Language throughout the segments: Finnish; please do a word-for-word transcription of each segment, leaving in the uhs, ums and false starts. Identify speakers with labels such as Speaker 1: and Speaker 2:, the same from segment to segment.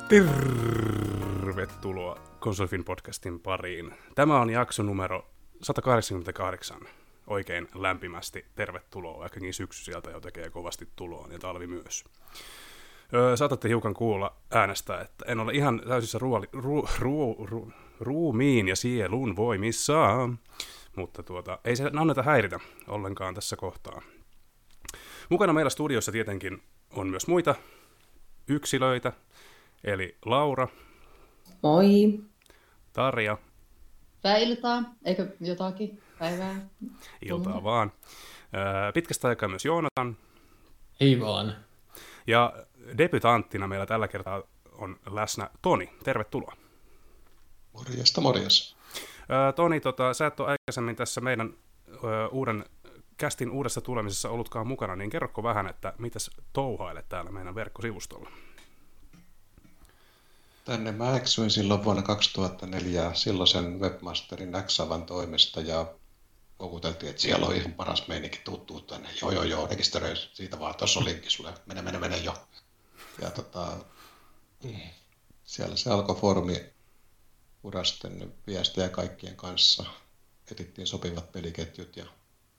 Speaker 1: Tervetuloa Konsolifin podcastin pariin. Tämä on jakso numero sata kahdeksankymmentäkahdeksan. Oikein lämpimästi tervetuloa, vaikkakin syksy sieltä jo tekee kovasti tuloa, ja talvi myös. Öö, saatatte hiukan kuulla äänestä, että en ole ihan täysissä ruoli, ru, ru, ru, ruumiin ja sielun voimissaan, mutta tuota, ei se anneta häiritä ollenkaan tässä kohtaa. Mukana meillä studiossa tietenkin on myös muita yksilöitä, eli Laura.
Speaker 2: Moi.
Speaker 1: Tarja.
Speaker 3: Hyvää iltaa, eikö jotakin päivää?
Speaker 1: Iltaa vaan. Pitkästä aikaa myös Joonatan.
Speaker 4: Ei vaan.
Speaker 1: Ja debutanttina meillä tällä kertaa on läsnä Toni. Tervetuloa.
Speaker 5: Morjesta, morjes.
Speaker 1: Toni, tota, sä et ole aikaisemmin tässä meidän ö, uuden kästin uudessa tulemisessa ollutkaan mukana, niin kerrokko vähän, että mitäs touhailet täällä meidän verkkosivustolla?
Speaker 5: Tänne mä eksyin silloin vuonna kaksituhattaneljä silloisen webmasterin Xavan toimesta ja kokuteltiin, että siellä on ihan paras meininki, tuttuu tänne. Joo, joo, joo, rekisteröi siitä vaan, tuossa on linkki sulle, mene, mene, mene jo. Ja tota, siellä se alkoi foorumi urasten viestejä kaikkien kanssa. Etittiin sopivat peliketjut ja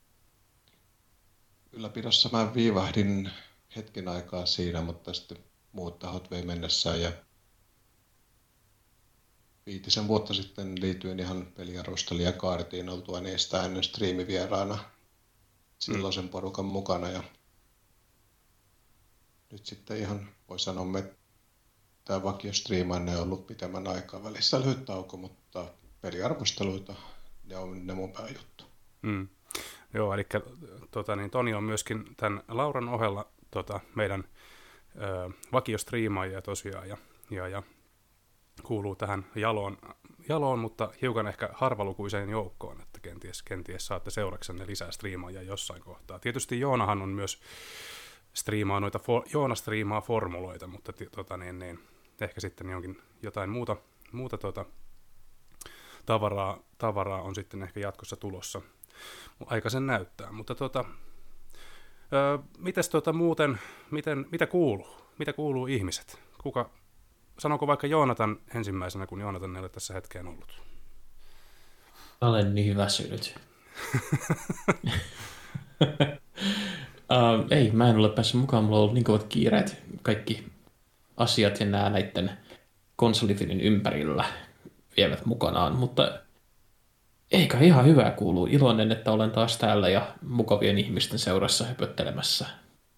Speaker 5: ylläpidossa mä viivahdin hetken aikaa siinä, mutta sitten muut tahot vei mennessään ja viitisen vuotta sitten liityin ihan peliarvostelijakaartiin oltua niistä ennen striimivieraana silloisen porukan mukana. Ja nyt sitten ihan voi sanoa, että tämä vakiostriimanne on ollut pitemmän aikaa välissä lyhyt tauko, mutta peliarvosteluita ne on ne mun pääjuttu.
Speaker 1: Mm. Joo, eli tota, niin Toni on myöskin tämän Lauran ohella tota, meidän ö, vakiostriimaajia tosiaan ja, ja, ja kuuluu tähän jaloon, jaloon, mutta hiukan ehkä harvalukuiseen joukkoon, että kenties, kenties saatte seuraksenne lisää striimaajia jossain kohtaa. Tietysti Joonahan on myös striimaa noita, for, Joona striimaa formuloita, mutta tota, niin, niin, ehkä sitten jonkin jotain muuta, muuta tota, tavaraa, tavaraa on sitten ehkä jatkossa tulossa. Aika sen näyttää, mutta tota, öö, mites tota muuten, miten, mitä kuuluu? Mitä kuuluu ihmiset? Kuka, sanoko vaikka Joonatan ensimmäisenä, kun Joonatan ei ole tässä hetkeen ollut?
Speaker 4: Olen niin väsynyt. uh, ei, mä en ole päässyt mukaan, mulla on ollut niin kovat kiireet. Kaikki asiat ja nämä näiden konsolifinin ympärillä vievät mukanaan, mutta eikä ihan hyvää kuuluu. Iloinen, että olen taas täällä ja mukavien ihmisten seurassa höpöttelemässä.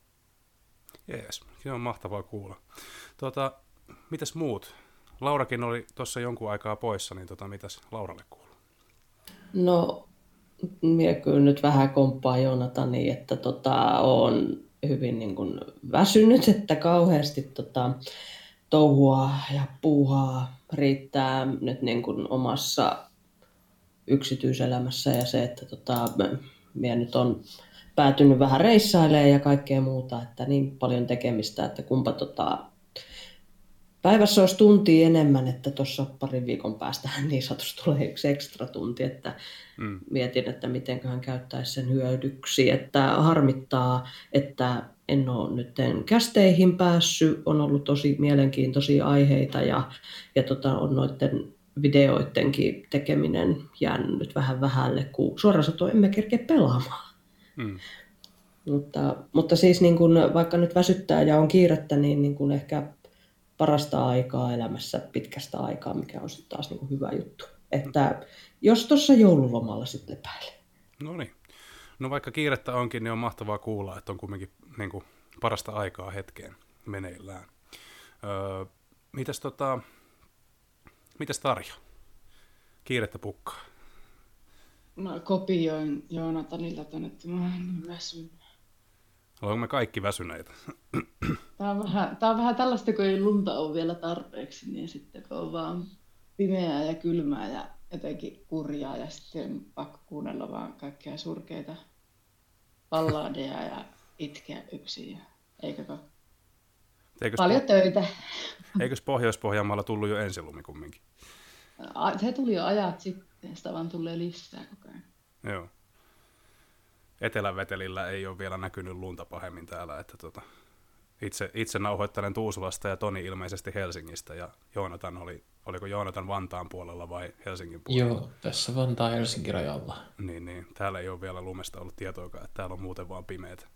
Speaker 1: Jees, se on mahtavaa kuulla. Tota, mitäs muut? Laurakin oli tuossa jonkun aikaa poissa, niin tota, mitäs Lauralle kuuluu?
Speaker 2: No, minä kyllä nyt vähän komppaan Joonatani, että tota, olen hyvin niin kuin väsynyt, että kauheasti tota, touhua ja puuhaa riittää nyt niin kuin omassa yksityiselämässä ja se, että tota, minä nyt on päätynyt vähän reissailemaan ja kaikkea muuta, että niin paljon tekemistä, että kumpa tota, päivässä olisi tuntia enemmän, että tuossa parin viikon päästä niin sanotusti tulee yksi ekstra tunti, että mm. mietin, että mitenköhän käyttäisi sen hyödyksi, että harmittaa, että en ole nyt kästeihin päässyt, on ollut tosi mielenkiintoisia aiheita ja, ja tota, on noiden videoidenkin tekeminen jäänyt nyt vähän vähälle, kun suoraan sanoen emme kerkeä pelaamaan. Mm. Mutta, mutta siis niin kun, vaikka nyt väsyttää ja on kiirettä, niin, niin kun ehkä parasta aikaa elämässä pitkästä aikaa, mikä on sitten taas niin kun hyvä juttu. Että jos tuossa joululomalla sitten lepäilee.
Speaker 1: No niin. No vaikka kiirettä onkin, niin on mahtavaa kuulla, että on kuitenkin niin kuin parasta aikaa hetkeen meneillään. Öö, mitäs tota... Mitäs Tarja? Kiirettä pukkaa.
Speaker 3: Mä kopioin Joonatanilta tänne, että mä oon niin väsynyt.
Speaker 1: Ollaanko me kaikki väsyneitä?
Speaker 3: Tää on, vähän, tää on vähän tällaista, kun ei lunta ole vielä tarpeeksi, niin sitten kun on vaan pimeää ja kylmää ja jotenkin kurjaa ja sitten pakko kuunnella vaan kaikkea surkeita balladeja ja itkeä yksin. Eikökö?
Speaker 1: Eikös
Speaker 3: Paljon
Speaker 1: po-
Speaker 3: töitä.
Speaker 1: Eikös Pohjois-Pohjanmaalla tullut jo ensilumi kumminkin?
Speaker 3: Se tuli jo ajat sitten, sitä vaan tulee lisää koko ajan.
Speaker 1: Joo. Etelävetelillä ei ole vielä näkynyt lunta pahemmin täällä, että tota, itse, itse nauhoittelen Tuusulasta ja Toni ilmeisesti Helsingistä, ja Joonatan oli, oliko Joonatan Vantaan puolella vai Helsingin puolella?
Speaker 4: Joo, tässä Vantaa Helsingin rajalla.
Speaker 1: Niin, niin, täällä ei ole vielä lumesta ollut tietoakaan, että täällä on muuten vaan pimeät.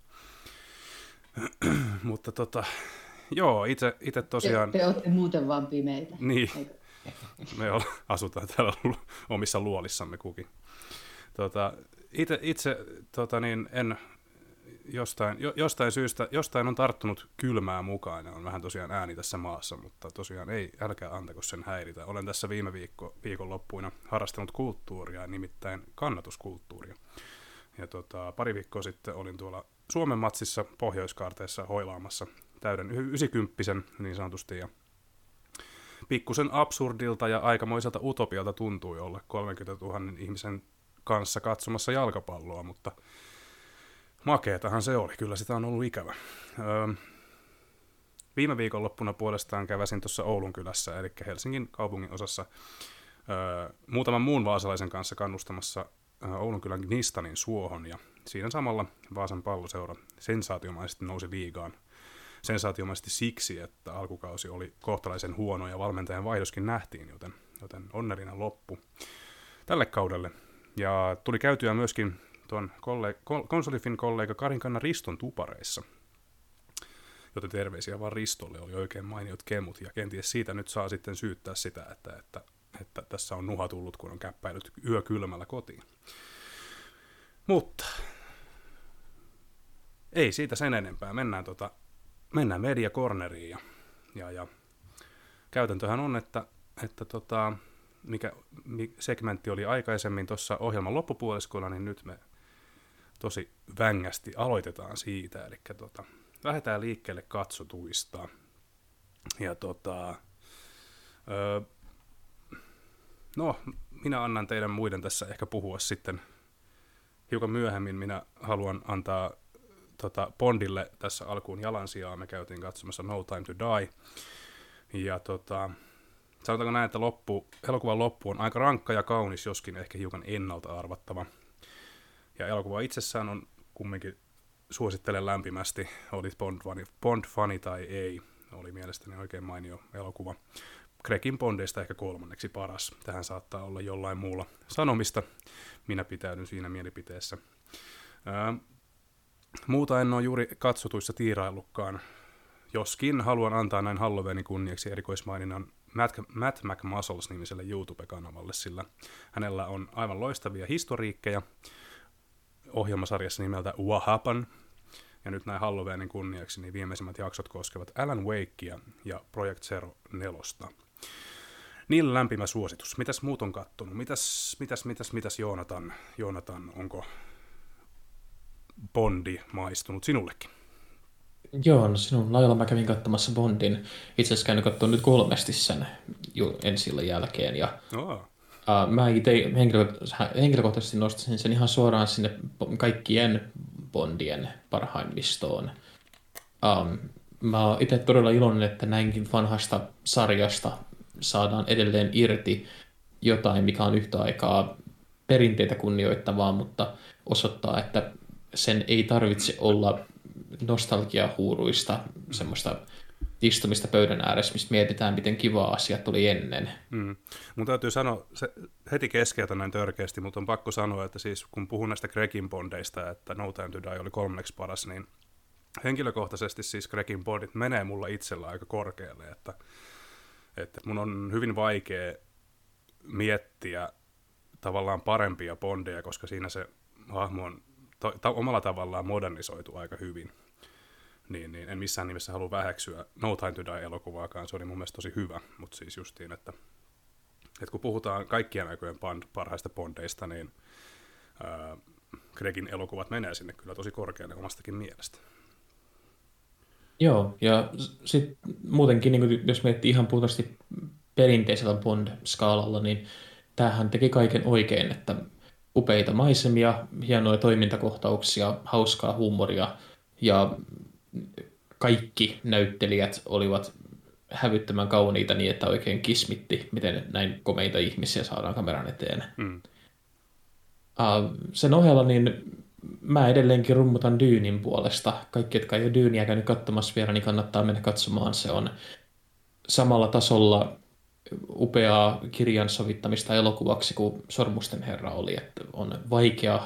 Speaker 1: Mutta tota, joo, itse, itse tosiaan...
Speaker 3: Te, te olette muuten vaan pimeitä.
Speaker 1: Niin,
Speaker 3: Eikö?
Speaker 1: me olla, asutaan täällä lu- omissa luolissamme kukin. Tota, itse itse tota niin, en jostain, jo, jostain syystä, jostain on tarttunut kylmää mukaan, ja on vähän tosiaan ääni tässä maassa, mutta tosiaan ei, älkää antako sen häiritä. Olen tässä viime viikko, viikonloppuina harrastanut kulttuuria, nimittäin kannatuskulttuuria. Ja tota, pari viikkoa sitten olin tuolla Suomen matsissa Pohjoiskaarteessa hoilaamassa täyden ysikymppisen niin sanotusti, ja pikkusen absurdilta ja aikamoiselta utopialta tuntui olla kolmekymmentätuhatta ihmisen kanssa katsomassa jalkapalloa, mutta makeetahan se oli, kyllä sitä on ollut ikävä. Öö, viime viikonloppuna puolestaan käväsin tuossa Oulun kylässä, eli Helsingin kaupungin osassa, öö, muutaman muun vaasalaisen kanssa kannustamassa öö, Oulun kylän Gnistanin suohon, ja siinä samalla Vaasan palloseura sensaatiomaisesti nousi liigaan. Sensaatiomaisesti siksi, että alkukausi oli kohtalaisen huono ja valmentajan vaihdoskin nähtiin, joten, joten onnellinen loppu tälle kaudelle. Ja tuli käytyä myöskin tuon kollega, Konsolifin kollega Karinkanna Riston tupareissa, joten terveisiä vaan Ristolle, oli oikein mainiot kemut, ja kenties siitä nyt saa sitten syyttää sitä, että, että, että tässä on nuha tullut, kun on käppäillyt yökylmällä kotiin. Mutta ei siitä sen enempää, mennään, tota, mennään Media Corneriin, ja, ja, ja käytäntöhän on, että, että tota, mikä segmentti oli aikaisemmin tuossa ohjelman loppupuoliskolla, niin nyt me tosi vängästi aloitetaan siitä, eli tota, lähdetään liikkeelle katsotuista. Ja tota, öö, no, minä annan teidän muiden tässä ehkä puhua sitten hiukan myöhemmin. Minä haluan antaa tota, Bondille tässä alkuun jalansijaa. Me käytiin katsomassa No Time to Die. Ja tota, sanotaanko näin, että loppu, elokuvan loppu on aika rankka ja kaunis, joskin ehkä hiukan ennalta arvattava. Ja elokuva itsessään on kumminkin, suosittelen lämpimästi, olit Bond-fani, Bond-fani tai ei, oli mielestäni oikein mainio elokuva. Craigin Bondeista ehkä kolmanneksi paras. Tähän saattaa olla jollain muulla sanomista. Minä pitäydyn siinä mielipiteessä. Ää, muuta en ole juuri katsotuissa tiiraillutkaan. Joskin haluan antaa näin Halloweenin kunniaksi erikoismaininnan Matt, Matt McMuscles-nimiselle YouTube-kanavalle, sillä hänellä on aivan loistavia historiikkeja ohjelmasarjassa nimeltä What Happened, ja nyt näin Halloweenin kunniaksi niin viimeisimmät jaksot koskevat Alan Wakea ja Project Zero nelosta. Niillä lämpimä suositus. Mitäs muut on kattonut? Mitäs, mitäs, mitäs, mitäs Joonatan? Joonatan, onko Bondi maistunut sinullekin?
Speaker 4: Joo, no sinun lailla mä kävin katsomassa Bondin. Itse asiassa käynyt katsomaan nyt kolmesti sen ensi illan jälkeen. Ja,
Speaker 1: Oh.
Speaker 4: uh, mä itse henkilö- henkilökohtaisesti nostaisin sen ihan suoraan sinne kaikkien Bondien parhaimmistoon. Um, mä oon itse todella iloinen, että näinkin vanhasta sarjasta saadaan edelleen irti jotain, mikä on yhtä aikaa perinteitä kunnioittavaa, mutta osoittaa, että sen ei tarvitse olla nostalgiahuuruista, semmoista istumista pöydän ääressä, mistä mietitään, miten kiva asiat oli ennen.
Speaker 1: Mm. Mun täytyy sanoa, se heti keskeytän näin törkeästi, mutta on pakko sanoa, että siis kun puhun näistä Craigin Bondeista, että No Time to Die oli kolmanneksi paras, niin henkilökohtaisesti siis Craigin Bondit menee mulla itsellä aika korkealle, että, että mun on hyvin vaikea miettiä tavallaan parempia Bondeja, koska siinä se hahmo on ta- ta- omalla tavallaan modernisoitu aika hyvin. Niin, niin en missään nimessä halua väheksyä No Time to Die-elokuvaakaan, se oli mun mielestä tosi hyvä, mutta siis justiin, että, että kun puhutaan kaikkien aikojen band, parhaista Bondeista, niin ää, Craigin elokuvat menee sinne kyllä tosi korkealle omastakin mielestä.
Speaker 4: Joo, ja sitten muutenkin, niin jos miettii ihan puhtaasti perinteisellä Bond-skaalalla, niin tämähän teki kaiken oikein, että upeita maisemia, hienoja toimintakohtauksia, hauskaa huumoria, ja kaikki näyttelijät olivat hävyttömän kauniita niin, että oikein kismitti, miten näin komeita ihmisiä saadaan kameran eteen.
Speaker 1: Mm.
Speaker 4: Uh, sen ohella niin mä edelleenkin rummutan Dyynin puolesta. Kaikki, jotka ei ole Dyyniä käynyt katsomassa vielä, niin kannattaa mennä katsomaan. Se on samalla tasolla upeaa kirjan sovittamista elokuvaksi kuin Sormusten herra oli. Että on vaikea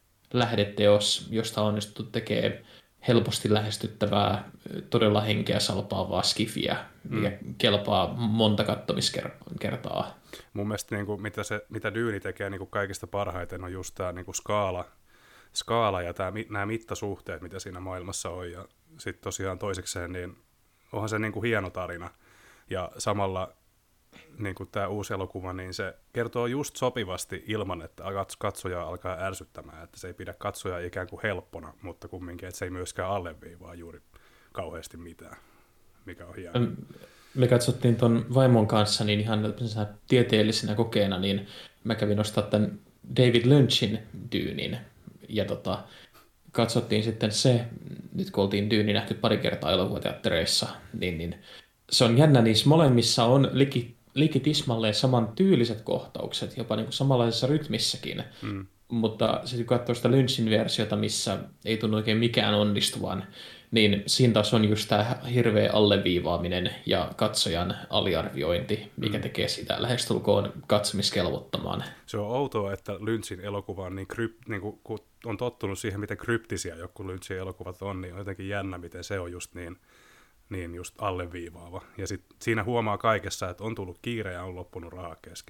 Speaker 4: lähdeteos, josta on onnistuttu tekemään helposti lähestyttävää, todella henkeä salpaavaa skifiä, mikä mm. kelpaa monta kattomiskertaa.
Speaker 1: Mun mielestä niin kuin, mitä, se, mitä Dyyni tekee niin kuin kaikista parhaiten on just tämä niin kuin skaala, skaala ja tämä, nämä mittasuhteet, mitä siinä maailmassa on. Ja sitten tosiaan toisekseen, niin onhan se niin kuin hieno tarina. Ja samalla niin kuin tämä uusi elokuva, niin se kertoo just sopivasti ilman, että katsoja alkaa ärsyttämään. Että se ei pidä katsojaa ikään kuin helppona, mutta kumminkin, että se ei myöskään alleviivaa juuri kauheasti mitään, mikä on hienoa.
Speaker 4: Me katsottiin ton vaimon kanssa niin ihan tieteellisenä kokeena, niin mä kävin ostaa tämän David Lynchin Dyynin. Ja tota, katsottiin sitten se, nyt kun oltiin Dyyni nähty pari kertaa elokuvateattereissa, niin, niin se on jännä, niissä molemmissa on liki, liki tismalleen saman tyyliset kohtaukset, jopa niin kuin samanlaisessa rytmissäkin. Mm. Mutta sitten kun katsoo sitä Lynchin versiota, missä ei tunnu oikein mikään onnistuvan, niin siinä taas on just tämä hirveä alleviivaaminen ja katsojan aliarviointi, mikä mm. tekee sitä lähestulkoon katsomiskelvottomaan.
Speaker 1: Se on outoa, että Lynchin elokuva on niin, kryp, niin kuin, kun on tottunut siihen, miten kryptisiä joku Lynchin elokuvat on, niin on jotenkin jännä, miten se on just niin, niin just alleviivaava. Ja sit siinä huomaa kaikessa, että on tullut kiire ja on loppunut rahaa kesken.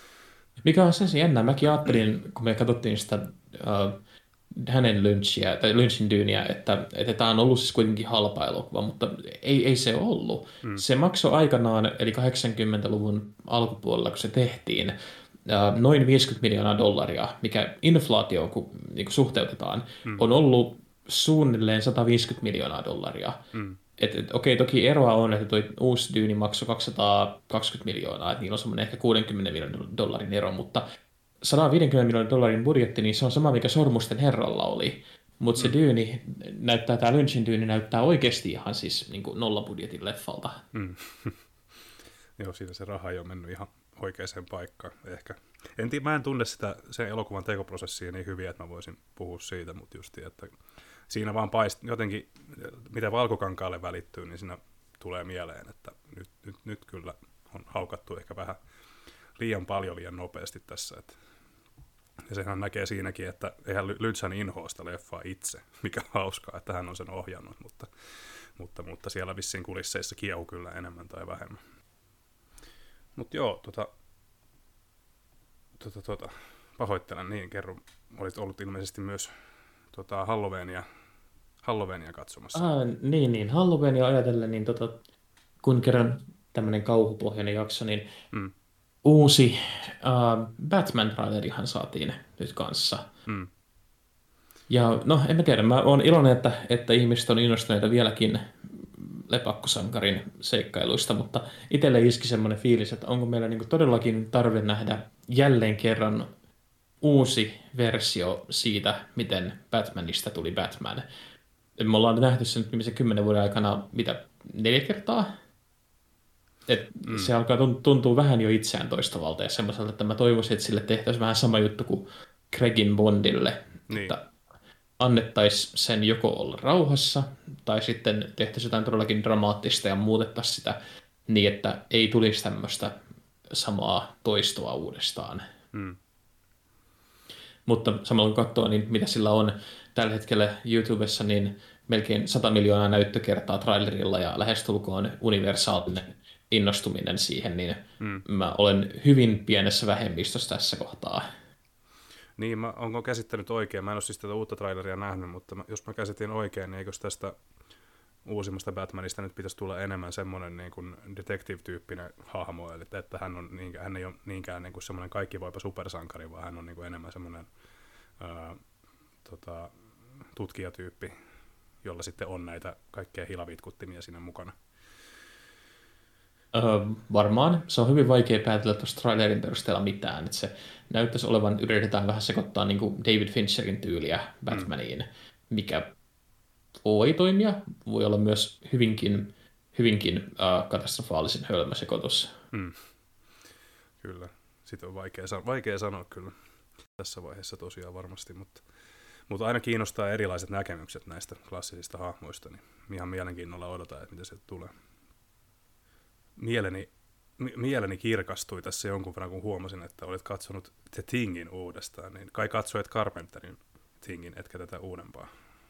Speaker 4: Mikä on sen jännä? Mäkin ajattelin, kun me katsottiin sitä uh, hänen Lynchia, tai Lynchin Dyyniä, että, että tämä on ollut siis kuitenkin halpa elokuva, mutta ei, ei se ollut. Mm. Se maksoi aikanaan, eli kahdeksankymmentäluvun alkupuolella, kun se tehtiin, uh, noin viisikymmentä miljoonaa dollaria, mikä inflaatioon, kun niin kun suhteutetaan, mm. on ollut suunnilleen sata viisikymmentä miljoonaa dollaria. Mm. Et, et, okei, toki eroa on, että tuo uusi Dyyni maksoi kaksisataakaksikymmentä miljoonaa, että niillä on semmoinen ehkä kuusikymmentä miljoonan dollarin ero, mutta sata viisikymmentä miljoonan dollarin budjetti, niin se on sama, mikä Sormusten herralla oli. Mutta se mm. Dyyni näyttää, tämä Lynchin Dyyni näyttää oikeasti ihan siis niin kuin nollabudjetin leffalta. Mm.
Speaker 1: Joo, siitä se raha ei ole mennyt ihan oikeaan paikkaan ehkä. En tiedä, mä en tunne sitä sen elokuvan tekoprosessia niin hyvin, että mä voisin puhua siitä, mutta justi, että siinä vaan paist, jotenkin, mitä Valkokankaalle välittyy, niin siinä tulee mieleen, että nyt, nyt, nyt kyllä on haukattu ehkä vähän liian paljon liian nopeasti tässä. Että. Ja sehän näkee siinäkin, että eihän Lynchhän inhoa sitä leffaa itse, mikä on hauskaa, että hän on sen ohjannut, mutta, mutta, mutta siellä vissiin kulisseissa kiehu kyllä enemmän tai vähemmän. Mutta joo, tota, tota, tota, pahoittelen niin, kerro, olit ollut ilmeisesti myös tota, Halloweenia, Halloweenia katsomassa.
Speaker 4: Ah, niin, niin, Halloweenia ajatellen, niin tota, kun kerran tämmöinen kauhupohjainen jakso, niin mm. uusi uh, Batman-trailerihan saatiin nyt kanssa. Mm. Ja no, en mä tiedä, mä oon iloinen, että, että ihmiset on innostuneita vieläkin lepakkosankarin seikkailuista, mutta itselle iski semmoinen fiilis, että onko meillä niinku todellakin tarve nähdä jälleen kerran uusi versio siitä, miten Batmanista tuli Batman. Me ollaan nähty sen nyt viimeisen kymmenen vuoden aikana, mitä, neljä kertaa? Et mm. Se alkaa tuntua vähän jo itseään toistavalta ja semmoiselta, että mä toivoisin, että sille tehtäisiin vähän sama juttu kuin Craigin Bondille, niin. Että annettaisiin sen joko olla rauhassa tai sitten tehtäisiin jotain todellakin dramaattista ja muutettaisiin sitä niin, että ei tulisi tämmöistä samaa toistoa uudestaan. Mm. Mutta samalla kun katsoo, niin mitä sillä on tällä hetkellä YouTubessa, niin melkein sata miljoonaa näyttökertaa trailerilla ja lähestulkoon universaalinen innostuminen siihen, niin mm. mä olen hyvin pienessä vähemmistössä tässä kohtaa.
Speaker 1: Niin, mä onko käsittänyt oikein? Mä en ole siis tätä uutta traileria nähnyt, mutta mä, jos mä käsitin oikein, niin eikös tästä uusimmasta Batmanista nyt pitäisi tulla enemmän semmoinen niin kuin detective-tyyppinen hahmo, eli että hän, on, hän ei ole niinkään niin kuin semmoinen kaikkivoipa supersankari, vaan hän on niin kuin enemmän semmoinen ää, tota, tutkijatyyppi, jolla sitten on näitä kaikkea hilavitkuttimia siinä mukana.
Speaker 4: Öö, varmaan. Se on hyvin vaikea päätellä tuossa trailerin perusteella mitään. Että se näyttäisi olevan, yritetään vähän sekoittaa niin kuin David Fincherin tyyliä Batmaniin, mm. mikä voi toimia. Voi olla myös hyvinkin, hyvinkin uh, katastrofaalisen hölmösekoitus. Mm.
Speaker 1: Kyllä. Sitten on vaikea, vaikea sanoa kyllä tässä vaiheessa tosiaan varmasti, mutta, Mutta aina kiinnostaa erilaiset näkemykset näistä klassisista hahmoista, niin ihan mielenkiinnolla odotan, että mitä sieltä tulee. Mieleni, mi- mieleni kirkastui tässä jonkun verran, kun huomasin, että olet katsonut The Thingin uudestaan, niin kai katsoit Carpenterin Thingin, etkä tätä uudempaa.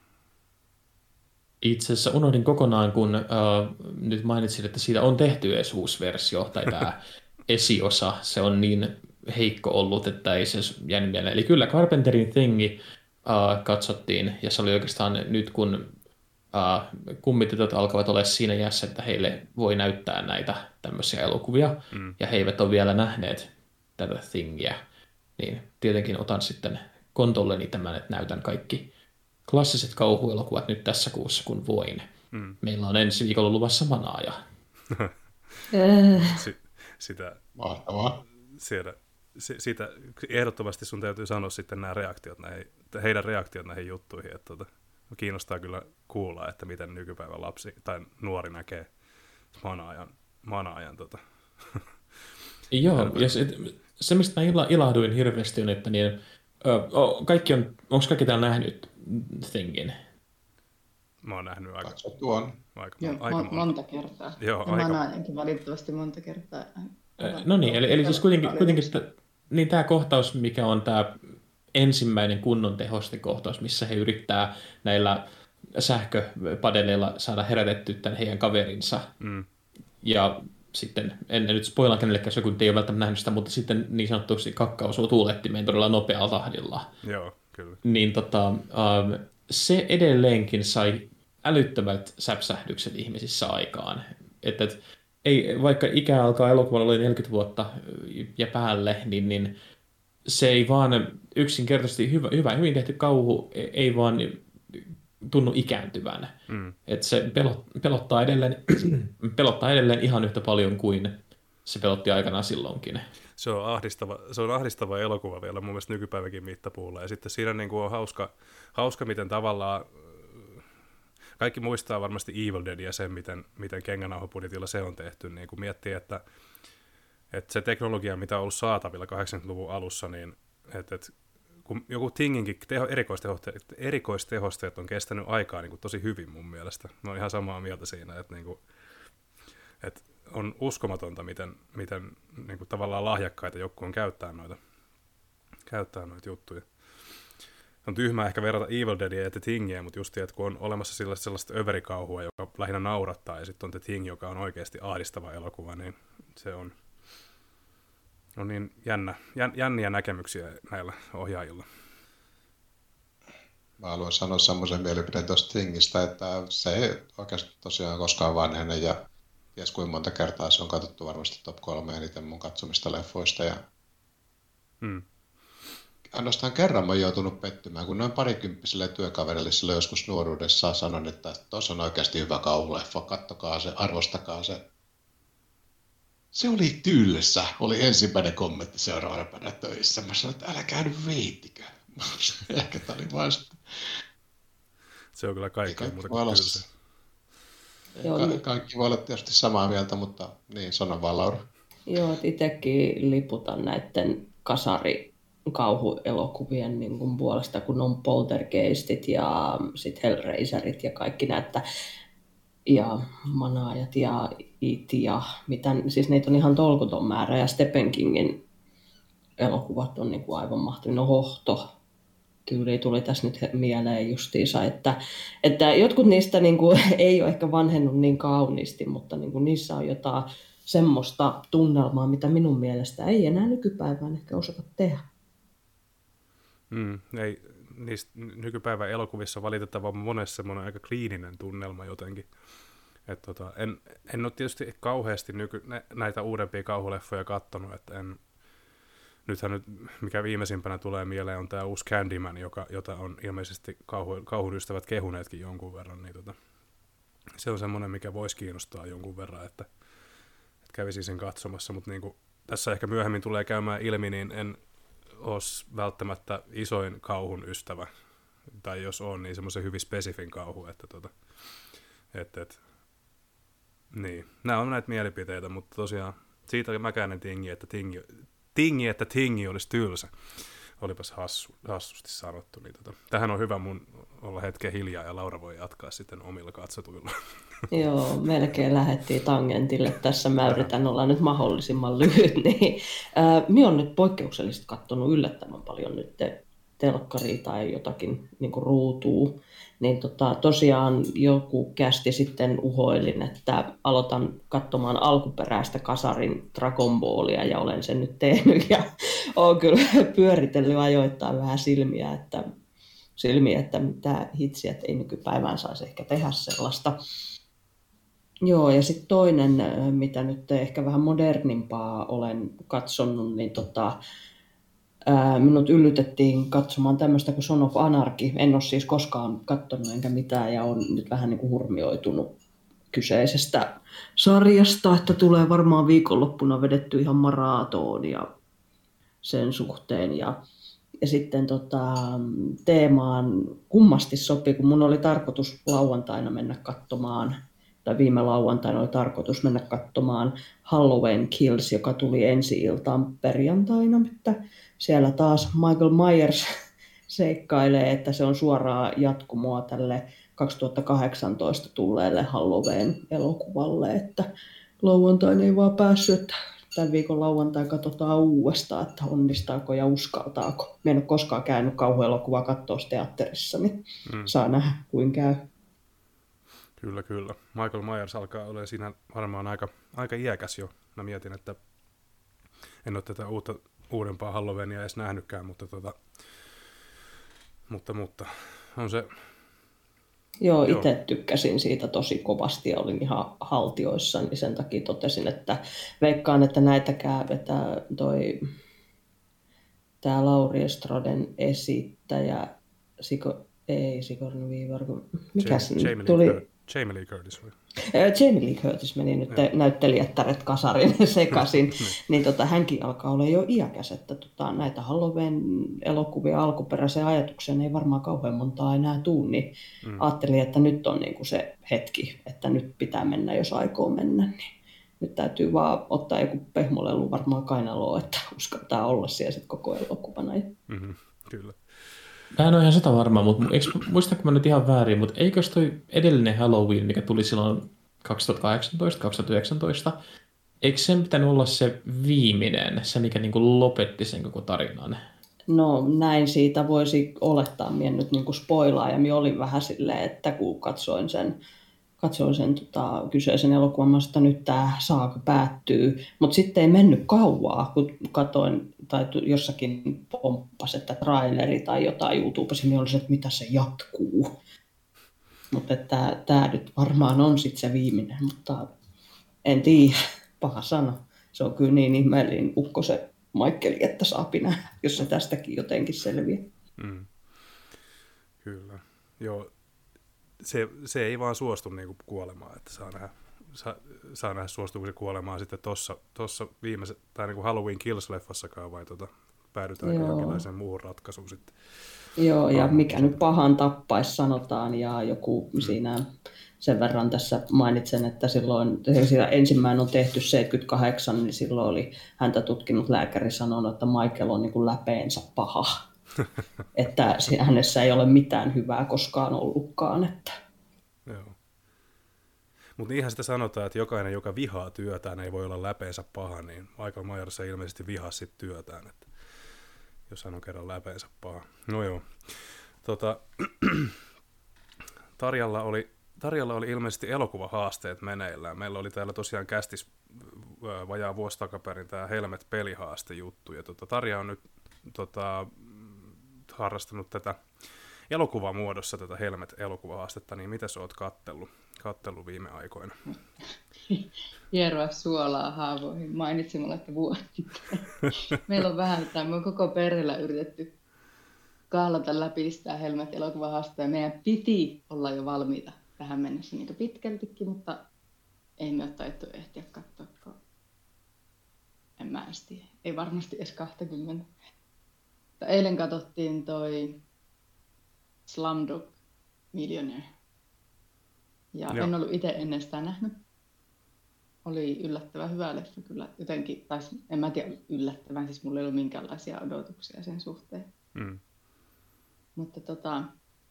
Speaker 4: Itse asiassa unohdin kokonaan, kun äh, nyt mainitsin, että siitä on tehty edes uusi versio, tai tämä esiosa, se on niin heikko ollut, että ei se jäänyt mieleen. Eli kyllä Carpenterin Thingi äh, katsottiin, ja se oli oikeastaan nyt, kun äh, kummitytöt alkavat olla siinä iässä, että heille voi näyttää näitä tämmöisiä elokuvia, mm. ja he eivät ole vielä nähneet tätä Thingiä, niin tietenkin otan sitten kontolleni tämän, että näytän kaikki klassiset kauhuelokuvat nyt tässä kuussa, kun voin. Mm. Meillä on ensi viikolla luvassa Manaaja.
Speaker 1: si- sitä,
Speaker 5: Mahtavaa.
Speaker 1: Siellä, si- sitä, ehdottomasti sun täytyy sanoa sitten nämä reaktiot näihin, heidän reaktiot näihin juttuihin. Että tota, kiinnostaa kyllä kuulla, että miten nykypäivän lapsi tai nuori näkee Manaajan. Manaajan tota.
Speaker 4: Joo, ja se, se mistä mä ilahduin hirveästi on, että niin, ö, kaikki on, onko kaikki täällä nähnyt Thingin?
Speaker 1: Mä oon nähnyt aika,
Speaker 5: Katsottu on.
Speaker 1: aika,
Speaker 3: Joo,
Speaker 1: aika
Speaker 3: mon-
Speaker 1: monta.
Speaker 3: monta kertaa.
Speaker 1: Joo,
Speaker 3: ja
Speaker 1: aika-
Speaker 3: mä näenkin valitettavasti monta kertaa.
Speaker 4: No niin, eli, eli siis kuitenkin, kuitenkin t- niin tämä kohtaus, mikä on tämä ensimmäinen kunnon tehostekohtaus, missä he yrittää näillä sähköpadeleilla saada herätetty tämän heidän kaverinsa.
Speaker 1: Mm.
Speaker 4: Ja sitten, en, en nyt spoilaa kenellekään, se kun ei ole välttämättä nähnyt sitä, mutta sitten niin sanotusti kakka osuu tuulettimeen todella nopealla tahdilla.
Speaker 1: Joo, kyllä.
Speaker 4: Niin tota, um, se edelleenkin sai älyttömät säpsähdykset ihmisissä aikaan. Että et, ei, vaikka ikä alkaa elokuvalla oli neljäkymmentä vuotta ja päälle, niin, niin se ei vaan yksinkertaisesti hyvä, hyvä hyvin tehty kauhu ei vaan tunnu ikääntyvän. Mm. Että se pelot, pelottaa, edelleen, pelottaa edelleen ihan yhtä paljon kuin se pelotti aikanaan silloinkin.
Speaker 1: Se on ahdistava, se on ahdistava elokuva vielä mun mielestä nykypäiväkin mittapuulla. Ja sitten siinä niin kuin on hauska, hauska, miten tavallaan kaikki muistaa varmasti Evil Dead ja sen, miten, miten kengänauhapudjetilla se on tehty. Niin kun miettii, että, että se teknologia, mitä on ollut saatavilla kahdeksankymmentäluvun alussa, niin että, että kun joku Thinginkin teho, erikoistehosteet, erikoistehosteet on kestänyt aikaa niin kuin tosi hyvin mun mielestä. Mä oon ihan samaa mieltä siinä, että, niin kuin, että on uskomatonta, miten, miten niin kuin tavallaan lahjakkaita joku on käyttää noita, käyttää noita juttuja. On tyhmää ehkä verrata Evil Deadia ja The Thingiä, mutta just että kun on olemassa sellaista, sellaista överikauhua, joka lähinnä naurattaa, ja sitten on The Thing, joka on oikeasti ahdistava elokuva, niin se on, on niin jännä, jän, jänniä näkemyksiä näillä ohjaajilla.
Speaker 5: Mä haluan sanoa semmoisen mielipideen tuosta Thingistä, että se ei oikeasti tosiaan koskaan vanhene, ja ties kuinka monta kertaa se on katsottu varmasti top kolme eniten mun katsomista leffoista, ja
Speaker 1: Hmm.
Speaker 5: ainoastaan kerran mä oon joutunut pettymään, kun noin parikymppiselle työkaverille sille joskus nuoruudessa sanon, että tuossa on oikeasti hyvä kauhuleffa, kattokaa se, arvostakaa se. Se oli tylsä, oli ensimmäinen kommentti seuraavana päivänä töissä. Mä sanoin, että älkää nyt viittikö. Ehkä tää oli vaan sitä.
Speaker 1: Se on kyllä kaikkea muuta
Speaker 5: voi olla-
Speaker 1: kuin tylsä.
Speaker 2: Joo,
Speaker 5: Ka-
Speaker 2: niin.
Speaker 5: kaikki voi olla tietysti samaa mieltä, mutta niin, sano vaan Laura.
Speaker 2: Joo, että itsekin liputan näiden kasarikauhuelokuvien niin kuin puolesta, kun on Poltergeistit ja sit Hellraiserit ja kaikki näitä ja Manaajat ja It ja mitä, siis niitä on ihan tolkuton määrä ja Stephen Kingin elokuvat on niin kuin aivan mahtavia. No Hohto tyyli tuli tässä nyt mieleen justiinsa, että, että jotkut niistä niin kuin, ei ole ehkä vanhennut niin kauniisti, mutta niin kuin, niissä on jotain semmoista tunnelmaa, mitä minun mielestä ei enää nykypäivään ehkä osata tehdä.
Speaker 1: Mm, ei, niistä nykypäivän elokuvissa valitettavan monessa semmoinen aika kliininen tunnelma jotenkin. Et tota, en, en ole tietysti kauheasti nyky, näitä uudempia kauhuleffoja kattonut, että en, nythän nyt, mikä viimeisimpänä tulee mieleen, on tämä uusi Candyman, joka, jota on ilmeisesti kauhu, kauhun ystävät kehuneetkin jonkun verran. Niin tota, se on semmoinen, mikä voisi kiinnostaa jonkun verran, että, että kävisin sen katsomassa, mutta niin kuin tässä ehkä myöhemmin tulee käymään ilmi, niin en ole välttämättä isoin kauhun ystävä, tai jos on, niin semmoisen hyvin spesifin kauhu, että tota, et, et, niin. Nämä on näitä mielipiteitä, mutta tosiaan siitä mäkään en tingi, että tingi, tingi, että tingi olisi tylsä. olipas hassu, hassusti sanottu. Niin tota, tähän on hyvä mun olla hetken hiljaa ja Laura voi jatkaa sitten omilla katsotuilla.
Speaker 2: Joo, melkein lähdettiin tangentille tässä. Mä yritän olla nyt mahdollisimman lyhyt. Niin, ää, minä olen nyt poikkeuksellisesti katsonut yllättävän paljon nyt te, telkkaria tai jotakin niin kuin ruutua. Niin tota, tosiaan joku kästi sitten uhoilin, että aloitan katsomaan alkuperäistä kasarin Dragon Ballia ja olen sen nyt tehnyt ja olen kyllä pyöritellyt ajoittain vähän silmiä, että, silmiä, että mitä hitsiä, että ei nykypäivään saisi ehkä tehdä sellaista. Joo, ja sitten toinen, mitä nyt ehkä vähän modernimpaa olen katsonut, niin tota, ää, minut yllytettiin katsomaan tämmöistä kuin Son of Anarchy. En ole siis koskaan katsonut enkä mitään ja olen nyt vähän niin kuin hurmioitunut kyseisestä sarjasta, että tulee varmaan viikonloppuna vedetty ihan maratonia sen suhteen. Ja, ja sitten tota, teemaan kummasti sopii, kun mun oli tarkoitus lauantaina mennä katsomaan tai viime lauantaina oli tarkoitus mennä katsomaan Halloween Kills, joka tuli ensi-iltaan perjantaina, että siellä taas Michael Myers seikkailee, että se on suoraa jatkumoa tälle kaksituhattakahdeksantoista tulleelle Halloween-elokuvalle, että lauantaina ei vaan päässyt, että tämän viikon lauantai katsotaan uudestaan, että onnistaako ja uskaltaako. Mä en ole koskaan käynyt kauhuelokuvaa katsoa teatterissa, niin mm. saa nähdä, kuin käy.
Speaker 1: Kyllä, kyllä. Michael Myers alkaa olla siinä varmaan aika, aika iäkäs jo. Mä mietin, että en ole tätä uutta, uudempaa Halloweenia edes nähnytkään, mutta, tota, mutta, mutta on se...
Speaker 2: Joo, itse tykkäsin siitä tosi kovasti ja olin ihan haltioissa, niin sen takia totesin, että veikkaan, että näitäkään vetää toi tämä Lauri Estroden esittäjä, Sigo, ei Sigourney Weaver, mikä se
Speaker 1: Jamie
Speaker 2: tuli?
Speaker 1: Lee Jamie Lee Curtis vai?
Speaker 2: Jamie Lee Curtis meni nyt te, näyttelijättäret kasarin sekaisin, niin tota, hänkin alkaa olla jo iäkäs, että tota, näitä Halloween-elokuvia alkuperäisen ajatuksen ei varmaan kauhean montaa enää tule, niin mm. ajattelin, että nyt on niinku se hetki, että nyt pitää mennä, jos aikoo mennä, niin nyt täytyy vaan ottaa joku pehmolelu varmaan kainaloon, että uskaltaa olla siellä sit koko elokuvana.
Speaker 1: Mm-hmm, kyllä.
Speaker 4: Mä en ole ihan sata varma, mutta muistanko mä nyt ihan väärin, mutta eikös toi edellinen Halloween, mikä tuli silloin kaksituhattakahdeksantoista kaksituhattayhdeksäntoista, eikö sen pitänyt olla se viimeinen, se mikä niin kuin lopetti sen koko tarinan?
Speaker 2: No näin siitä voisi olettaa, minä nyt niin kuin spoilaa, ja minä olin vähän silleen, että kun katsoin sen, katsoin sen tota, kyseisen elokuvan, että nyt tämä saaka päättyy, mutta sitten ei mennyt kauaa, kun katsoin, tai jossakin pomppasi, että traileri tai jotain YouTubessa, niin oli se, että mitä se jatkuu. Mutta tämä nyt varmaan on sitten se viimeinen, mutta en tiedä, paha sana. Se on kyllä niin ihmeellinen ukko se Michaeli, että saapi nähdä, jos se tästäkin jotenkin selviää.
Speaker 1: Mm. Kyllä, joo. Se, se ei vaan suostu niinku kuolemaan, että saa nähdä, saa, saa nähdä suostuuko se kuolemaan sitten tuossa tossa viimeisen, tai niinku Halloween Kills-leffassakaan, vai tota, päädytäänkö jonkinlaiseen muuhun ratkaisuun sitten.
Speaker 2: Joo, ja mikä nyt pahan tappaisi sanotaan, ja joku mm. siinä sen verran tässä mainitsen, että silloin ensimmäinen on tehty seitsemänkymmentäkahdeksan, niin silloin oli häntä tutkinut lääkäri sanonut, että Michael on niin kuin läpeensä paha. Että hänessä ei ole mitään hyvää koskaan ollutkaan. Että.
Speaker 1: Joo. Mutta niinhän sitä sanotaan, että jokainen, joka vihaa työtään, ei voi olla läpeensä paha, niin Michael Myers ei ilmeisesti vihaa sit työtään, että jos hän on kerran läpeensä paha. No joo. Tota, Tarjalla oli, Tarjalla oli ilmeisesti elokuvahaasteet meneillään. Meillä oli täällä tosiaan kästis vajaa vuosi takaperin tämä Helmet-pelihaaste-juttu, ja tota, Tarja on nyt tota, harrastanut tätä elokuvamuodossa tätä Helmet-elokuvahaastetta, niin mitä sä oot kattellut, kattellut viime aikoina?
Speaker 3: Hieroa suolaa haavoihin mainitsemalla, että vuotti. Meillä on vähän, että me on koko perheellä yritetty kahlata läpi sitä Helmet-elokuvahaastetta, ja meidän piti olla jo valmiita tähän mennessä niin pitkältikin, mutta ei me ole taittu ehtiä katsoa, kun en mä edes tiedä. Ei varmasti edes kaksikymmentä. Eilen katsottiin toi Slumdog Millionaire. Ja Joo. en ollut itse ennen sitä nähnyt. oli yllättävän hyvä leffa kyllä jotenkin, tai en mä tiedä yllättävän, siis mulla ei ollut minkäänlaisia odotuksia sen suhteen.
Speaker 1: Mm.
Speaker 3: Mutta tota,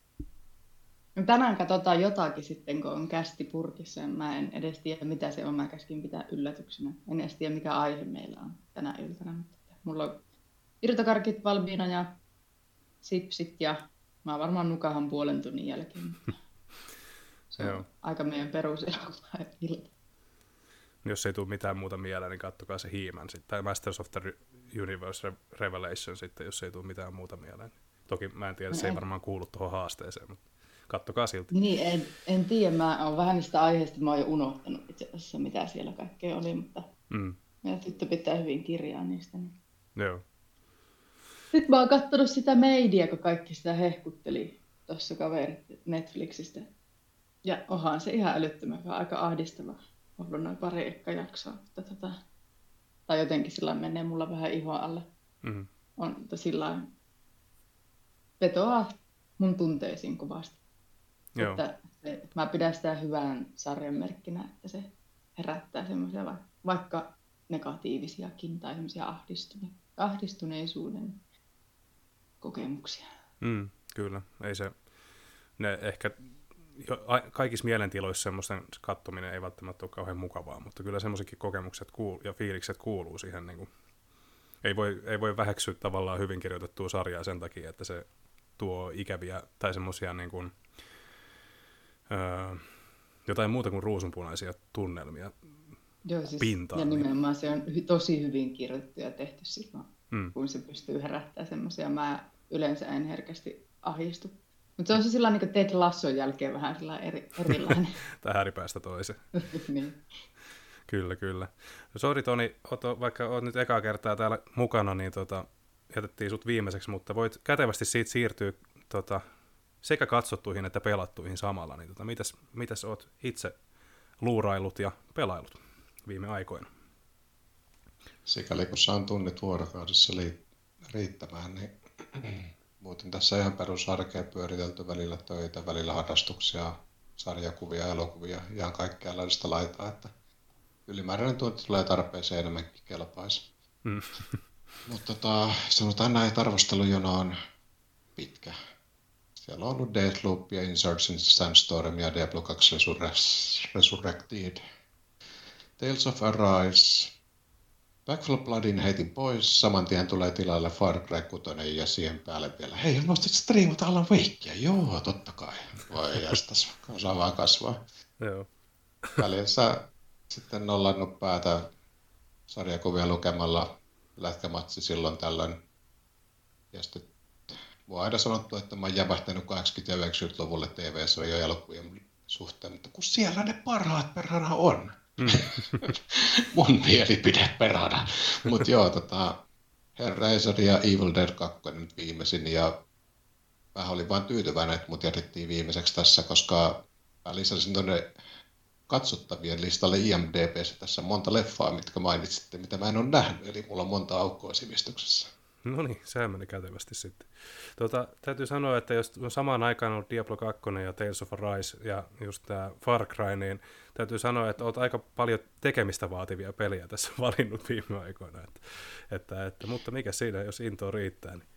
Speaker 3: no tänään katsotaan jotakin sitten, kun on kästi purkissa. Mä en edes tiedä, mitä se on. Mä käskin pitää yllätyksenä. En edes tiedä, mikä aihe meillä on tänä iltana. Mutta mulla on irtokarkit valmiina ja sipsit ja mä varmaan nukahan puolen tunnin jälkeen. Se on
Speaker 1: Joo.
Speaker 3: aika meidän peruselokuva ilta.
Speaker 1: Jos ei tule mitään muuta mieleen, niin kattokaa se He-Man sitten. Tai Masters of the Universe Revelation sitten, jos ei tule mitään muuta mieleen. Toki mä en tiedä, se ei varmaan kuulu tuohon haasteeseen, mutta kattokaa silti.
Speaker 3: Niin, en, en tiedä. Mä oon vähän niistä aiheista, mä oon jo unohtanut itse asiassa, mitä siellä kaikkea oli, mutta
Speaker 1: Mm.
Speaker 3: meidän tyttö pitää hyvin kirjaa niistä. Niin.
Speaker 1: Joo.
Speaker 3: Nyt mä oon kattonut sitä Meidiä, kun kaikki sitä hehkutteli tuossa kaverit Netflixistä. Ja onhan se ihan älyttömän hyvä, aika ahdistava ollut noin pari ekka jaksoa. Mutta tota, tai jotenkin sillä menee mulla vähän ihon alle.
Speaker 1: Mm.
Speaker 3: On sillä vetoaa mun tunteisiin kovasti.
Speaker 1: Joo.
Speaker 3: Että se, mä pidän sitä hyvän sarjan merkkinä, että se herättää semmoisia va- vaikka negatiivisiakin tai semmoisia ahdistune- ahdistuneisuuden kokemuksia.
Speaker 1: Mm, kyllä, ei se, ne ehkä, jo, a, kaikissa mielentiloissa semmoisen kattominen ei välttämättä ole kauhean mukavaa, mutta kyllä semmoisetkin kokemukset kuul, ja fiilikset kuuluu siihen, niin kuin, ei, voi, ei voi väheksyä tavallaan hyvin kirjoitettua sarjaa sen takia, että se tuo ikäviä tai semmoisia niin kuin, öö, jotain muuta kuin ruusunpunaisia tunnelmia
Speaker 3: Joo, siis,
Speaker 1: pintaan.
Speaker 3: ja nimenomaan se on hy- tosi hyvin kirjoitettu ja tehty silloin,
Speaker 1: Mm.
Speaker 3: kun se pystyy herättämään semmoisia. Mä yleensä en herkästi ahdistu. Mutta se on se sillä niin kuin Ted Lasson jälkeen vähän sillä eri, erilainen.
Speaker 1: Tai ääripäästä toiseen.
Speaker 3: niin.
Speaker 1: Kyllä, kyllä. Sori Toni, oot, vaikka oot nyt ekaa kertaa täällä mukana, niin tota, jätettiin sut viimeiseksi, mutta voit kätevästi siitä siirtyä tota, sekä katsottuihin että pelattuihin samalla. Niin tota, mitäs, mitäs oot itse luurailut ja pelailut viime aikoina?
Speaker 5: Sikäli kun saan tunnit vuorokaudessa li- riittämään, niin muuten tässä ihan perusarkea pyöritelty, välillä töitä, välillä harrastuksia, sarjakuvia, elokuvia, ihan kaikkea laitaa, että ylimääräinen tunti tulee tarpeeseen enemmänkin kelpaisi.
Speaker 1: Mm.
Speaker 5: Mutta tota, sanotaan näin, että arvostelujono on pitkä. Siellä on ollut Deathloopia, Insurgent, Sandstorm ja Diablo kaksi Resurre- Resurrected. Tales of Arise. Back four Bloodin heitin pois. Saman tien tulee tilalle Far Cry kuusi ja siihen päälle vielä. Hei, haluaisit striimata Alan Wakea? Joo, totta kai. Voi jästäs, osaa vaan kasvaa.
Speaker 1: Joo.
Speaker 5: Välissä sitten nollannut päätä sarjakuvia lukemalla lätkämatsi silloin tällöin. Ja sitten mua on aina sanottu, että mä oon jämähtänyt kahdeksankymmentä- ja yhdeksänkymmentäluvulle T V-sarjojen ja elokuvien suhteen, mutta kun siellä ne parhaat perhana on.
Speaker 1: Mm.
Speaker 5: Mun mielipide perhana. Mutta joo, tota, Hellraiser ja Evil Dead kaksi nyt viimeisin, ja mä olin vaan tyytyväinen, että mut jätettiin viimeiseksi tässä, koska mä lisäsin tuonne katsottavien listalle I M D B:ssä tässä monta leffaa, mitkä mainitsitte, mitä mä en ole nähnyt, eli mulla on monta aukkoa sivistyksessä.
Speaker 1: No niin, sehän meni kätevästi sitten. Tota, täytyy sanoa, että jos on samaan aikaan ollut Diablo kaksi ja Tales of Arise ja just tämä Far Cry, niin täytyy sanoa, että olet aika paljon tekemistä vaativia pelejä tässä valinnut viime aikoina. Että, että, että, mutta mikä siinä, jos intoa riittää. Niin.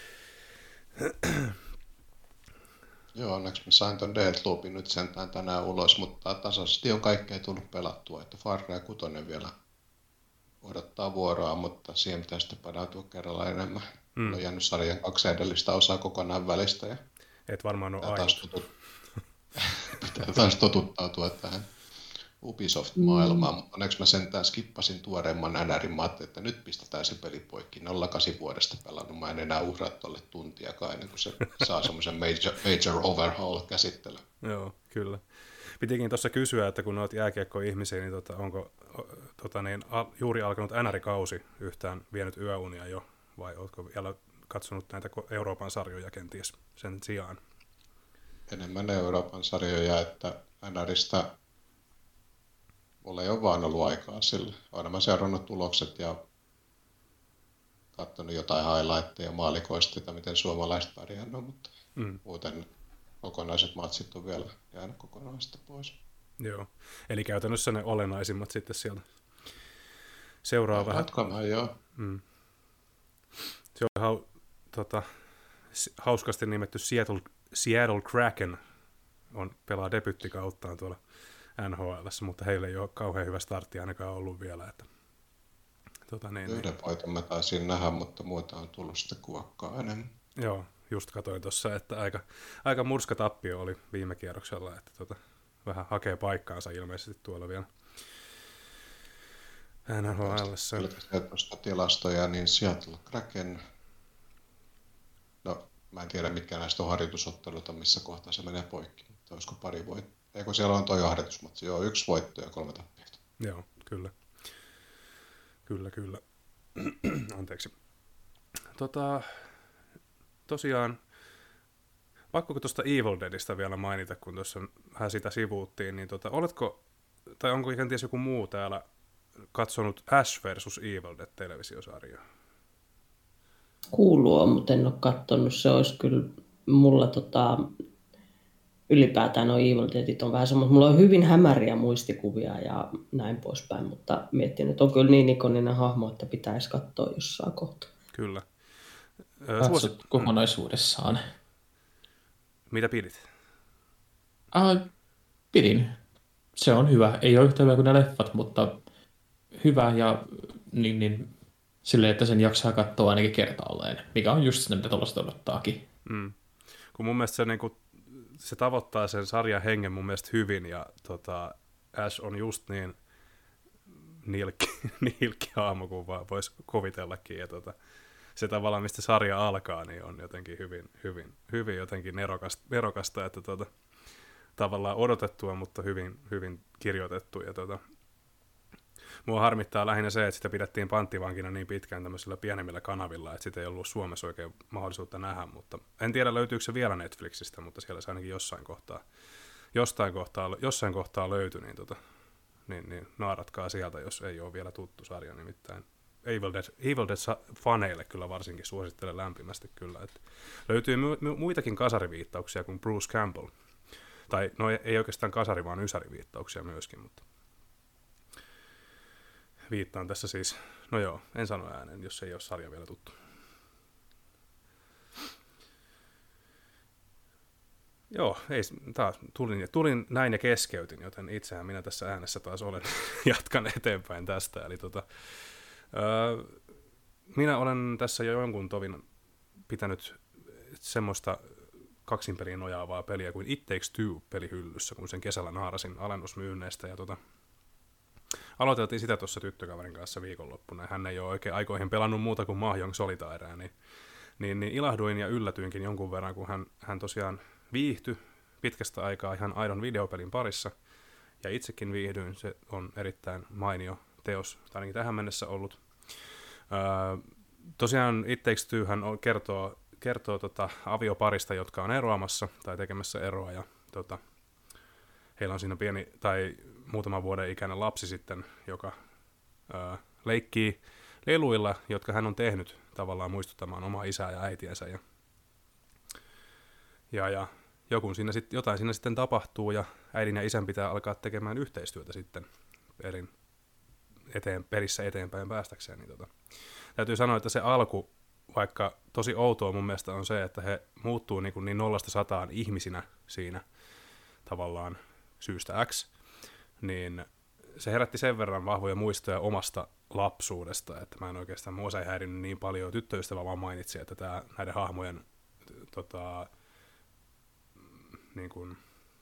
Speaker 5: Joo, onneksi mä sain ton Deathloopin nyt sentään tänään ulos, mutta tasaisesti on kaikkea tullut pelattua, että Far Cry kuusi vielä odottaa vuoroa, mutta siihen pitää sitten padautua kerralla enemmän. Mm. On jäänyt sarjan kaksi edellistä osaa kokonaan välistä ja
Speaker 1: et varmaan ole
Speaker 5: taas,
Speaker 1: ainut.
Speaker 5: totut... pitää taas totuttautua tähän Ubisoft-maailmaan, mutta onneksi mä sentään skippasin tuoreemman N R:n, mä ajattelin, että nyt pistetään se peli poikki. nolla kahdeksan vuodesta pelannut, mä en enää uhraa tuolle tuntiakaan ennen kuin se saa semmoisen major, major overhaul-käsittelyn.
Speaker 1: Joo, kyllä. Pitikin tuossa kysyä, että kun olet jääkiekko-ihmisiä, niin tota, onko tota, niin, a, juuri alkanut N R-kausi yhtään vienyt yöunia jo, vai oletko vielä katsonut näitä Euroopan sarjoja kenties sen sijaan?
Speaker 5: Enemmän Euroopan sarjoja, että N R:stä mulla ei ole vaan ollut aikaa sillä. Olen mä seurannut tulokset ja katsonut jotain highlightteja maalikoista, miten suomalaiset pärjäävät, mutta mm. muuten kokonaiset matsit on vielä jäänyt kokonaan pois.
Speaker 1: Joo, eli käytännössä ne olennaisimmat sitten sieltä seuraa vähän.
Speaker 5: Jatkamaan, joo.
Speaker 1: Mm. Se on hau, tota, hauskasti nimetty Seattle, Seattle Kraken on pelaa debyttikauttaan tuolla N H L:ssä, mutta heillä ei ole kauhean hyvä startti ainakaan ollut vielä. Että, tota, niin,
Speaker 5: Yhden voiton mä taisin nähdä, mutta muuta on tullut sitten kuokkaa enemmän.
Speaker 1: Joo, just katsoin tuossa, että aika, aika murska tappio oli viime kierroksella, että tota, vähän hakee paikkaansa ilmeisesti tuolla vielä N H L:ssä.
Speaker 5: Kyllä tuosta tilastoja, niin Seattle Kraken, no mä en tiedä mitkä näistä on harjoitusotteluita, missä kohtaa se menee poikki, mutta olisiko pari voittoa. Eikö siellä on toi harjoitusmatsi, joo, yksi voitto ja kolme tappiota.
Speaker 1: Joo, kyllä. Kyllä, kyllä. Anteeksi. Tota, tosiaan, pakko tuosta Evil Deadistä vielä mainita, kun tuossa vähän sitä sivuuttiin, niin tota, oletko, tai onko kenties joku muu täällä katsonut Ash versus Evil Dead -televisiosarjaa?
Speaker 2: Kuuluu on, mutta en ole katsonut. Se olisi kyllä mulla tota, ylipäätään nuo Evil Deadit on vähän semmoista. Mulla on hyvin hämäriä muistikuvia ja näin poispäin, mutta mietin, että on kyllä niin ikoninen hahmo, että pitäisi katsoa jossain kohtaa.
Speaker 1: Kyllä.
Speaker 4: Katsot Suosi... kokonaisuudessaan.
Speaker 1: Mitä pidit?
Speaker 4: Ah, pidin. Se on hyvä. Ei ole yhtä hyvä kuin ne leffat, mutta hyvä ja niin, niin, silleen, että sen jaksaa katsoa ainakin kertaalleen, mikä on just sitä, mitä tuollaista odottaakin.
Speaker 1: Mm. Kun mun mielestä se, niin kun, se tavoittaa sen sarjan hengen mun mielestä hyvin, ja tota, Ash on just niin nilkki, nilkki haamu, kuin vaan voisi kuvitellakin, ja tota, se tavallaan, mistä sarja alkaa, niin on jotenkin hyvin, hyvin, hyvin jotenkin nerokasta, nerokasta että tota, tavallaan odotettua, mutta hyvin, hyvin kirjoitettu. Ja tota, mua harmittaa lähinnä se, että sitä pidettiin panttivankina niin pitkään tämmöisillä pienemmillä kanavilla, että sitä ei ollut Suomessa oikein mahdollisuutta nähdä, mutta en tiedä löytyykö se vielä Netflixistä, mutta siellä se ainakin jossain kohtaa, jostain kohtaa, jossain kohtaa löytyi, niin, tota, niin, niin naaratkaa sieltä, jos ei ole vielä tuttu sarja, nimittäin Evil Dead, Evil Dead-faneille kyllä varsinkin suosittelen lämpimästi kyllä. Että löytyy mu- muitakin kasariviittauksia kuin Bruce Campbell. Tai no ei oikeastaan kasari, vaan ysäriviittauksia myöskin, mutta viittaan tässä siis, no joo, en sano äänen, jos ei ole sarja vielä tuttu. Joo, ei, taas tulin, tulin näin ja keskeytin, joten itsehän minä tässä äänessä taas olen. Jatkan eteenpäin tästä, eli tota... Öö, minä olen tässä jo jonkun tovin pitänyt semmoista kaksinpeliin nojaavaa peliä kuin It Takes Two -pelihyllyssä, kun sen kesällä naarasin alennusmyynneistä. Ja tota, aloiteltiin sitä tuossa tyttökaverin kanssa viikonloppuna. Hän ei ole oikein aikoihin pelannut muuta kuin Mahjong Solitairea, niin, niin, niin ilahduin ja yllätyinkin jonkun verran, kun hän, hän tosiaan viihtyi pitkästä aikaa ihan aidon videopelin parissa. Ja itsekin viihdyin, se on erittäin mainio teos, tai ainakin tähän mennessä ollut. Öö, tosiaan It Takes Two hän kertoo, kertoo tota avioparista, jotka on eroamassa tai tekemässä eroa, ja tota, heillä on siinä pieni tai muutaman vuoden ikäinen lapsi sitten, joka öö, leikkii leluilla, jotka hän on tehnyt tavallaan muistuttamaan omaa isää ja äitiänsä. Ja, ja, ja joku siinä sit, jotain siinä sitten tapahtuu, ja äidin ja isän pitää alkaa tekemään yhteistyötä sitten elin eteen, pelissä eteenpäin päästäkseen. Niin tota. Täytyy sanoa, että se alku, vaikka tosi outoa mun mielestä on se, että he muuttuu niin, kuin niin nollasta sataan ihmisinä siinä tavallaan syystä X, niin se herätti sen verran vahvoja muistoja omasta lapsuudesta, että mä en oikeastaan, mua ei häirinyt niin paljon. Tyttöystävä vaan mainitsi, että tää, näiden hahmojen tota, niin kuin,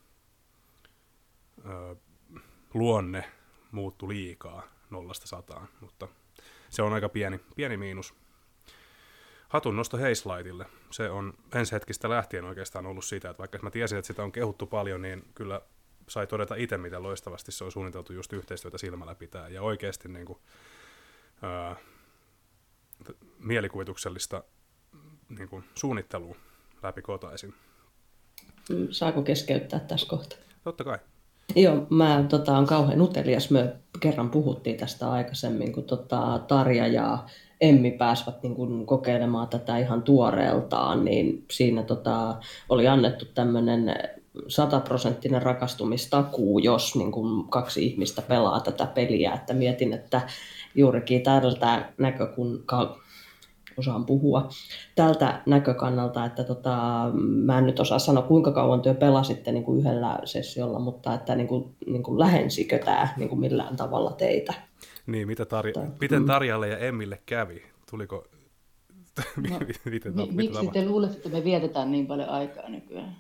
Speaker 1: ö, luonne muuttui liikaa nollasta sataan, mutta se on aika pieni, pieni miinus. Hatun nosto Hazelightille. Se on ensi hetkistä lähtien oikeastaan ollut sitä, että vaikka mä tiesin, että sitä on kehuttu paljon, niin kyllä sai todeta itse, miten loistavasti se on suunniteltu just yhteistyötä silmällä pitää. Ja oikeasti niin kuin, ää, mielikuvituksellista niin kuin, suunnittelua läpi kotaisin.
Speaker 2: Saako keskeyttää tässä kohtaa?
Speaker 1: Totta kai.
Speaker 2: Joo, mä tota, on kauhean utelias. Me kerran puhuttiin tästä aikaisemmin, kun tota, Tarja ja Emmi pääsivät niin kun, kokeilemaan tätä ihan tuoreeltaan, niin siinä tota, oli annettu tämmöinen sataprosenttinen rakastumistakuu, jos niin kuin kaksi ihmistä pelaa tätä peliä. Että mietin, että juurikin tältä näkökulmasta, osaan puhua, tältä näkökannalta, että tota, mä en nyt osaa sanoa, kuinka kauan työ pelasitte niin kuin yhdellä sessiolla, mutta että niin kuin, niin kuin lähensikö tämä niin kuin millään tavalla teitä?
Speaker 1: Niin, mitä Tarja, tai, miten Tarjalle ja Emmille kävi? Tuliko...
Speaker 3: No,
Speaker 1: miten,
Speaker 3: mi- miksi te luulette, että me vietetään niin paljon aikaa nykyään?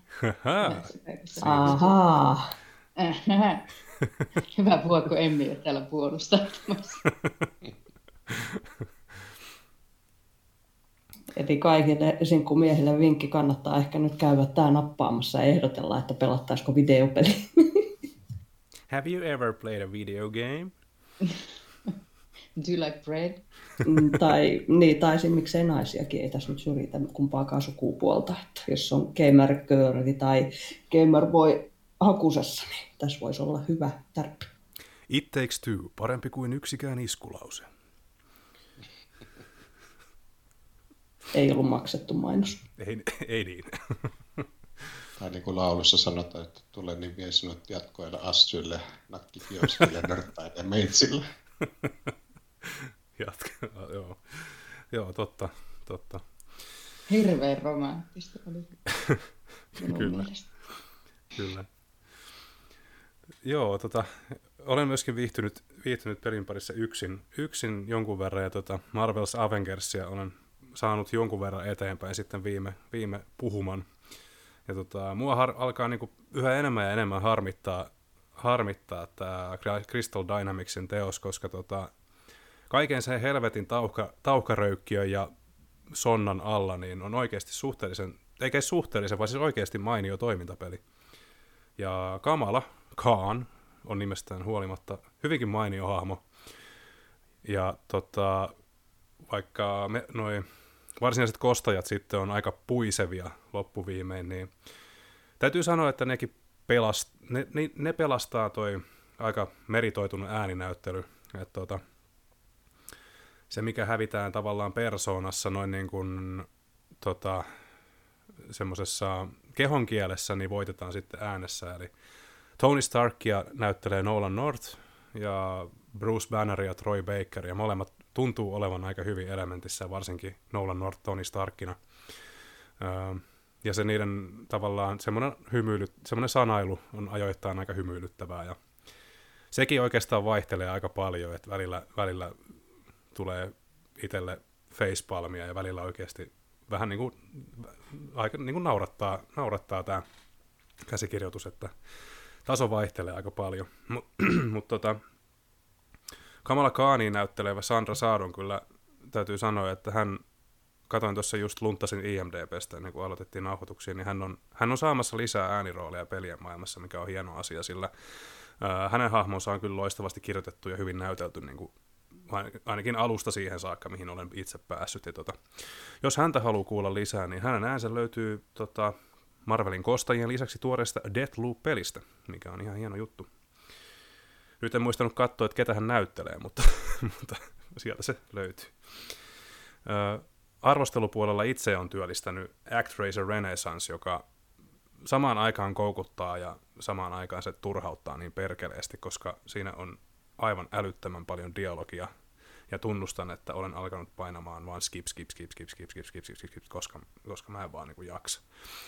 Speaker 2: Ahaa.
Speaker 3: Hyvä puhua, kun Emmi on täällä puolustautumassa.
Speaker 2: Eli kaikille sinkkumiehille vinkki, kannattaa ehkä nyt käydä tää nappaamassa ja ehdotella, että pelattaisiko videopeli.
Speaker 1: Have you ever played a video game?
Speaker 3: Do you like bread?
Speaker 2: tai, niin, tai miksei naisiakin, ei tässä nyt syrjitä kumpaakaan sukupuolta. Että jos on gamer girl tai gamer boy hakusessa, niin tässä voisi olla hyvä tärppi.
Speaker 1: It takes two, parempi kuin yksikään iskulause.
Speaker 2: Ei ollut maksettu mainos.
Speaker 1: Ei, ei niin.
Speaker 5: Tai niin kuin laulussa sanotaan, että tule niin vie sinut jatkoille assylle, nakkikioskille, nörttäille ja meitsille.
Speaker 1: Jatka, joo. Joo, totta, totta.
Speaker 3: Hirveän romanttista oli.
Speaker 1: Kyllä,
Speaker 3: mielestä.
Speaker 1: kyllä. Joo, tota, olen myöskin viihtynyt, viihtynyt pelin parissa yksin, yksin jonkun verran, ja tota, Marvel's Avengersia olen saanut jonkun verran eteenpäin sitten viime, viime puhuman. Ja tota, mua har, alkaa niinku yhä enemmän ja enemmän harmittaa, harmittaa tämä Crystal Dynamicsin teos, koska tota, kaiken sen helvetin tauhka, tauhkaröykkiön ja sonnan alla niin on oikeasti suhteellisen, eikä suhteellisen, vaan siis oikeasti mainio toimintapeli. Ja Kamala Khan on nimestään huolimatta hyvinkin mainio hahmo. Ja tota, vaikka me, noi varsinaiset kostajat sitten on aika puisevia loppuviimein, niin täytyy sanoa, että nekin pelast, ne, ne, ne pelastaa toi aika meritoitunut ääninäyttely. Että tota, se, mikä hävitään tavallaan persoonassa noin niin kuin tota, semmoisessa kehonkielessä, niin voitetaan sitten äänessä. Eli Tony Starkia näyttelee Nolan North ja Bruce Banner ja Troy Baker, ja molemmat tuntuu olevan aika hyvin elementissä, varsinkin Nolan North Tony Starkina. Ja se niiden tavallaan semmoinen, hymyily, semmoinen sanailu on ajoittain aika hymyilyttävää, ja sekin oikeastaan vaihtelee aika paljon, että välillä, välillä tulee itselle facepalmia ja välillä oikeasti vähän niin kuin, aika, niin kuin naurattaa, naurattaa tämä käsikirjoitus, että taso vaihtelee aika paljon. Mutta mut tota, Kamala Khaniin näyttelevä Sandra Saadon kyllä täytyy sanoa, että hän, katoin tuossa just lunttasin I M D B:stä ennen kuin aloitettiin nauhoituksia, niin hän on, hän on saamassa lisää äänirooleja pelien maailmassa, mikä on hieno asia, sillä ää, hänen hahmonsa on kyllä loistavasti kirjoitettu ja hyvin näytelty niin kuin ainakin alusta siihen saakka, mihin olen itse päässyt. Ja tota, jos häntä haluaa kuulla lisää, niin hänen äänsä löytyy tota, Marvelin kostajien lisäksi tuoreesta Deathloop-pelistä, mikä on ihan hieno juttu. Nyt en muistanut katsoa, että ketä hän näyttelee, mutta, mutta sieltä se löytyy. Ö, arvostelupuolella itse on työllistänyt ActRaiser Renaissance, joka samaan aikaan koukuttaa ja samaan aikaan se turhauttaa niin perkeleesti, koska siinä on aivan älyttömän paljon dialogia, ja tunnustan, että olen alkanut painamaan vaan skip, skip, skip, skip, skip, skip, skip, skip, skip, skip koska, koska mä en vaan niin kuin jaksa.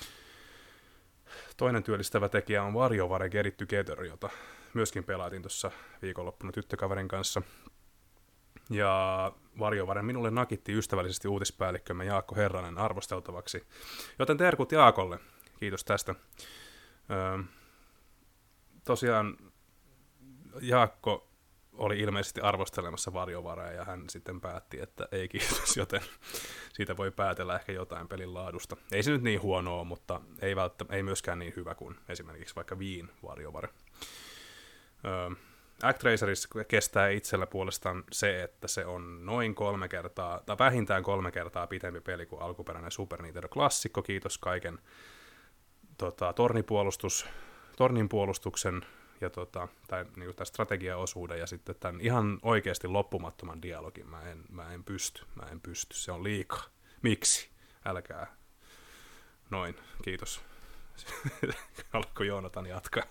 Speaker 1: Toinen työllistävä tekijä on WarioWare Get It Together, jota myöskin pelaatin tuossa viikonloppuna tyttökaverin kanssa. Ja WarioWare minulle nakitti ystävällisesti uutispäällikkömme Jaakko Herranen arvosteltavaksi, joten terkut Jaakolle. Kiitos tästä. Öö, tosiaan Jaakko oli ilmeisesti arvostelemassa WarioWarea ja hän sitten päätti, että ei kiitos, joten siitä voi päätellä ehkä jotain pelin laadusta. Ei se nyt niin huono ole, mutta ei, välttä, ei myöskään niin hyvä kuin esimerkiksi vaikka Viin WarioWare. Öö, ActRaiserissa kestää itsellä puolestaan se, että se on noin kolme kertaa, tai vähintään kolme kertaa pitempi peli kuin alkuperäinen Super Nintendo-klassikko, kiitos kaiken tota, tornipuolustus, tornin puolustuksen ja tota, tai niin tämän strategiaosuuden ja sitten tämän ihan oikeasti loppumattoman dialogin. Mä en, mä en pysty, mä en pysty, se on liikaa. Miksi? Älkää. Noin, kiitos. Haluatko Joonatan jatkaa?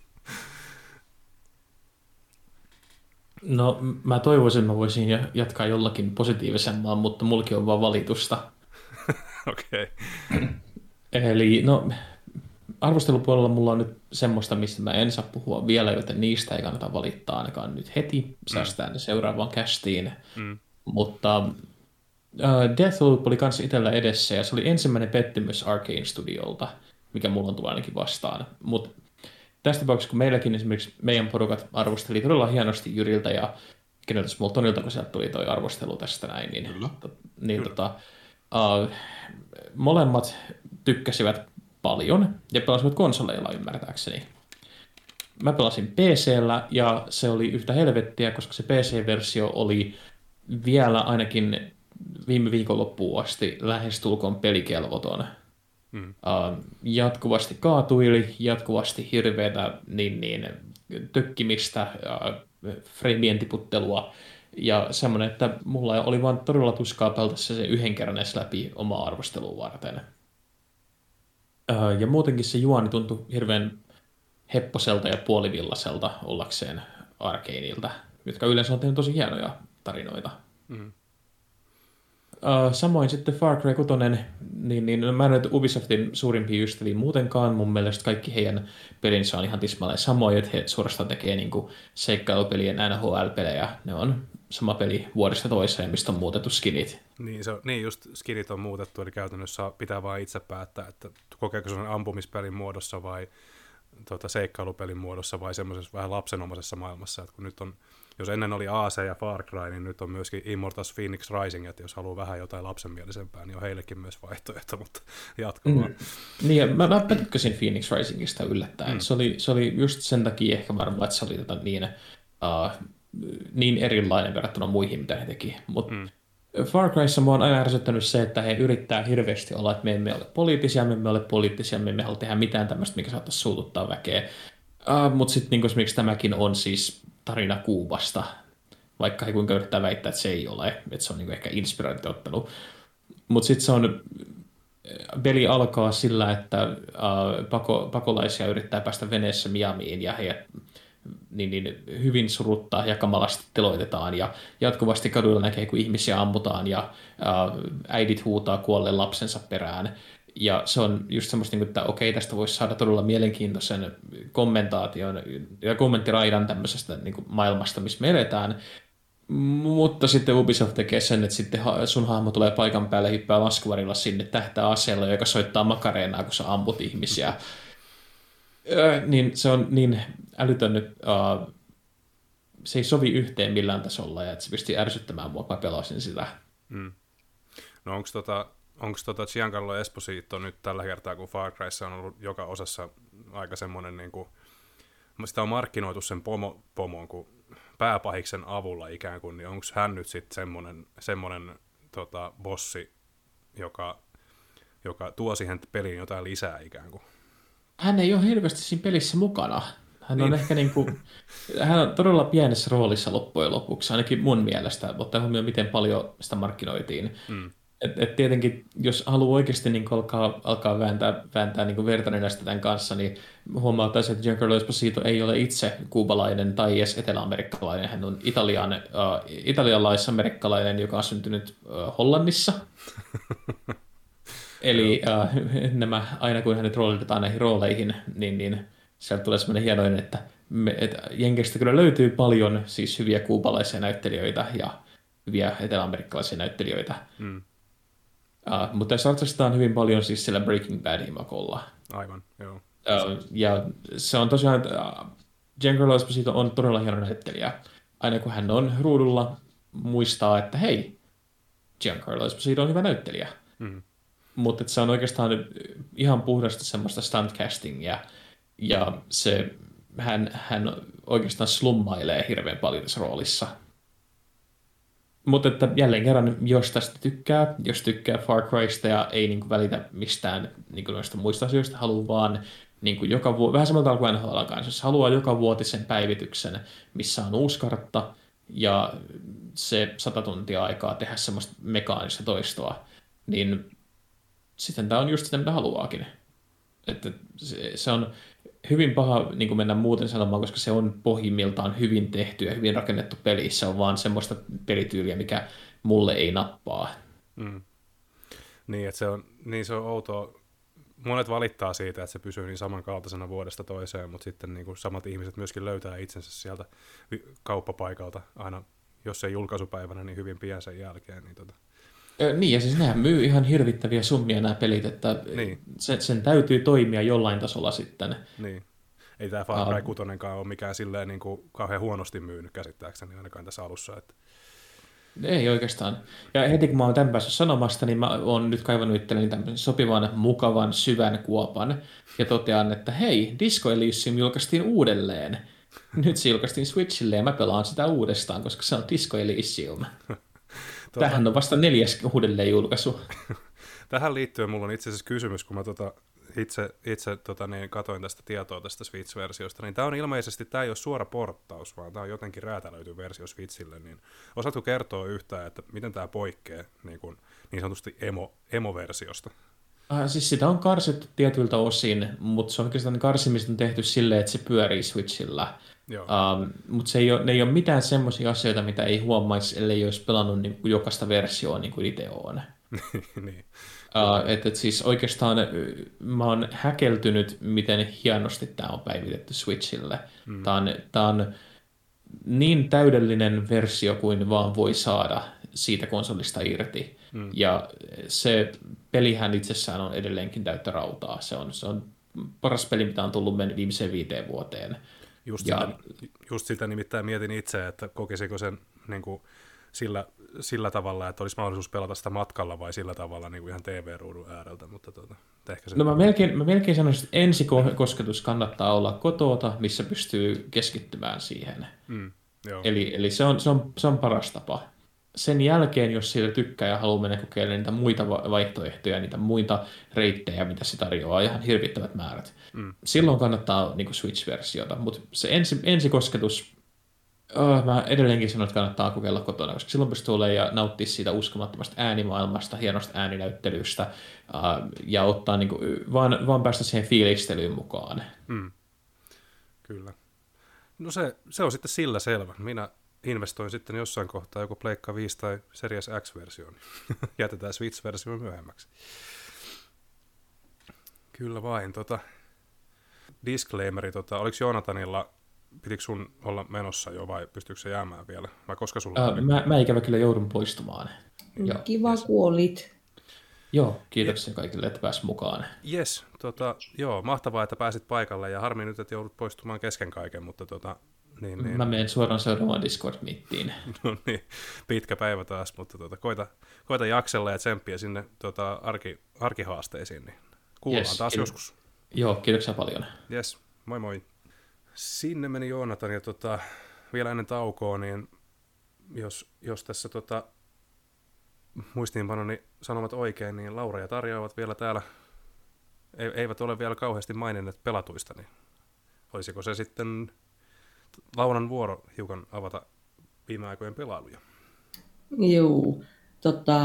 Speaker 4: No, mä toivoisin, että mä voisin jatkaa jollakin positiivisemmalla, mutta mulki on vaan valitusta.
Speaker 1: Okei.
Speaker 4: Okay. Eli no, arvostelupuolella mulla on nyt semmoista, mistä mä en saa puhua vielä, joten niistä ei kannata valittaa ainakaan nyt heti. Säästään ne seuraavaan castiin. Mm. Mutta uh, Deathloop oli kanssa itsellä edessä, ja se oli ensimmäinen pettymys Arcane Studiolta, mikä mulla on tullut ainakin vastaan. Mutta tässä tapauksessa, kun meilläkin esimerkiksi meidän porukat arvosteli todella hienosti Jyriltä ja keneltä mulla Tonilta, kun sieltä tuli toi arvostelu tästä näin, niin, to, niin tota, uh, molemmat tykkäsivät paljon ja pelasivat konsoleilla ymmärtääkseni. Mä pelasin P C:llä ja se oli yhtä helvettiä, koska se P C-versio oli vielä ainakin viime viikonloppuun asti lähestulkoon pelikelvoton. Mm. Uh, jatkuvasti kaatuili, jatkuvasti hirveätä niin, niin, tökkimistä, uh, freimien tiputtelua ja semmoinen, että mulla oli vaan todella tuskaa pelata se yhden kerran edes läpi omaa arvostelua varten. Uh, ja muutenkin se juoni tuntui hirveän hepposelta ja puolivillaiselta ollakseen Arcaneilta, jotka yleensä on tehnyt tosi hienoja tarinoita. Mm. Uh, samoin sitten Far Cry kuusi, niin, niin mä en ole Ubisoftin suurimpia ystäviä muutenkaan. Mun mielestä kaikki heidän pelinsä on ihan tismalleen samoja, että he suorastaan tekee niin kuin seikkailupelien N H L-pelejä. Ne on sama peli vuodesta toiseen, mistä on muutettu skinit.
Speaker 1: Niin, se on, niin just skinit on muutettu, eli käytännössä pitää vaan itse päättää, että kokeeko se on ampumispelin muodossa vai tuota, seikkailupelin muodossa vai semmoisessa vähän lapsenomaisessa maailmassa, että kun nyt on, jos ennen oli A C ja Far Cry, niin nyt on myöskin Immortals Phoenix Rising, että jos haluaa vähän jotain lapsenmielisempää, niin on heillekin myös vaihtoehto, mutta jatko vaan.
Speaker 4: Mm. Niin, mä, mä tykkäsin Phoenix Risingista yllättäen. Mm. Se, oli, se oli just sen takia ehkä varmaan, että se oli tota niin, uh, niin erilainen verrattuna muihin, mitä he teki. Mutta mm. Far Cryssa mua on aina ärsyttänyt se, että he yrittää hirveästi olla, että me emme ole poliittisia, me emme ole poliittisia, me emme halua tehdä mitään tämmöistä, mikä saattaisi suututtaa väkeä. Uh, mutta sitten niin esimerkiksi tämäkin on siis tarina Kuubasta, vaikka he kuinka yrittää väittää, että se ei ole, että se on niin ehkä inspiraatio-ottelu. Mutta sitten se on, peli alkaa sillä, että uh, pako, pakolaisia yrittää päästä veneessä Miamiin ja heidät niin, niin hyvin suruttaa ja kamalasti teloitetaan ja jatkuvasti kaduilla näkee, kun ihmisiä ammutaan ja uh, äidit huutaa kuolleen lapsensa perään. Ja se on just semmoista, että okei, tästä voisi saada todella mielenkiintoisen kommentaation ja kommenttiraidan tämmöisestä niin kuin maailmasta, missä me eletään. Mutta sitten Ubisoft tekee sen, että sitten sun hahmo tulee paikan päälle, hyppää laskuvarilla sinne, tähtää aseella, joka soittaa makareenaa, kun sä ammut ihmisiä. Niin se on niin älytön nyt, uh, se ei sovi yhteen millään tasolla, ja että se pystyy ärsyttämään mua, kun mä pelasin sitä. Mm.
Speaker 1: No onko tota... Onko tota Giancarlo Esposito nyt tällä kertaa, kun Far Cryssa on ollut joka osassa aika semmoinen, niin kuin, sitä on markkinoitu sen pomo, pomon kuin pääpahiksen avulla ikään kuin, niin onko hän nyt sitten semmoinen, semmoinen tota, bossi, joka, joka tuo siihen peliin jotain lisää ikään kuin?
Speaker 4: Hän ei ole hirveästi siinä pelissä mukana. Hän on niin. ehkä niin kuin, hän on todella pienessä roolissa loppujen lopuksi, ainakin mun mielestä, mutta huomioon miten paljon sitä markkinoitiin. Mm. Et, et tietenkin, jos haluaa oikeasti niin alkaa, alkaa vääntää, vääntää niin vertanenästä tämän kanssa, niin huomaa taas, että Giancarlo Esposito ei ole itse kuubalainen tai edes eteläamerikkalainen. Hän on italian, uh, italialais-amerikkalainen, joka on syntynyt uh, Hollannissa. Eli uh, nämä, aina kun hänet roolitetaan näihin rooleihin, niin, niin sieltä tulee sellainen hienoinen, että, me, että Jenkeistä kyllä löytyy paljon siis hyviä kuubalaisia näyttelijöitä ja hyviä eteläamerikkalaisia näyttelijöitä. Mm. Uh, mutta tässä ratsastetaan hyvin paljon siis sillä Breaking Badin makolla.
Speaker 1: Aivan, joo.
Speaker 4: Uh, ja se on tosiaan, uh, Giancarlo Esposito on todella hieno näyttelijä. Aina kun hän on ruudulla, muistaa, että hei, Giancarlo Esposito on hyvä näyttelijä. Mm. Mutta se on oikeastaan ihan puhdasta semmoista stuntcastingia. Ja se, hän, hän oikeastaan slummailee hirveän paljon tässä roolissa. Mutta että jälleen kerran, jos tästä tykkää, jos tykkää Far Crysta ja ei niinku välitä mistään niinku noista muista asioista, haluaa vaan niinku joka vu- vähän samalla tavalla kuin N H L kanssa, jos haluaa joka vuotisen päivityksen, missä on uusi kartta ja se sata tuntia aikaa tehdä semmoista mekaanista toistoa, niin sitten tämä on just sitä, mitä haluaakin. Että se, se on hyvin paha niin kuin mennä muuten sanomaan, koska se on pohjimmiltaan hyvin tehty ja hyvin rakennettu peli. Se on vaan semmoista pelityyliä, mikä mulle ei nappaa.
Speaker 1: Mm. Niin, että se on, niin se on outoa. Monet valittaa siitä, että se pysyy niin samankaltaisena vuodesta toiseen, mutta sitten niin kuin samat ihmiset myöskin löytää itsensä sieltä kauppapaikalta aina, jos ei julkaisupäivänä, niin hyvin pian sen jälkeen. Niin, tota.
Speaker 4: Niin, ja siis nehän myy ihan hirvittäviä summia nämä pelit, että
Speaker 1: niin.
Speaker 4: sen, sen täytyy toimia jollain tasolla sitten.
Speaker 1: Niin. Ei tämä Far Cry kuusi ole mikään silleen niin kuin kauhean huonosti myynyt käsittääkseni ainakaan tässä alussa. Että...
Speaker 4: Ei oikeastaan. Ja heti kun mä oon tämän päässyt sanomasta, niin mä oon nyt kaivannut itselleni tämmöisen sopivan, mukavan, syvän kuopan ja totean, että hei, Disco Elysium julkaistiin uudelleen. Nyt se julkaistiin Switchille ja mä pelaan sitä uudestaan, koska se on Disco Elysium. Tuota... Tämähän on vasta neljäs uudelleen julkaisu.
Speaker 1: Tähän liittyen mulla on itse asiassa kysymys, kun mä tota, itse, itse tota, niin, katoin tästä tietoa tästä Switch-versiosta, niin tämä on ilmeisesti, tämä ei ole suora porttaus, vaan tämä on jotenkin räätälöity versio Switchille, niin osaatko kertoa yhtään, että miten tämä poikkeaa niin, kuin, niin sanotusti emo, emo-versiosta?
Speaker 4: Äh, siis sitä on karsittu tietyiltä osin, mutta se on oikeastaan karsimista on tehty silleen, että se pyörii Switchillä. Um, mutta se ei ole, ne ei ole mitään semmoisia asioita, mitä ei huomaisi, ellei olisi pelannut niin kuin jokaista versioa niin kuin itse on.
Speaker 1: niin.
Speaker 4: Uh, että et siis oikeastaan mä oon häkeltynyt, miten hienosti tämä on päivitetty Switchille. Mm. Tämä on, tää on niin täydellinen versio kuin vaan voi saada siitä konsolista irti. Mm. Ja se pelihän itsessään on edelleenkin täyttä rautaa. Se on, se on paras peli, mitä on tullut viimeiseen viiteen vuoteen.
Speaker 1: Just,
Speaker 4: ja...
Speaker 1: sitä, just sitä nimittäin mietin itse, että kokisiko sen niin kuin sillä, sillä tavalla, että olisi mahdollisuus pelata sitä matkalla vai sillä tavalla niin kuin ihan T V-ruudun ääreltä. Mutta tuota, ehkä se
Speaker 4: no mä melkein, mä melkein sanoisin, että ensikosketus kannattaa olla kotota, missä pystyy keskittymään siihen.
Speaker 1: Mm, joo.
Speaker 4: Eli, eli se, on, se, on, se on paras tapa. Sen jälkeen, jos siitä tykkää ja haluaa mennä kokeilemaan niitä muita vaihtoehtoja, niitä muita reittejä, mitä se tarjoaa, ihan hirvittävät määrät. Mm. Silloin kannattaa niin kuin Switch-versiota, mutta se ensi, ensikosketus, oh, mä edelleenkin sanon, että kannattaa kokeilla kotona, koska silloin pystyy olemaan ja nauttia siitä uskomattomasta äänimaailmasta, hienosta ääninäyttelystä uh, ja ottaa niin kuin, vaan, vaan päästä siihen fiilistelyyn mukaan.
Speaker 1: Mm. Kyllä. No se, se on sitten sillä selvä. Minä investoin sitten jossain kohtaa joko Pleikka viisi tai Series X-versioon. Jätetään Switch-versio myöhemmäksi. Kyllä vain. Tota, disclaimeri, tota, oliko Joonatanilla, pitikö sun olla menossa jo vai pystyykö se jäämään vielä? Vai koska sulla
Speaker 4: äh, mä, mä ikävä kyllä joudun poistumaan.
Speaker 2: Joo, kiva yes. Kuolit.
Speaker 4: Joo, kiitoksia kaikille, että pääsit mukaan.
Speaker 1: Jes, tota, joo, mahtavaa, että pääsit paikalle ja harmi nyt, että joudut poistumaan kesken kaiken, mutta tota, niin, niin.
Speaker 4: Mä menen suoraan seuraavaan Discord-miittiin.
Speaker 1: No niin, pitkä päivä taas, mutta tuota, koita, koita jaksella ja tsemppiä sinne tuota, arki, arkihaasteisiin, niin kuullaan yes, taas
Speaker 4: il...
Speaker 1: joskus.
Speaker 4: Joo, kiitoksia paljon.
Speaker 1: Jes, moi moi. Sinne meni Joonatan ja tota, vielä ennen taukoa, niin jos, jos tässä tota, muistiinpanoni sanomat oikein, niin Laura ja Tarja ovat vielä täällä, eivät ole vielä kauheasti maininneet pelatuista, niin olisiko se sitten Lauran vuoro hiukan avata viime aikojen pelailuja?
Speaker 2: Joo, tota,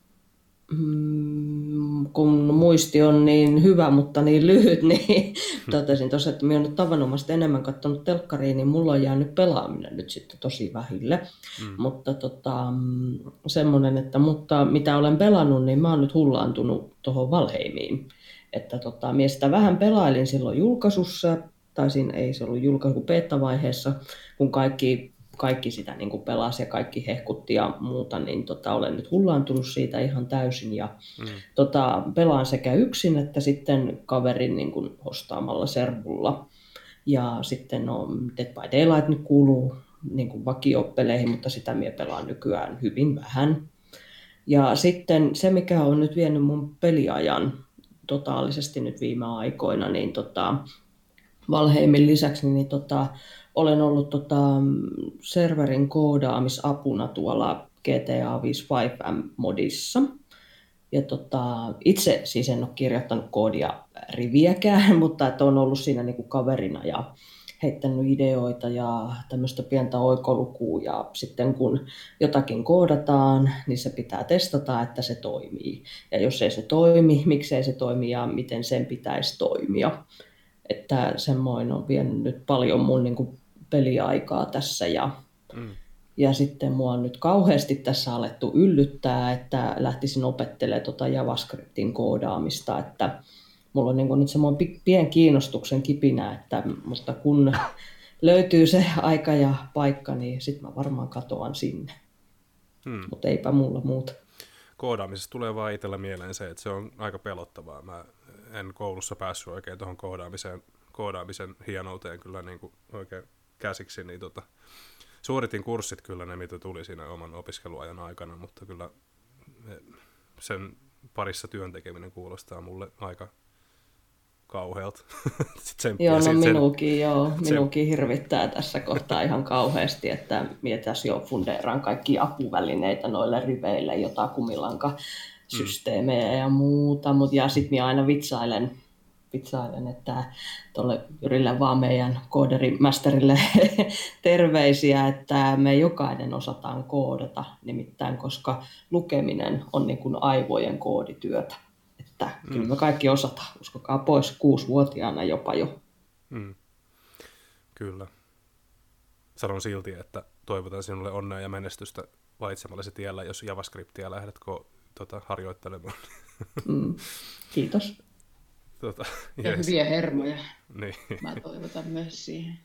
Speaker 2: mm, kun muisti on niin hyvä, mutta niin lyhyt, niin totesin tuossa, että minä olen nyt tavanomaisesti enemmän katsonut telkkariin, niin mulla on jäänyt pelaaminen nyt sitten tosi vähille. Mm. Mutta tota, semmoinen, että mutta mitä olen pelannut, niin mä oon nyt hullaantunut tuohon Valheimiin. Että tota, minä sitä vähän pelailin silloin julkaisussa, tai siinä ei se ollut julkaisu beta-vaiheessa, kun kaikki, kaikki sitä niin kuin pelasi ja kaikki hehkutti ja muuta, niin tota, olen nyt hullaantunut siitä ihan täysin ja mm. tota, pelaan sekä yksin että sitten kaverin niin kuin hostaamalla servulla. Ja sitten no, Dead by Daylight nyt kuuluu niin kuin vakiopeleihin, mutta sitä minä pelaan nykyään hyvin vähän. Ja sitten se, mikä on nyt vienyt mun peliajan totaalisesti nyt viime aikoina, niin tota, Valheimin lisäksi niin tota, olen ollut tota, serverin koodaamisapuna tuolla G T A viisi M-modissa. Ja tota, itse siis en ole kirjoittanut koodia riviäkään, mutta että on ollut siinä niinku kaverina ja heittänyt ideoita ja tämmöistä pientä oikolukua. Ja sitten kun jotakin koodataan, niin se pitää testata, että se toimii. Ja jos ei se toimi, miksei se toimi ja miten sen pitäisi toimia. Että semmoinen on vienyt nyt paljon mun niin kuin peliaikaa tässä ja mm. Ja sitten mua on nyt kauheasti tässä alettu yllyttää, että lähtisin opettelemaan tuota JavaScriptin koodaamista, että mulla on niin kuin nyt semmoinen pien kiinnostuksen kipinä, että, mutta kun löytyy se aika ja paikka, niin sitten mä varmaan katoan sinne, hmm. mutta eipä mulla muuta.
Speaker 1: Koodaamisesta tulee vaan itsellä mieleen se, että se on aika pelottavaa. Mä en koulussa päässyt oikein tuohon koodaamiseen, koodaamisen hienouteen kyllä niin kuin oikein käsiksi, niin tota, suoritin kurssit kyllä ne, mitä tuli siinä oman opiskeluajan aikana, mutta kyllä sen parissa työn tekeminen kuulostaa mulle aika kauhealta.
Speaker 2: Joo, no minuukin, sen... joo, minuukin hirvittää tässä kohtaa ihan kauheasti, että mietäs jo fundeeraan kaikkia apuvälineitä noille riveille, jota kumilankasysteemejä mm. ja muuta, mutta ja sitten minä aina vitsailen, vitsailen, että tuolle Jyrille vaan meidän kooderimästerille terveisiä, että me jokainen osataan koodata, nimittäin koska lukeminen on niin kuin aivojen koodityötä. Että mm. kyllä me kaikki osataan, uskokaa pois kuusivuotiaana jopa jo.
Speaker 1: Mm. Kyllä. Sanon silti, että toivotan sinulle onnea ja menestystä valitsemallasi tiellä, jos JavaScriptia lähdetkö tota, harjoittelemaan.
Speaker 2: Mm. Kiitos.
Speaker 1: Tota,
Speaker 3: ja yes. Hyviä hermoja.
Speaker 1: Niin.
Speaker 3: Mä toivotan myös siihen.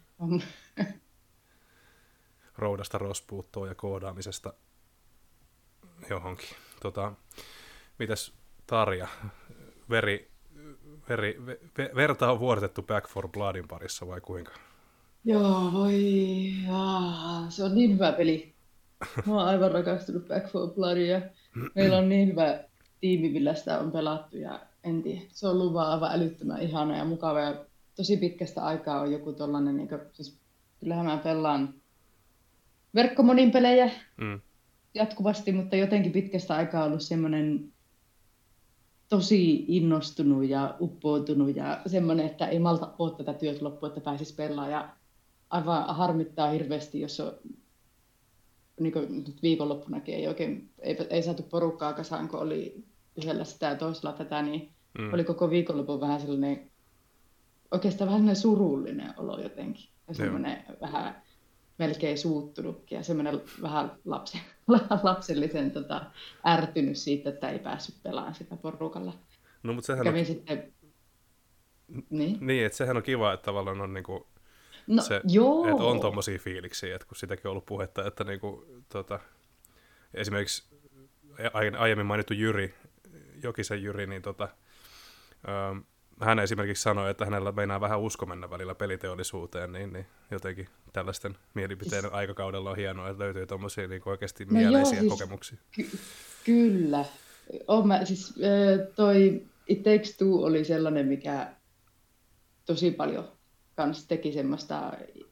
Speaker 1: Roudasta rospuuttoon ja koodaamisesta johonkin. Tota, mitäs Tarja? Veri, veri, ve, verta on vuorotettu Back four Bloodin parissa vai kuinka?
Speaker 3: Joo, voi. Jaa, se on niin hyvä peli. Mä oon aivan rakastunut Back four Bloodia ja meillä on niin hyvä tiimi, millä sitä on pelattu ja en tiedä. Se on ollut vaan aivan älyttömän ihana ja mukava ja tosi pitkästä aikaa on joku tollanen, niin kuin, siis kyllähän mä pelaan verkkomonin pelejä mm. jatkuvasti, mutta jotenkin pitkästä aikaa on ollut semmoinen tosi innostunut ja uppoutunut ja semmoinen, että ei malta ole tätä työt loppuun, että pääsisi pelaamaan ja aivan harmittaa hirveästi, jos on niin kuin nyt viikonloppunakin ei oikein, ei, ei saatu porukkaa kasaan, kun oli yhdellä sitä ja toisella tätä, niin mm. oli koko viikonlopun vähän sellainen, oikeastaan vähän sellainen surullinen olo jotenkin. Ja semmoinen Joo. vähän melkein suuttunutkin ja semmoinen vähän lapsen, lapsellisen tota, ärtynyt siitä, että ei päässyt pelaamaan sitä porukalla.
Speaker 1: No, mutta sehän
Speaker 3: Kävin
Speaker 1: on...
Speaker 3: sitten... Niin?
Speaker 1: Niin, että sehän on kiva, että tavallaan on niinku...
Speaker 3: No,
Speaker 1: se,
Speaker 3: joo.
Speaker 1: että on tommosia fiiliksiä, että kun sitäkin on ollut puhetta, että niinku, tota, esimerkiksi aiemmin mainittu Jyri, Jokisen Jyri, niin tota, ähm, hän esimerkiksi sanoi, että hänellä meinaa vähän usko mennä välillä peliteollisuuteen, niin, niin jotenkin tällaisten mielipiteiden siis... aikakaudella on hienoa, että löytyy tommosia niin oikeasti no mieleisiä joo, siis, kokemuksia. Ky-
Speaker 3: kyllä. Oh, mä, siis, toi It Takes Two oli sellainen, mikä tosi paljon kans teki semmoista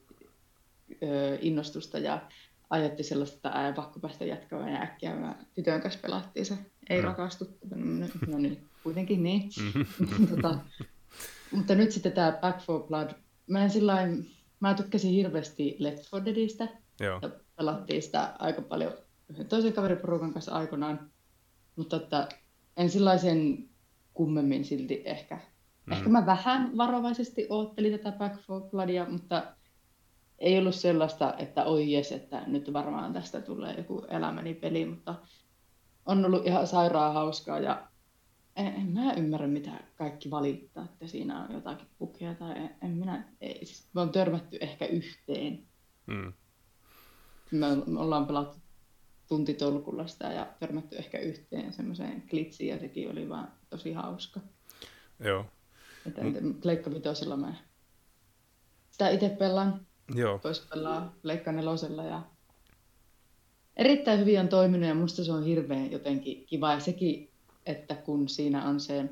Speaker 3: ö, innostusta ja ajatti sellaista, että ää, pakko päästä jatkamaan ja äkkiä mä tytön kanssa pelattiin se. Ei mm. rakastuttu. No niin, kuitenkin niin. Mm-hmm. tota, mutta nyt sitten tämä Back four Blood. Mä, sillain, mä tykkäsin hirveästi Left four Deadistä. Joo. Ja pelattiin sitä aika paljon yhden toisen kaveriporukan kanssa aikoinaan. Mutta että en sellaisen kummemmin silti ehkä. Mm. Ehkä mä vähän varovaisesti oottelin tätä Back four Bloodia, mutta ei ollut sellaista, että oi jes, että nyt varmaan tästä tulee joku elämäni peli, mutta on ollut ihan sairaan hauskaa ja en, en mä ymmärrä, mitä kaikki valittaa, että siinä on jotakin bugia tai en, en minä, ei, siis me on törmätty ehkä yhteen. Mm. Me, me ollaan pelattu tuntitolkulla sitä ja törmätty ehkä yhteen semmoiseen glitchiin ja sekin oli vaan tosi hauska.
Speaker 1: Joo.
Speaker 3: Pleikka vitosella mä sitä itse pelaan.
Speaker 1: Joo.
Speaker 3: Tois pelaa Pleikka nelosella ja erittäin hyvin on toiminut ja musta se on hirveän jotenkin kiva ja sekin, että kun siinä on se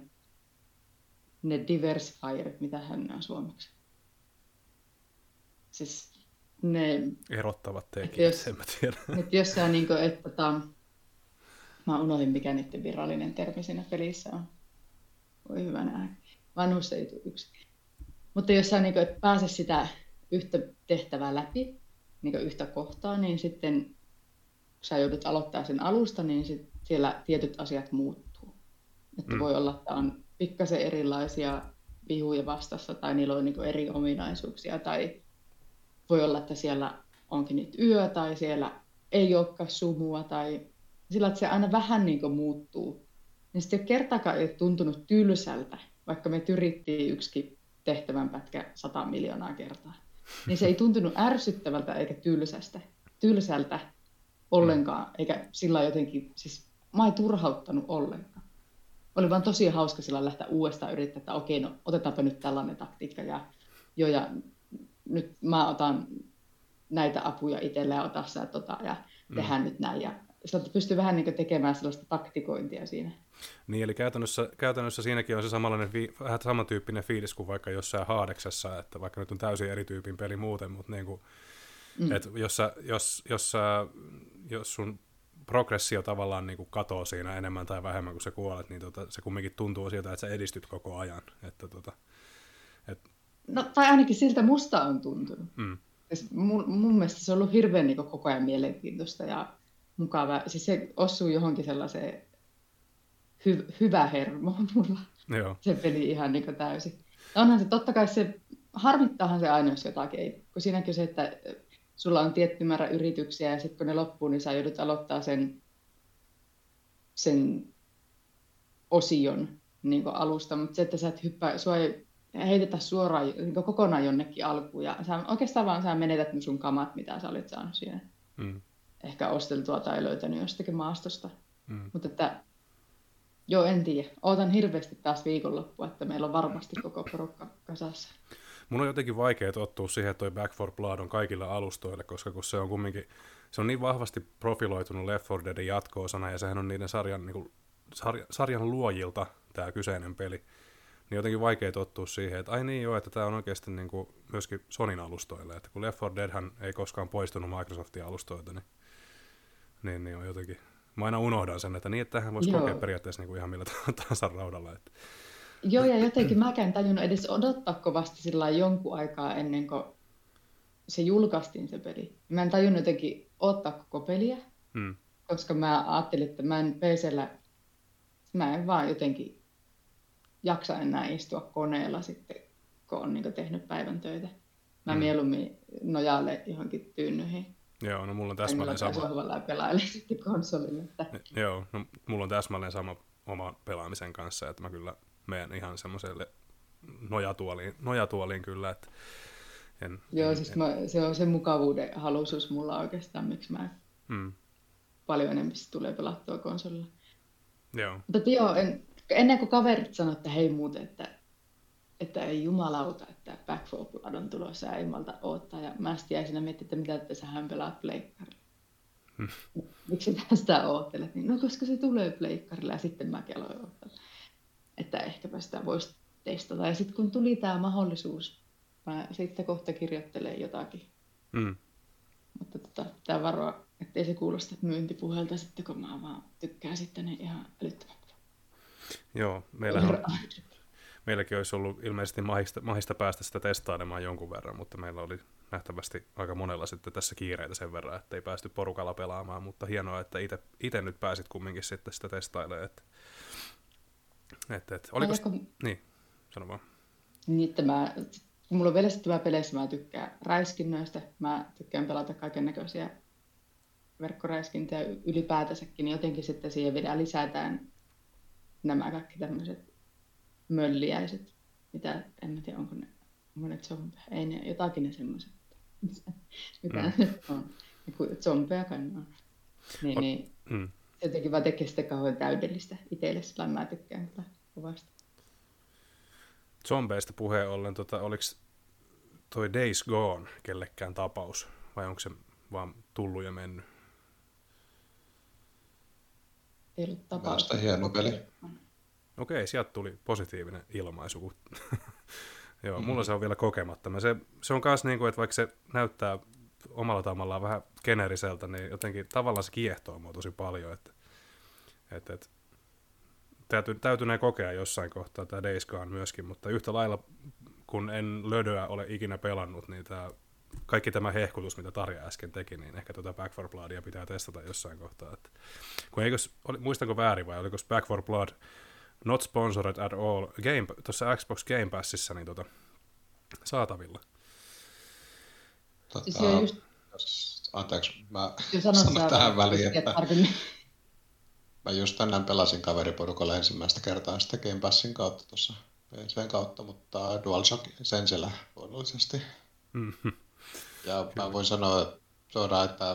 Speaker 3: ne diversifierit, mitä hän on suomeksi. Siis ne
Speaker 1: erottavat tekijät, sen mä tiedän.
Speaker 3: Että jos sä niinku, että tota, mä unohdin mikä niiden virallinen termi siinä pelissä on. Voi hyvänä ääni. Vanhus ei tule yksi. Mutta jos sä niinku et pääse sitä yhtä tehtävää läpi, niin kuin yhtä kohtaa, niin sitten kun sä joudut aloittaa sen alusta, niin sit siellä tietyt asiat muuttuu. Että
Speaker 1: Mm.
Speaker 3: voi olla, että on pikkasen erilaisia vihuja vastassa tai niillä on niin eri ominaisuuksia tai voi olla, että siellä onkin nyt yö tai siellä ei olekaan sumua tai sillä, että se aina vähän niin muuttuu. Niin sitten kertaakaan ei ole tuntunut tylsältä, vaikka me tyrittiin yksikin tehtävänpätkä sata miljoonaa kertaa. Niin se ei tuntunut ärsyttävältä eikä tylsästä, tylsältä ollenkaan, eikä sillä jotenkin, siis mä ei turhauttanut ollenkaan. Oli vaan tosi hauska sillä lähteä uudestaan yrittää, että okei, no otetaanpa nyt tällainen taktiikka ja jo ja nyt mä otan näitä apuja itselle ja ota sä tota ja tehdään mm. nyt näin. Ja sillä pystyy vähän niin tekemään sellaista taktikointia siinä.
Speaker 1: Niin, eli käytännössä, käytännössä siinäkin on se samanlainen, vähän samantyyppinen fiilis kuin vaikka jossain Haadeksessa, että vaikka nyt on täysin eri tyypin peli muuten, mutta niin kuin, mm. että jos, sä, jos, jos, sä, jos sun progressio tavallaan niin kuin katoo siinä enemmän tai vähemmän kuin sä kuolet, niin tota, se kumminkin tuntuu siltä, että sä edistyt koko ajan. Että, tota, et...
Speaker 3: No, tai ainakin siltä musta on tuntunut.
Speaker 1: Mm.
Speaker 3: Mun, mun mielestä se on ollut hirveän niin koko ajan mielenkiintoista ja mukavaa. Siis se osuu johonkin sellaiseen hy, hyvä hermo mulla.
Speaker 1: Joo.
Speaker 3: Se peli ihan niin täysin. Onhan se, totta kai se, harmittaahan se aina, jos jotakin ei. Kun siinäkin se, että sulla on tietty määrä yrityksiä ja sitten kun ne loppuu, niin sä joudut aloittaa sen, sen osion niin alusta. Mutta se, että sä et hyppää, sua ei heitetä suoraan niin kokonaan jonnekin alkuun. Ja sä, oikeastaan vaan sä menetät ne sun kamat, mitä sä olit saanut siinä. Mm. Ehkä osteltua tai löytänyt jostakin maastosta. Mm. Mutta että, joo, en tiedä. Ootan hirveästi taas viikonloppua, että meillä on varmasti koko porukka kasassa.
Speaker 1: Mun on jotenkin vaikea tottua siihen, että toi Back four Blood on kaikilla alustoilla, koska kun se on kumminkin, se on niin vahvasti profiloitunut Left four Deadin jatko-osana, ja sehän on niiden sarjan, niin kuin, sarja, sarjan luojilta tämä kyseinen peli. Niin jotenkin vaikea tottua siihen, että ai niin joo, että tämä on oikeasti niin kuin myöskin Sonyn alustoille, että kun Left four Deadhän ei koskaan poistunut Microsoftin alustoilta, niin, niin, niin on jotenkin, mä aina unohdan sen, että niin, että tähän voisi kokea periaatteessa niin kuin ihan millä tahansa raudalla. Että.
Speaker 3: Joo, ja jotenkin mäkään en tajunnut edes odottaa kovasti sillä jonkun aikaa ennen kuin se julkaistiin se peli. Mä en tajunnut jotenkin odottaa koko peliä, hmm. koska mä ajattelin, että mä en P C:llä, mä en vaan jotenkin jaksa enää istua koneella sitten, kun on niin tehnyt päivän töitä. Mä hmm. mieluummin nojailen johonkin tyynyihin.
Speaker 1: Joo, no mulla on täsmälleen sama.
Speaker 3: Sohvalla ja pelailen sitten konsolille. Että.
Speaker 1: Joo, no mulla on täsmälleen sama oma pelaamisen kanssa, että mä kyllä menen ihan semmoiselle nojatuoliin, nojatuoliin kyllä. Että en,
Speaker 3: joo,
Speaker 1: en,
Speaker 3: siis
Speaker 1: en.
Speaker 3: Mä, se on se mukavuuden haluisuus mulla oikeastaan, miksi mä hmm. paljon enemmän tulee pelattua konsolilla.
Speaker 1: Joo.
Speaker 3: Mutta joo, en, ennen kuin kaverit sanoi, että hei muuten, että, että ei jumalauta, että Back four Blood on tulossa ja ei malta odottaa. Ja mä sitten jäin siinä miettimään, että mitä että sähän pelaat pleikkarilla. Hmm. Miksi tästä oottelet? Niin, no koska se tulee pleikkarilla ja sitten mäkin aloin odottaa. Että ehkäpä sitä voisi testata. Ja sitten kun tuli tämä mahdollisuus, mä sitten kohta kirjoittelen jotakin. Mm. Mutta tota, pitää varoa, ettei se kuulosta myyntipuhelta sitten, kun mä vaan tykkään sitten ne ihan älyttömän.
Speaker 1: Joo, meillähän, meilläkin olisi ollut ilmeisesti mahista, mahista päästä sitä testailemaan jonkun verran, mutta meillä oli nähtävästi aika monella sitten tässä kiireitä sen verran, että ei päästy porukalla pelaamaan, mutta hienoa, että itse nyt pääsit kumminkin sitten sitä testailemaan. Että, että, että, oliko...
Speaker 3: Kun...
Speaker 1: Niin, sano vaan.
Speaker 3: Niin, että mä, kun mulla on vielä sitten tämä peleissä, mä tykkään räiskinnöistä, mä tykkään pelata kaiken näköisiä verkkoräiskintöjä ylipäätänsäkin, niin jotenkin sitten siihen vielä lisätään nämä kaikki tämmöiset mölliäiset, mitä, en mä tiedä, onko ne, onko ne zombeja, ei ne, jotakin ne semmoiset, mitä mm. ne on, zombeja kai on. Niin, o- niin mm. se jotenkin vaan tekee sitä kauhean täydellistä itselle, sillä mä tykkään tätä kovasti.
Speaker 1: Zombeista puheen ollen, tota, oliko toi Days Gone kellekään tapaus, vai onko se vaan tullut ja mennyt?
Speaker 3: Ei ollut tapaus.
Speaker 5: Sitä hieno peli.
Speaker 1: Okei, sieltä tuli positiivinen ilmaisu. Joo, mm-hmm. mulla se on vielä kokematta. Mä se, se on myös niin kuin, että vaikka se näyttää omalla tavallaan vähän geneeriseltä, niin jotenkin tavallaan se kiehtoo mua tosi paljon. Että, että, että täytyy, täytyneen kokea jossain kohtaa tämä Days Gone myöskin, mutta yhtä lailla kun en Lödöä ole ikinä pelannut, niin tää, kaikki tämä hehkutus, mitä Tarja äsken teki, niin ehkä tuota Back four Bloodia pitää testata jossain kohtaa. Että, kun eikös, oli, muistanko väärin vai oliko Back four Blood not sponsored at all Game, tuossa Xbox Game Passissa niin tota, saatavilla?
Speaker 5: Tota,
Speaker 3: Siis joo, just-
Speaker 5: jos- anteeksi, mä
Speaker 3: Joo, sano
Speaker 5: sanon
Speaker 3: sä
Speaker 5: tähän
Speaker 3: vaan,
Speaker 5: väliin,
Speaker 3: jos
Speaker 5: että
Speaker 3: tarkemmin.
Speaker 5: mä just tänään pelasin kaveriporukalla ensimmäistä kertaa sitä Game Passin kautta tuossa P C:n kautta, mutta DualShock sen siellä luonnollisesti.
Speaker 1: Mm-hmm.
Speaker 5: Ja mä voin sanoa suoraan, että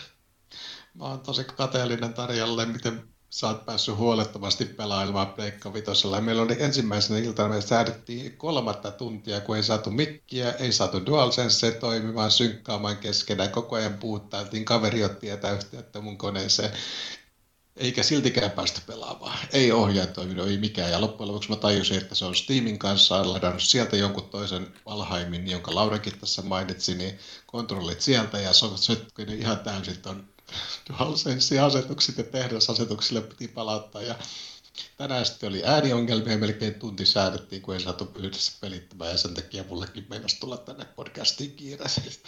Speaker 5: mä oon tosi kateellinen Tarjalle, miten sä oot päässyt huolettomasti pelailemaan Pleikka Vitosella. Meillä oli ensimmäisenä iltana, me säädettiin kolmatta tuntia, kun ei saatu mikkiä, ei saatu DualSensea toimimaan, synkkaamaan keskenään. Koko ajan puhuttailtiin, kaveri otti etäyhteyttä mun koneeseen. Eikä siltikään päästä pelaamaan. Ei ohjaa toiminut, ei mikään. Ja loppujen lopuksi mä tajusin, että se on Steamin kanssa ladannut sieltä jonkun toisen Valheimin, jonka Laurakin tässä mainitsi, niin kontrollit sieltä ja sotkui ne ihan täysin ton DualSense-asetukset ja tehdasasetuksille piti palauttaa. Ja tänään sitten oli ääniongelmia, melkein tunti säädettiin, kun ei saatu yhdessä pelittämään ja sen takia mullekin meinasi tulla tänne podcastiin kiireisesti.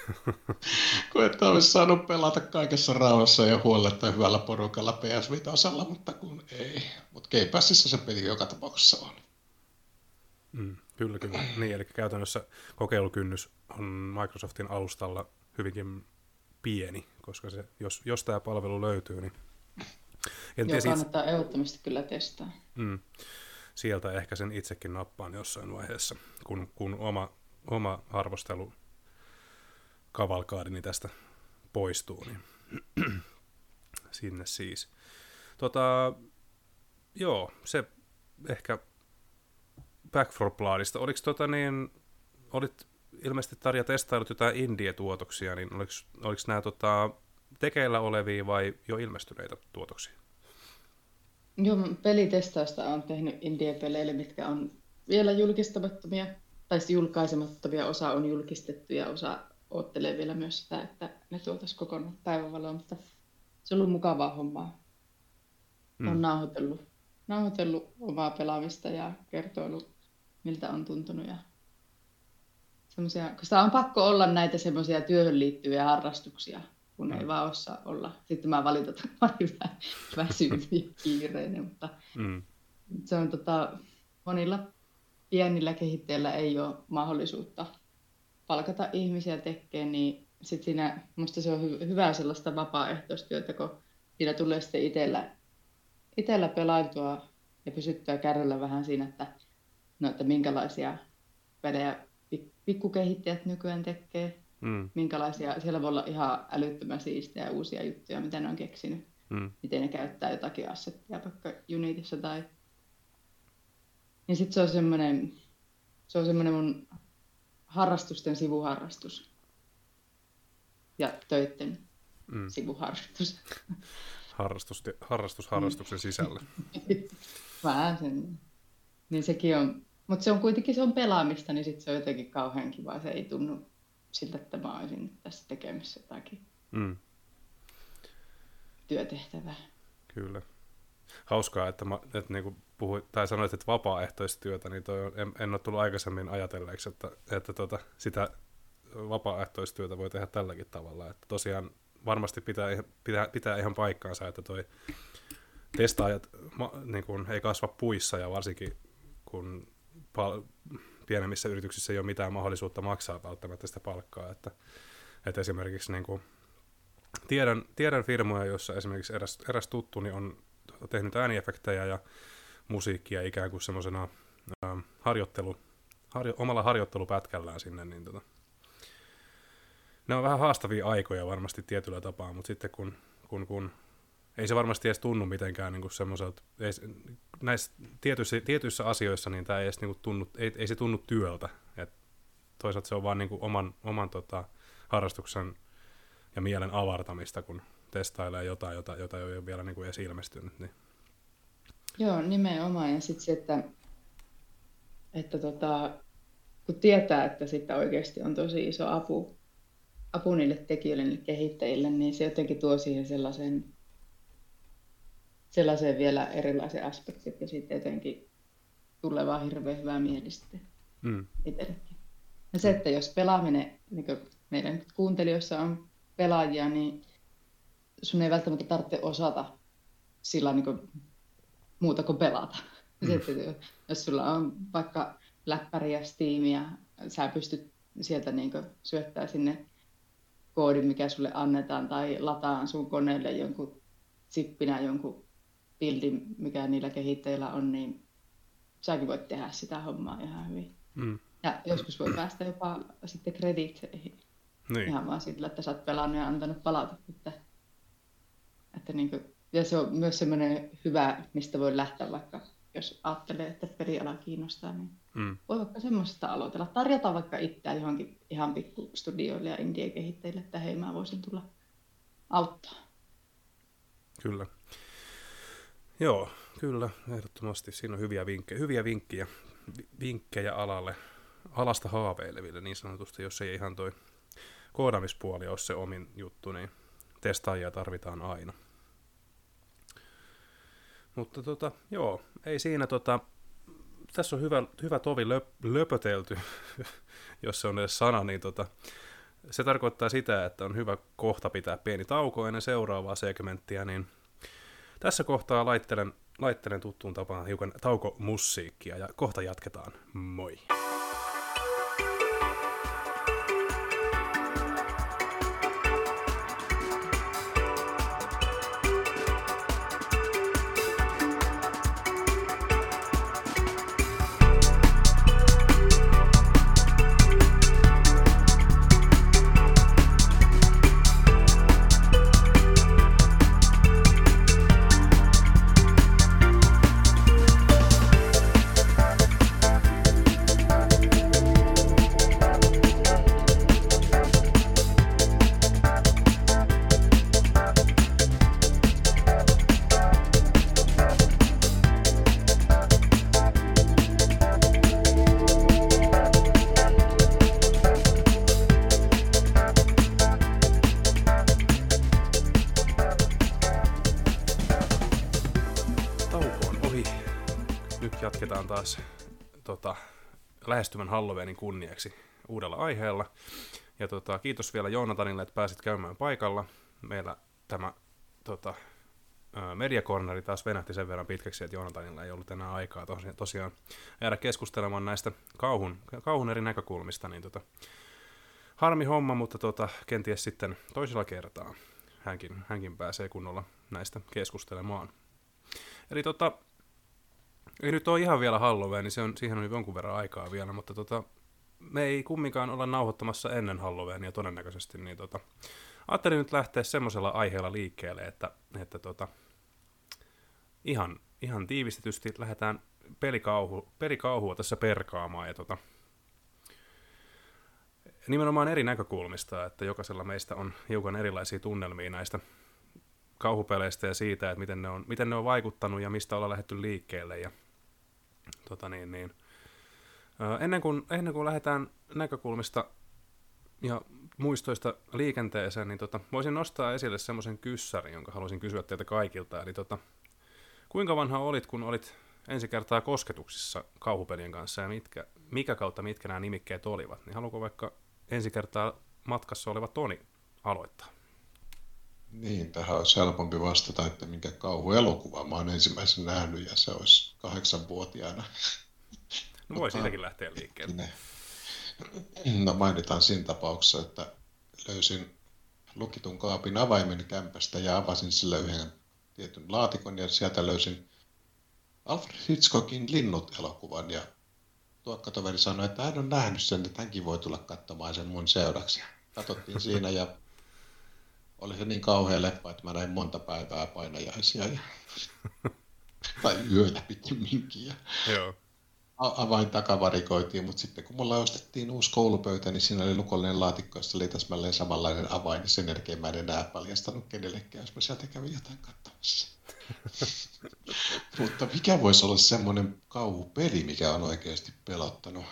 Speaker 5: Kun et olisi saanut pelata kaikessa rauhassa ja huoletta hyvällä porukalla P S Vitosella, mutta kun ei. Mutta Game Passissa se peli joka tapauksessa on.
Speaker 1: Mm, kyllä, kyllä. Niin, eli käytännössä kokeilukynnys on Microsoftin alustalla hyvinkin pieni, koska se, jos, jos tämä palvelu löytyy, niin en
Speaker 3: Joo,
Speaker 1: tiedä,
Speaker 3: kannattaa ehdottomasti kyllä testaa.
Speaker 1: mm, sieltä ehkä sen itsekin nappaan jossain vaiheessa, kun, kun oma, oma arvostelu kavalkaadini tästä poistuu, niin sinne siis. Tota, joo, se ehkä Back four Bloodista. Oliko tota niin, olit ilmeisesti Tarja testailut jotain indie-tuotoksia, niin oliko, oliko nämä tota, tekeillä olevia vai jo ilmestyneitä tuotoksia?
Speaker 3: Joo, pelitestausta olen tehnyt indie-peleille, mitkä on vielä julkistamattomia, tai siis julkaisemattomia. Osa on julkistettu ja osa odottelee vielä myös sitä, että ne tuotaisiin kokonaan päivänvaloon, mutta se on ollut mukavaa hommaa.
Speaker 1: Mm.
Speaker 3: Olen nauhoitellut, nauhoitellut omaa pelaamista ja kertoillut, miltä on tuntunut. Ja semmosia, kun sitä on pakko olla näitä semmoisia työhön liittyviä harrastuksia, kun mm. ei vaan osaa olla. Sitten mä valitetaan, mä olin vähän väsynyt ja kiireinen, mutta
Speaker 1: Mm.
Speaker 3: se on tota, monilla pienillä kehittäjillä ei ole mahdollisuutta palkata ihmisiä tekemään, niin sit siinä musta se on hy- hyvää sellaista vapaaehtoistyötä, kun siinä tulee sitten itsellä, itsellä pelailtua ja pysyttyä kärryllä vähän siinä, että, no, että minkälaisia pelejä pik- pikkukehittäjät nykyään tekee,
Speaker 1: Mm.
Speaker 3: minkälaisia, siellä voi olla ihan älyttömän siistejä uusia juttuja, mitä ne on keksinyt,
Speaker 1: Mm.
Speaker 3: miten ne käyttää jotakin assettia vaikka Unitissa tai... Niin sit se on semmoinen, se on semmoinen mun harrastusten sivuharrastus ja töitten
Speaker 1: Mm.
Speaker 3: sivuharrastus.
Speaker 1: Harrastus, harrastus harrastuksen sisällä.
Speaker 3: Vähän sen. Niin sekin on, mutta se on kuitenkin se on pelaamista, niin sit se on jotenkin kauhean kivaa. Se ei tunnu siltä, että mä olisin nyt tässä tekemässä jotakin
Speaker 1: Mm.
Speaker 3: työtehtävää.
Speaker 1: Kyllä. Hauskaa, että, mä, että niin kuin puhuit, tai sanoit, että vapaaehtoistyötä, niin toi on, en, en ole tullut aikaisemmin ajatelleeksi, että, että tota, sitä vapaaehtoistyötä voi tehdä tälläkin tavalla. Että tosiaan varmasti pitää, ihan- pitää, pitää ihan paikkaansa, että toi testaajat ma, niin kuin, ei kasva puissa, ja varsinkin kun pal- pienemmissä yrityksissä ei ole mitään mahdollisuutta maksaa välttämättä sitä palkkaa. Että, että esimerkiksi niin kuin, tiedän, tiedän firmoja, joissa esimerkiksi eräs, eräs tuttuni on tehnyt ääniefektejä ja musiikkia ikään kuin semmoisena ää, harjoittelu, harjo, omalla harjoittelupätkällään sinne, niin tota, ne on vähän haastavia aikoja varmasti tietyllä tapaa, mutta sitten kun, kun, kun ei se varmasti edes tunnu mitenkään niin kuin semmoiselta, ei, se- näissä tietyissä, tietyissä asioissa niin tämä ei, edes, niin kuin tunnu, ei, ei se tunnu työltä, et toisaalta se on vaan niin kuin oman, oman tota, harrastuksen ja mielen avartamista, kun testailee jotain, jota, jota ei ole vielä niin kuin edes ilmestynyt. Niin.
Speaker 3: Joo, nimenomaan. Ja sitten se, että, että tota, kun tietää, että sitten oikeasti on tosi iso apu, apu niille tekijöille, niille kehittäjille, niin se jotenkin tuo siihen sellaisen, sellaisen vielä erilaisen aspektin, ja sitten jotenkin tulee vaan hirveän hyvää mieli sitten
Speaker 1: Mm.
Speaker 3: itsellekin. Ja se, että jos pelaaminen, niin kuin meidän kuuntelijoissa on pelaajia, niin sun ei välttämättä tarvitse osata sillä niin kuin muuta kuin pelata. Mm. Se, että jos sulla on vaikka läppäri ja Steam ja sä pystyt sieltä niin kuin syöttää sinne koodin, mikä sulle annetaan, tai lataan sun koneelle jonkun zippinä jonkun bildin, mikä niillä kehittäjillä on, niin säkin voit tehdä sitä hommaa ihan hyvin. Mm. Ja joskus voi päästä jopa sitten kreditseihin. Niin. Ihan vaan sillä, että sä oot pelannut ja antanut palautetta. Että, että niin kuin, ja se on myös semmoinen hyvä, mistä voi lähteä vaikka, jos ajattelee, että peliala kiinnostaa, niin mm. voi vaikka semmoisesta aloitella. Tarjota vaikka itseään johonkin ihan pikku studioille ja indie-kehittäjille, että hei, mä voisin tulla auttaa.
Speaker 1: Kyllä. Joo, kyllä, ehdottomasti. Siinä on hyviä vinkkejä, hyviä vinkkejä, vinkkejä alalle, alasta haaveileville niin sanotusti, jos ei ihan toi koodaamispuoli ole se omin juttu, niin testaajia tarvitaan aina. Mutta tota, joo, ei siinä tota, tässä on hyvä, hyvä tovi löp, löpötelty, jos se on edes sana, niin tota, se tarkoittaa sitä, että on hyvä kohta pitää pieni tauko ennen seuraavaa segmenttiä, niin tässä kohtaa laittelen, laittelen tuttuun tapaan hiukan taukomusiikkia ja kohta jatketaan. Moi! Jatketaan taas tota, lähestyvän Halloweenin kunniaksi uudella aiheella. Ja tota, kiitos vielä Joonatanille, että pääsit käymään paikalla. Meillä tämä tota, mediakorneri taas venähti sen verran pitkäksi, että Joonatanilla ei ollut enää aikaa tosiaan, tosiaan jäädä keskustelemaan näistä kauhun, kauhun eri näkökulmista. Niin tota, harmi homma, mutta tota, kenties sitten toisella kertaa hänkin, hänkin pääsee kunnolla näistä keskustelemaan. Eli tota, ei nyt ole ihan vielä Halloween, niin se on, siihen on jonkun verran aikaa vielä, mutta tota, me ei kumminkaan olla nauhoittamassa ennen Halloweenia todennäköisesti, niin tota, ajattelin nyt lähteä semmoisella aiheella liikkeelle, että, että tota, ihan, ihan tiivistetysti lähdetään pelikauhu, pelikauhua tässä perkaamaan, ja tota, nimenomaan eri näkökulmista, että jokaisella meistä on hiukan erilaisia tunnelmia näistä kauhupeleistä ja siitä, että miten ne on, miten ne on vaikuttanut ja mistä ollaan lähdetty liikkeelle. Ja, tota niin, niin. Ennen, kuin, ennen kuin lähdetään näkökulmista ja muistoista liikenteeseen, niin tota, voisin nostaa esille semmoisen kyssärin, jonka haluaisin kysyä teiltä kaikilta. Eli tota, kuinka vanha olit, kun olit ensi kertaa kosketuksissa kauhupelien kanssa ja mitkä, mikä kautta mitkä nämä nimikkeet olivat? Niin haluatko vaikka ensi kertaa matkassa oleva Toni aloittaa?
Speaker 5: Niin, tähän olisi helpompi vastata, että minkä kauhuelokuva mä oon ensimmäisen nähnyt, ja se olisi kahdeksanvuotiaana.
Speaker 1: No voi siitäkin lähteä liikkeelle.
Speaker 5: No mainitaan siinä tapauksessa, että löysin lukitun kaapin avaimen kämpästä ja avasin sillä yhden tietyn laatikon, ja sieltä löysin Alfred Hitchcockin Linnut-elokuvan, ja tuokkatoveri sanoi, että hän on nähnyt sen, että hänkin voi tulla katsomaan sen mun seuraksi. Katsottiin siinä, ja oli se niin kauhea leppa, että mä näin monta päivää painajaisia ja tai yötä pikemminkin. Ja
Speaker 1: Joo.
Speaker 5: Avain takavarikoitiin, mutta sitten kun mulla ostettiin uusi koulupöytä, niin siinä oli lukollinen laatikko, jossa oli täsmälleen samanlainen avain, ja sen jälkeen mä en enää paljastanut kenellekään, jos mä sieltä kävin jotain katsomassa. Mutta mikä voisi olla semmoinen kauhupeli, mikä on oikeasti pelottanut?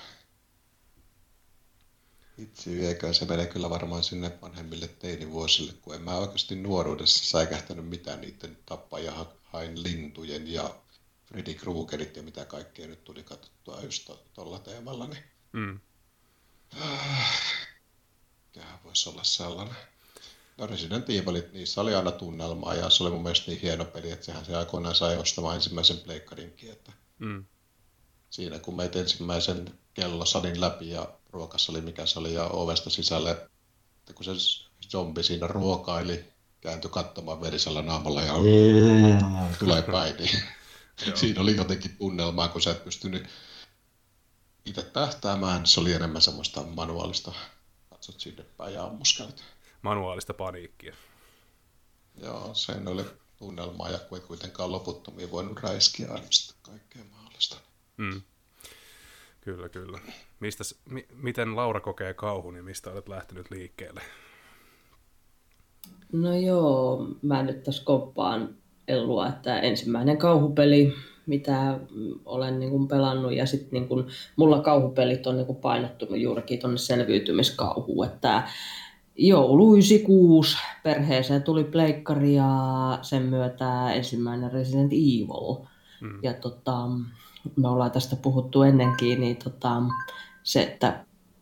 Speaker 5: Itse vieköön, se menee kyllä varmaan sinne vanhemmille teinivuosille, kun en mä oikeasti nuoruudessa säikähtänyt mitään niiden tappajahain lintujen ja Freddy Kruegerit ja mitä kaikkea nyt tuli katsottua just tuolla teemalla. Niin
Speaker 1: Mm.
Speaker 5: Mikähän voisi olla sellainen. No Resident Evilit, niissä oli aina tunnelmaa ja se oli mun mielestä niin hieno peli, että sehän se aikoinaan sai ostamaan ensimmäisen pleikkarinkin. Että
Speaker 1: Mm.
Speaker 5: siinä kun meit ensimmäisen kellosalin läpi ja ruokasali mikä se oli ja ovesta sisälle, että kun se zombi siinä ruokaili, kääntyi katsomaan verisellä naamalla ja tulee päin, niin siinä oli jotenkin tunnelmaa, kun sä et pystynyt itse tähtäämään, se oli enemmän semmoista manuaalista, katsot sinne päin ja ammuskelet.
Speaker 1: Manuaalista paniikkia.
Speaker 5: Joo, sen oli tunnelmaa ja kun ei kuitenkaan loputtomia voinut räiskiä aina sitten kaikkea mahdollista.
Speaker 1: Mm. Kyllä, kyllä. Mistäs, mi, miten Laura kokee kauhun ja mistä olet lähtenyt liikkeelle?
Speaker 2: No joo, mä nyt tässä komppaan Ellua, että ensimmäinen kauhupeli, mitä olen niin kuin pelannut, ja sitten niin kuin, mulla kauhupelit on niin kuin painottunut juurikin tuonne selviytymiskauhuun, että joulu yhdeksänkymmentäkuusi perheeseen tuli pleikkari ja sen myötä ensimmäinen Resident Evil. Mm. Ja tota, me ollaan tästä puhuttu ennenkin, niin tota, se, että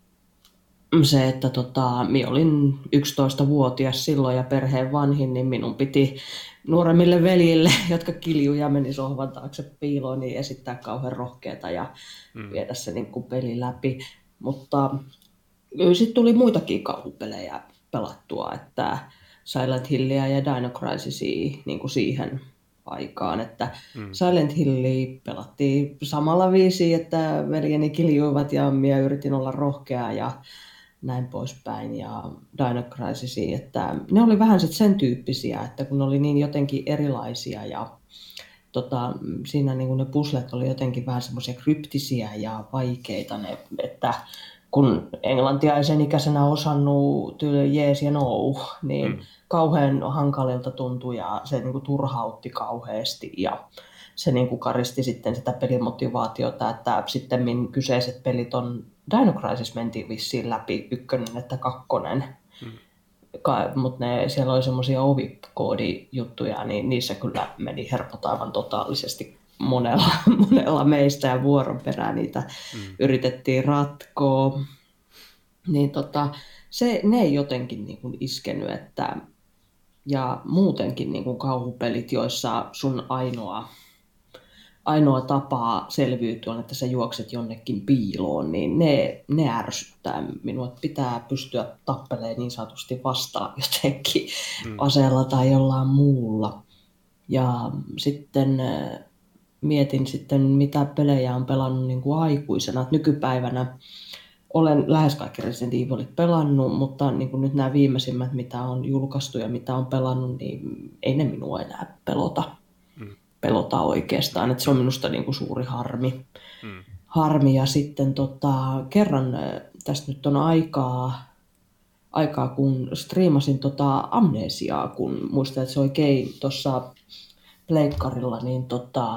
Speaker 2: se, että tota, minä olin yksitoistavuotias silloin ja perheen vanhin, niin minun piti nuoremmille veljille, jotka kiljui ja meni sohvan taakse piiloon, niin esittää kauhean rohkeata ja mm. viedä se niin kuin peli läpi. Mutta sitten tuli muitakin kauhupelejä pelattua, että Silent Hillia ja Dino Crisisia niin kuin siihen aikaan, että mm. Silent Hillia pelattiin samalla viisiin, että veljeni kiljuivat ja minä yritin olla rohkea ja näin poispäin, ja Dino Crisisia, että ne oli vähän sit sen tyyppisiä, että kun ne oli niin jotenkin erilaisia ja tota, siinä niin ne puzzlet oli jotenkin vähän semmoisia kryptisiä ja vaikeita, ne, että kun englantia ei sen ikäisenä osannut tyyli jees ja no, niin mm. kauhean hankalilta tuntui ja se niin kuin turhautti kauheasti ja se niin kuin karisti sitten sitä pelimotivaatiota, että sitten kyseiset pelit on Dino Crisis mentiin vissiin läpi, ykkönen että kakkonen, mm. mutta siellä oli semmoisia ovikoodijuttuja, niin niissä kyllä meni herpot aivan totaalisesti monella, monella meistä ja vuoron perään niitä mm. yritettiin ratkoa. Niin tota, se, ne ei jotenkin niin kuin iskenyt, että, ja muutenkin niin kuin kauhupelit, joissa sun ainoa ainoa tapa selviytyä on, että sä juokset jonnekin piiloon, niin ne, ne ärsyttää minua. Pitää pystyä tappelemaan niin sanotusti vastaan jotenkin mm. aseella tai jollain muulla. Ja sitten mietin sitten, mitä pelejä on pelannut niin kuin aikuisena. Et nykypäivänä olen lähes kaikki Resident Evilit pelannut, mutta niin kuin nyt nämä viimeisimmät, mitä on julkaistu ja mitä on pelannut, niin ei ne minua enää pelota. pelota oikeastaan, että se on minusta niin kuin suuri harmi. Mm. harmi. Ja sitten tota, kerran tästä nyt on aikaa, aikaa kun striimasin tota Amnesiaa, kun muistan, että se oikein tuossa pleikkarilla niin tota,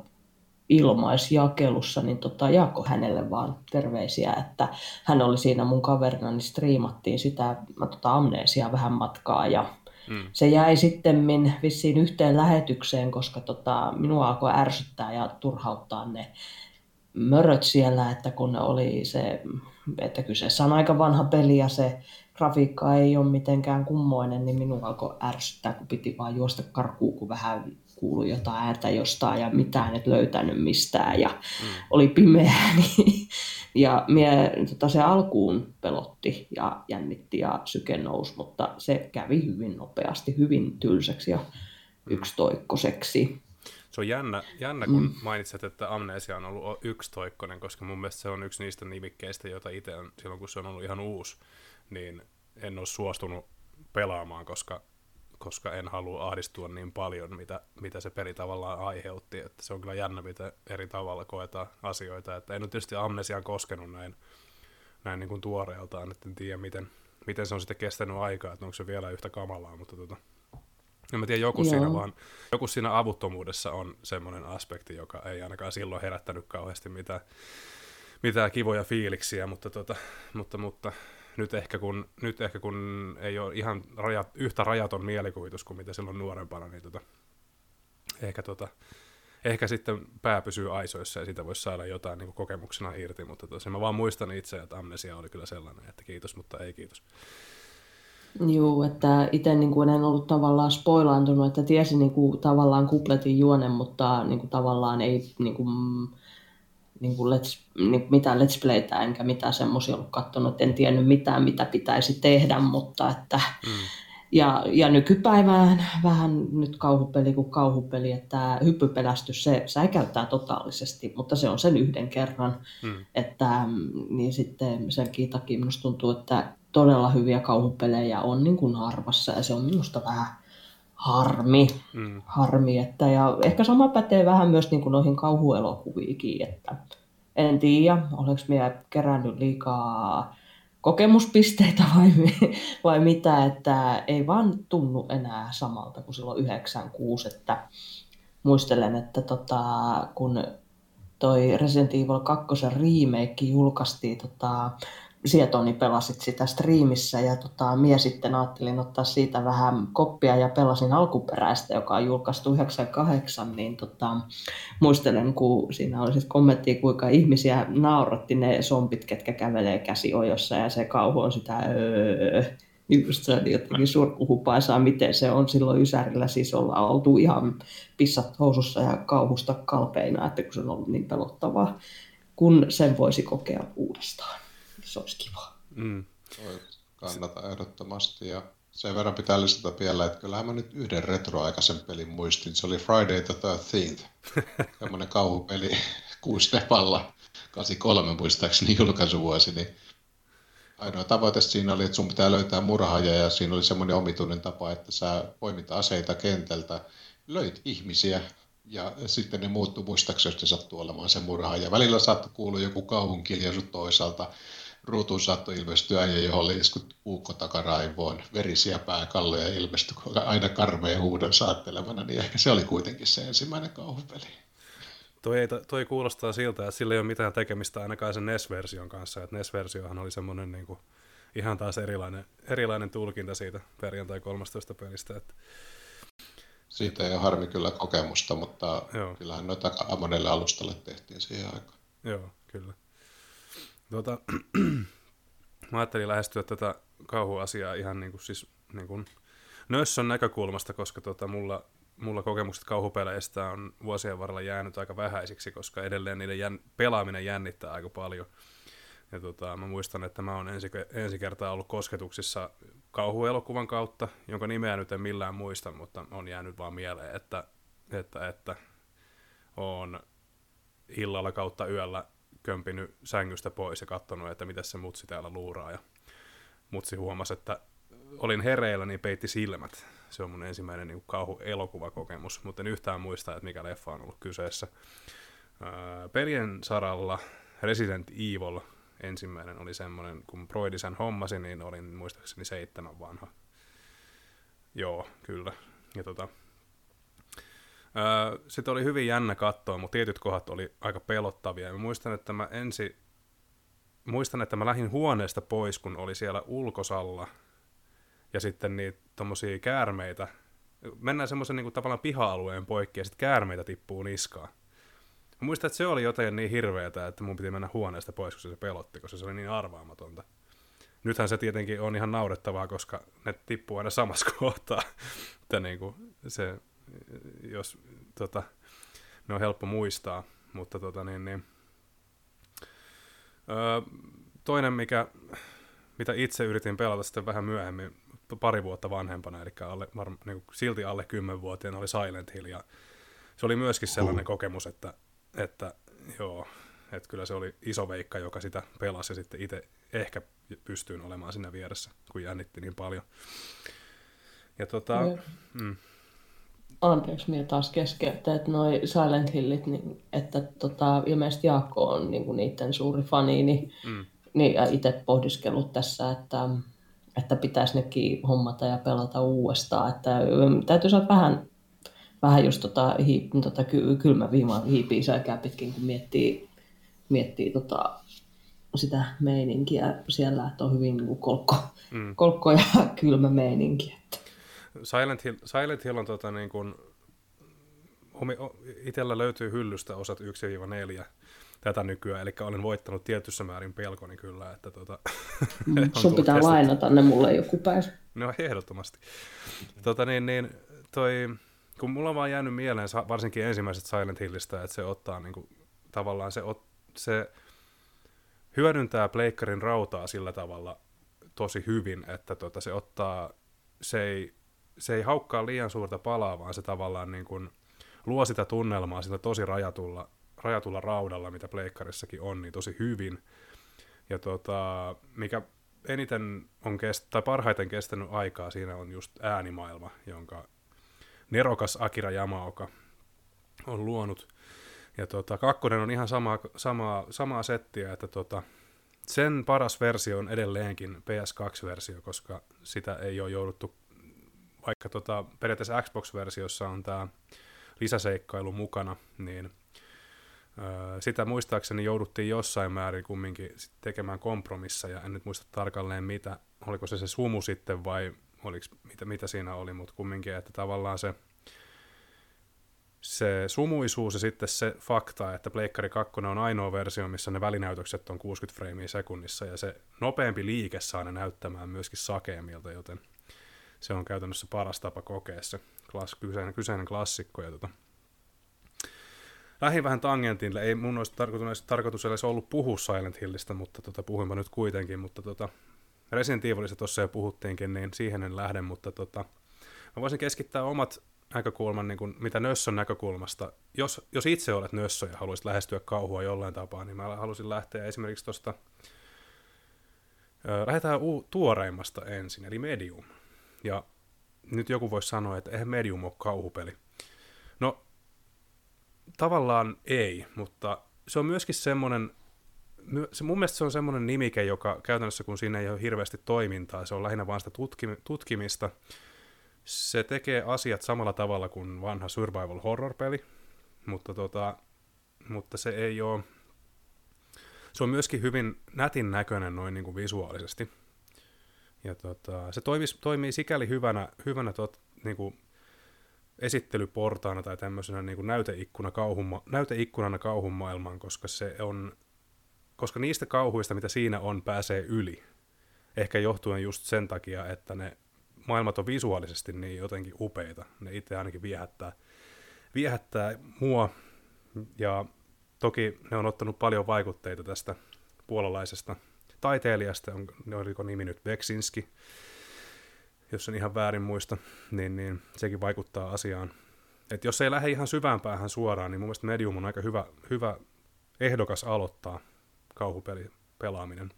Speaker 2: ilmaisjakelussa, niin tota, Jaakko hänelle vaan terveisiä, että hän oli siinä mun kaverina, niin striimattiin sitä tota, Amnesiaa vähän matkaa ja Mm. se jäi sitten vissiin yhteen lähetykseen, koska tota, minua alkoi ärsyttää ja turhauttaa ne möröt siellä, että kun oli se, että kyseessä on aika vanha peli ja se grafiikka ei ole mitenkään kummoinen, niin minua alkoi ärsyttää, kun piti vaan juosta karkuun, kun vähän kuului jotain ääntä jostain ja mitään et löytänyt mistään ja mm. oli pimeää. Niin, ja mie, tota, se alkuun pelotti ja jännitti ja syke nousi, mutta se kävi hyvin nopeasti, hyvin tylsäksi ja yksitoikkoiseksi.
Speaker 1: Se on jännä, jännä kun mm. mainitset, että Amnesia on ollut yksitoikkonen, koska mun mielestä se on yksi niistä nimikkeistä, joita itse on, silloin kun se on ollut ihan uusi, niin en ole suostunut pelaamaan, koska, koska en halua ahdistua niin paljon, mitä, mitä se peli tavallaan aiheutti. Että se on kyllä jännä, mitä eri tavalla koetaan asioita. Että en ole tietysti Amnesiaan koskenut näin, näin niin kuin tuoreeltaan, että en tiedä, miten, miten se on sitten kestänyt aikaa, että onko se vielä yhtä kamalaa, mutta tota, en mä tiedä, joku siinä, vaan, joku siinä avuttomuudessa on semmoinen aspekti, joka ei ainakaan silloin herättänyt kauheasti mitään, mitään kivoja fiiliksiä, mutta, tota, mutta, mutta nyt, ehkä kun, nyt ehkä kun ei ole ihan rajat, yhtä rajaton mielikuvitus kuin mitä silloin nuorempana, niin tota, ehkä tota, ehkä sitten pää pysyy aisoissa ja siitä voisi saada jotain niin kuin kokemuksena irti, mutta tosiaan mä vaan muistan itse, että amnesia oli kyllä sellainen, että kiitos, mutta ei kiitos.
Speaker 2: Joo, että itse niin kuin en ollut tavallaan spoilaantunut, että tiesin niin kuin, tavallaan kupletin juonen, mutta niin kuin, tavallaan ei niin kuin, niin kuin let's, niin, mitään let's playtä enkä mitään semmoisia ollut katsonut, että en tiennyt mitään, mitä pitäisi tehdä, mutta että mm. ja, ja nykypäivään vähän nyt kauhupeli kuin kauhupeli, että hyppypelästys se säikäyttää totaalisesti, mutta se on sen yhden kerran, mm. että niin sitten senkin takia minusta tuntuu, että todella hyviä kauhupelejä on niin kuin harvassa ja se on minusta vähän harmi, mm. harmi että, ja ehkä sama pätee vähän myös niin kuin noihin kauhuelokuviinkin, että en tiedä, olenko minä kerännyt liikaa kokemuspisteitä vai, vai mitä, että ei vaan tunnu enää samalta kuin silloin yhdeksänkymmentäkuusi, että muistelen, että tota, kun toi Resident Evil kaksi remake julkaistiin, tota, Sietoni pelasit sitä striimissä ja tota, mie sitten ajattelin ottaa siitä vähän koppia ja pelasin alkuperäistä, joka on julkaistu yhdeksänkymmentäkahdeksan, niin tota, muistelen, kun siinä oli sitten kommenttia, kuinka ihmisiä nauratti ne zombit, ketkä kävelee käsiojossa ja se kauhu on sitä öö, just se oli jotenkin surkuhupaisaa, miten se on silloin Ysärillä, siis ollaan oltu ihan pissat housussa ja kauhusta kalpeina, että kun se on ollut niin pelottavaa, kun sen voisi kokea uudestaan. Se olisi kiva. Mm.
Speaker 5: Kannata ehdottomasti. Ja sen verran pitää lisätä vielä, että kyllähän mä nyt yhden retroaikaisen pelin muistin. Se oli Friday the thirteenth. Tämmöinen kauhupeli kuusi nepalla. kahdeksankymmentäkolme muistaakseni julkaisuvuosi. Niin ainoa tavoite siinä oli, että sun pitää löytää murhaaja. Ja siinä oli semmoinen omituinen tapa, että sä poimit aseita kentältä. Löit ihmisiä. Ja sitten ne muuttui muistaakseni, jos ne sattuu olemaan se murhaaja. Välillä saattoi kuulua joku kauhunkiljasu toisaalta. Ruutuun saattoi ilmestyä äijä, johon oli iskut puukko takaraivoon, verisiä pääkalloja ilmestyi aina karmeen huudon saattelemana, niin ehkä se oli kuitenkin se ensimmäinen kauhupeli.
Speaker 1: Toi, ei, toi kuulostaa siltä, että sillä ei ole mitään tekemistä ainakaan sen N E S-version kanssa, että N E S-versiohan oli semmoinen niin kuin, ihan taas erilainen, erilainen tulkinta siitä perjantai kolmastoista pelistä. Että...
Speaker 5: Siitä ei ole harmi kyllä kokemusta, mutta Joo. kyllähän noita monelle alustalle tehtiin siihen aikaan.
Speaker 1: Joo, kyllä. Tuota, mä ajattelin lähestyä tätä kauhuasiaa ihan niin kuin, siis, niin kuin nössön näkökulmasta, koska tota, mulla, mulla kokemukset kauhupeleistä on vuosien varrella jäänyt aika vähäisiksi, koska edelleen niiden jän, pelaaminen jännittää aika paljon. Ja tota, mä muistan, että mä oon ensi, ensi kertaa ollut kosketuksissa kauhuelokuvan kautta, jonka nimeä nyt en millään muista, mutta on jäänyt vaan mieleen, että, että, että oon illalla kautta yöllä kömpinyt sängystä pois ja katsonut, että mitä se mutsi täällä luuraa. Ja mutsi huomasi, että olin hereillä, niin peitti silmät. Se on mun ensimmäinen niin kauhu-elokuvakokemus, mutta en yhtään muista, että mikä leffa on ollut kyseessä. Ää, pelien saralla Resident Evil ensimmäinen oli semmoinen, kun Broidi sen hommasi, niin olin muistaakseni seitsemän vanha. Joo, kyllä. Ja tota... Öö, sitten oli hyvin jännä katsoa, mutta tietyt kohdat oli aika pelottavia. Mä muistan, että mä ensi... Muistan, että mä lähdin huoneesta pois, kun oli siellä ulkosalla. Ja sitten niitä tommosia käärmeitä. Mennään semmoisen niinku tavallaan piha-alueen poikki ja sitten käärmeitä tippuu niskaan. Mä muistan, että se oli jotain niin hirveätä, että mun piti mennä huoneesta pois, kun se pelotti, koska se oli niin arvaamatonta. Nythän se tietenkin on ihan naurettavaa, koska ne tippuu aina samassa kohtaa. Että niinku se... jos tota, ne on helppo muistaa, mutta tota, niin, niin. Öö, toinen, mikä, mitä itse yritin pelata sitten vähän myöhemmin, pari vuotta vanhempana, eli alle, var, niin kuin silti alle kymmenvuotiaana, oli Silent Hill, ja se oli myöskin sellainen uh. kokemus, että, että joo, että kyllä se oli iso veikka, joka sitä pelasi, ja sitten itse ehkä pystyin olemaan siinä vieressä, kun jännitti niin paljon. Ja tota... Mm.
Speaker 2: Anteeksi, minä taas keskeytän, että noi Silent Hillit, niin, että tota, ilmeisesti Jaakko on niin kuin niiden suuri fani, niin, mm. niin itse pohdiskellut tässä, että, että pitäisi nekin hommata ja pelata uudestaan. Että, täytyy saada vähän, vähän just tota, hiip, tota, kylmä viima hiipii säikää pitkin, kun miettii, miettii tota, sitä meininkiä siellä, että on hyvin niin kuin kolkko, mm. kolkko ja kylmä meininki. Että.
Speaker 1: Silent Hill, Silent Hill on tota niin kuin, itsellä löytyy hyllystä osat yksi neljä tätä nykyään, eli olen voittanut tietyssä määrin pelkoni kyllä. Että tota,
Speaker 2: sun pitää testattu. Lainata ne mulle joku päivä.
Speaker 1: No ehdottomasti. Tota, niin, niin, toi, kun mulla on vaan jäänyt mieleen varsinkin ensimmäiset Silent Hillistä, että se ottaa niin kuin, tavallaan se, se hyödyntää pleikkarin rautaa sillä tavalla tosi hyvin, että tota, se ottaa, se ei, se ei haukkaa liian suurta palaa, vaan se tavallaan niin kuin luo sitä tunnelmaa sillä tosi rajatulla, rajatulla raudalla, mitä pleikkarissakin on, niin tosi hyvin. Ja tota, mikä eniten on kest- tai parhaiten kestänyt aikaa siinä on just äänimaailma, jonka nerokas Akira Yamaoka on luonut. Ja tota, kakkonen on ihan sama, sama, samaa settiä, että tota, sen paras versio on edelleenkin P S kaksi-versio, koska sitä ei ole jouduttu, vaikka tota, periaatteessa Xbox-versiossa on tämä lisäseikkailu mukana, niin öö, sitä muistaakseni jouduttiin jossain määrin kumminkin tekemään kompromisseja, en nyt muista tarkalleen mitä, oliko se se sumu sitten vai oliko, mitä, mitä siinä oli, mutta kumminkin, että tavallaan se se sumuisuus ja sitten se fakta, että Pleikkari kaksi on ainoa versio, missä ne välinäytökset on kuusikymmentä freimiä sekunnissa, ja se nopeampi liike saa ne näyttämään myöskin sakeamilta, joten se on käytännössä paras tapa kokea se klass, kyseinen, kyseinen klassikko. Ja tota. Lähdin vähän tangentille, ei mun olisi tarkoitus, tarkoitus edes ollut puhua Silent Hillistä, mutta tota, puhuinpa nyt kuitenkin, mutta tota, Resident Evilistä tuossa jo puhuttiinkin, niin siihen en lähde, mutta tota, mä voisin keskittää omat näkökulman, niin kuin, mitä nössön näkökulmasta. Jos, jos itse olet nössö ja haluaisit lähestyä kauhua jollain tapaa, niin mä halusin lähteä esimerkiksi tuosta, lähdetään u- tuoreimmasta ensin, eli Medium. Ja nyt joku voisi sanoa, että eihän Medium ole kauhupeli. No, tavallaan ei, mutta se on myöskin semmoinen, se, mun mielestä se on semmoinen nimike, joka käytännössä, kun siinä ei ole hirveästi toimintaa, se on lähinnä vaan sitä tutkim- tutkimista. Se tekee asiat samalla tavalla kuin vanha survival horror-peli, mutta, tota, mutta se ei ole, se on myöskin hyvin nätin näköinen noin niin kuin visuaalisesti. Ja tota, se toimii, toimii sikäli hyvänä, hyvänä tot, niin kuin esittelyportaana tai tämmöisenä niin kuin näyteikkuna kauhuma, näyteikkunana kauhun maailmaan, koska, se on, koska niistä kauhuista, mitä siinä on, pääsee yli. Ehkä johtuen just sen takia, että ne maailmat on visuaalisesti niin jotenkin upeita. Ne itse ainakin viehättää, viehättää mua. Ja toki ne on ottanut paljon vaikutteita tästä puolalaisesta taiteilijasta, on, oliko nimi nyt Beksinski, jos en ihan väärin muista, niin, niin sekin vaikuttaa asiaan. Et jos ei lähde ihan syvään päähän suoraan, niin mun mielestä Medium on aika hyvä, hyvä ehdokas aloittaa kauhupeli pelaaminen.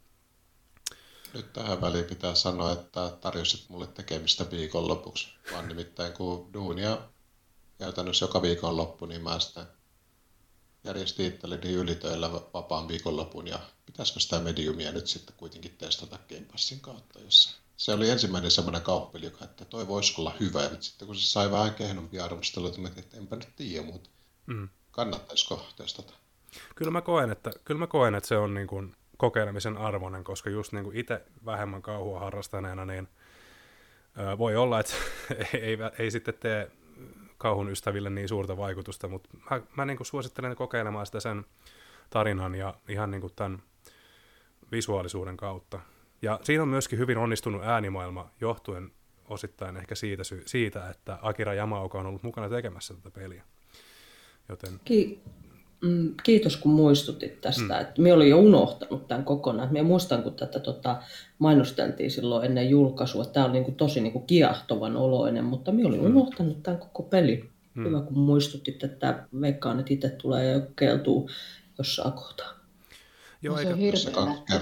Speaker 5: Nyt tähän väliin pitää sanoa, että tarjosit mulle tekemistä viikonlopuksi, vaan nimittäin kun duunia käytännössä joka viikonloppu, niin mä sitten järjestin itselleni ylitöillä vapaan viikonlopun ja pitäisikö sitä Mediumia nyt sitten kuitenkin testata Game Passin kautta, jossa se oli ensimmäinen semmoinen kauppapeli, joka että toi voisi olla hyvä, ja nyt sitten kun se sai vähän kehnompia arvosteluita, että enpä nyt tiedä, mutta mm. kannattaisiko testata?
Speaker 1: Kyllä mä koen, että, kyllä mä koen, että se on niin kuin kokeilemisen arvoinen, koska just niin kuin itse vähemmän kauhua harrastaneena, niin ö, voi olla, että ei, ei sitten tee kauhun ystäville niin suurta vaikutusta, mutta mä, mä niin kuin suosittelen kokeilemaan sitä sen tarinan ja ihan niin kuin tämän visuaalisuuden kautta. Ja siinä on myöskin hyvin onnistunut äänimaailma johtuen osittain ehkä siitä, siitä että Akira Yamaoka on ollut mukana tekemässä tätä peliä. Joten
Speaker 2: Ki- mm, kiitos kun muistutit tästä. Mm. Että minä olin jo unohtanut tämän kokonaan. Minä muistan, kun tätä tota, mainosteltiin silloin ennen julkaisua. Tämä on niinku tosi niinku kiahtovan oloinen, mutta minä olin mm. unohtanut tämän koko pelin. Mm. Hyvä kun muistutit, että veikkaan, että itse tulee jo keltuu jossain kohtaa.
Speaker 1: Joo,
Speaker 3: no,
Speaker 1: eikä...
Speaker 3: se on hirveän lähtöpeli.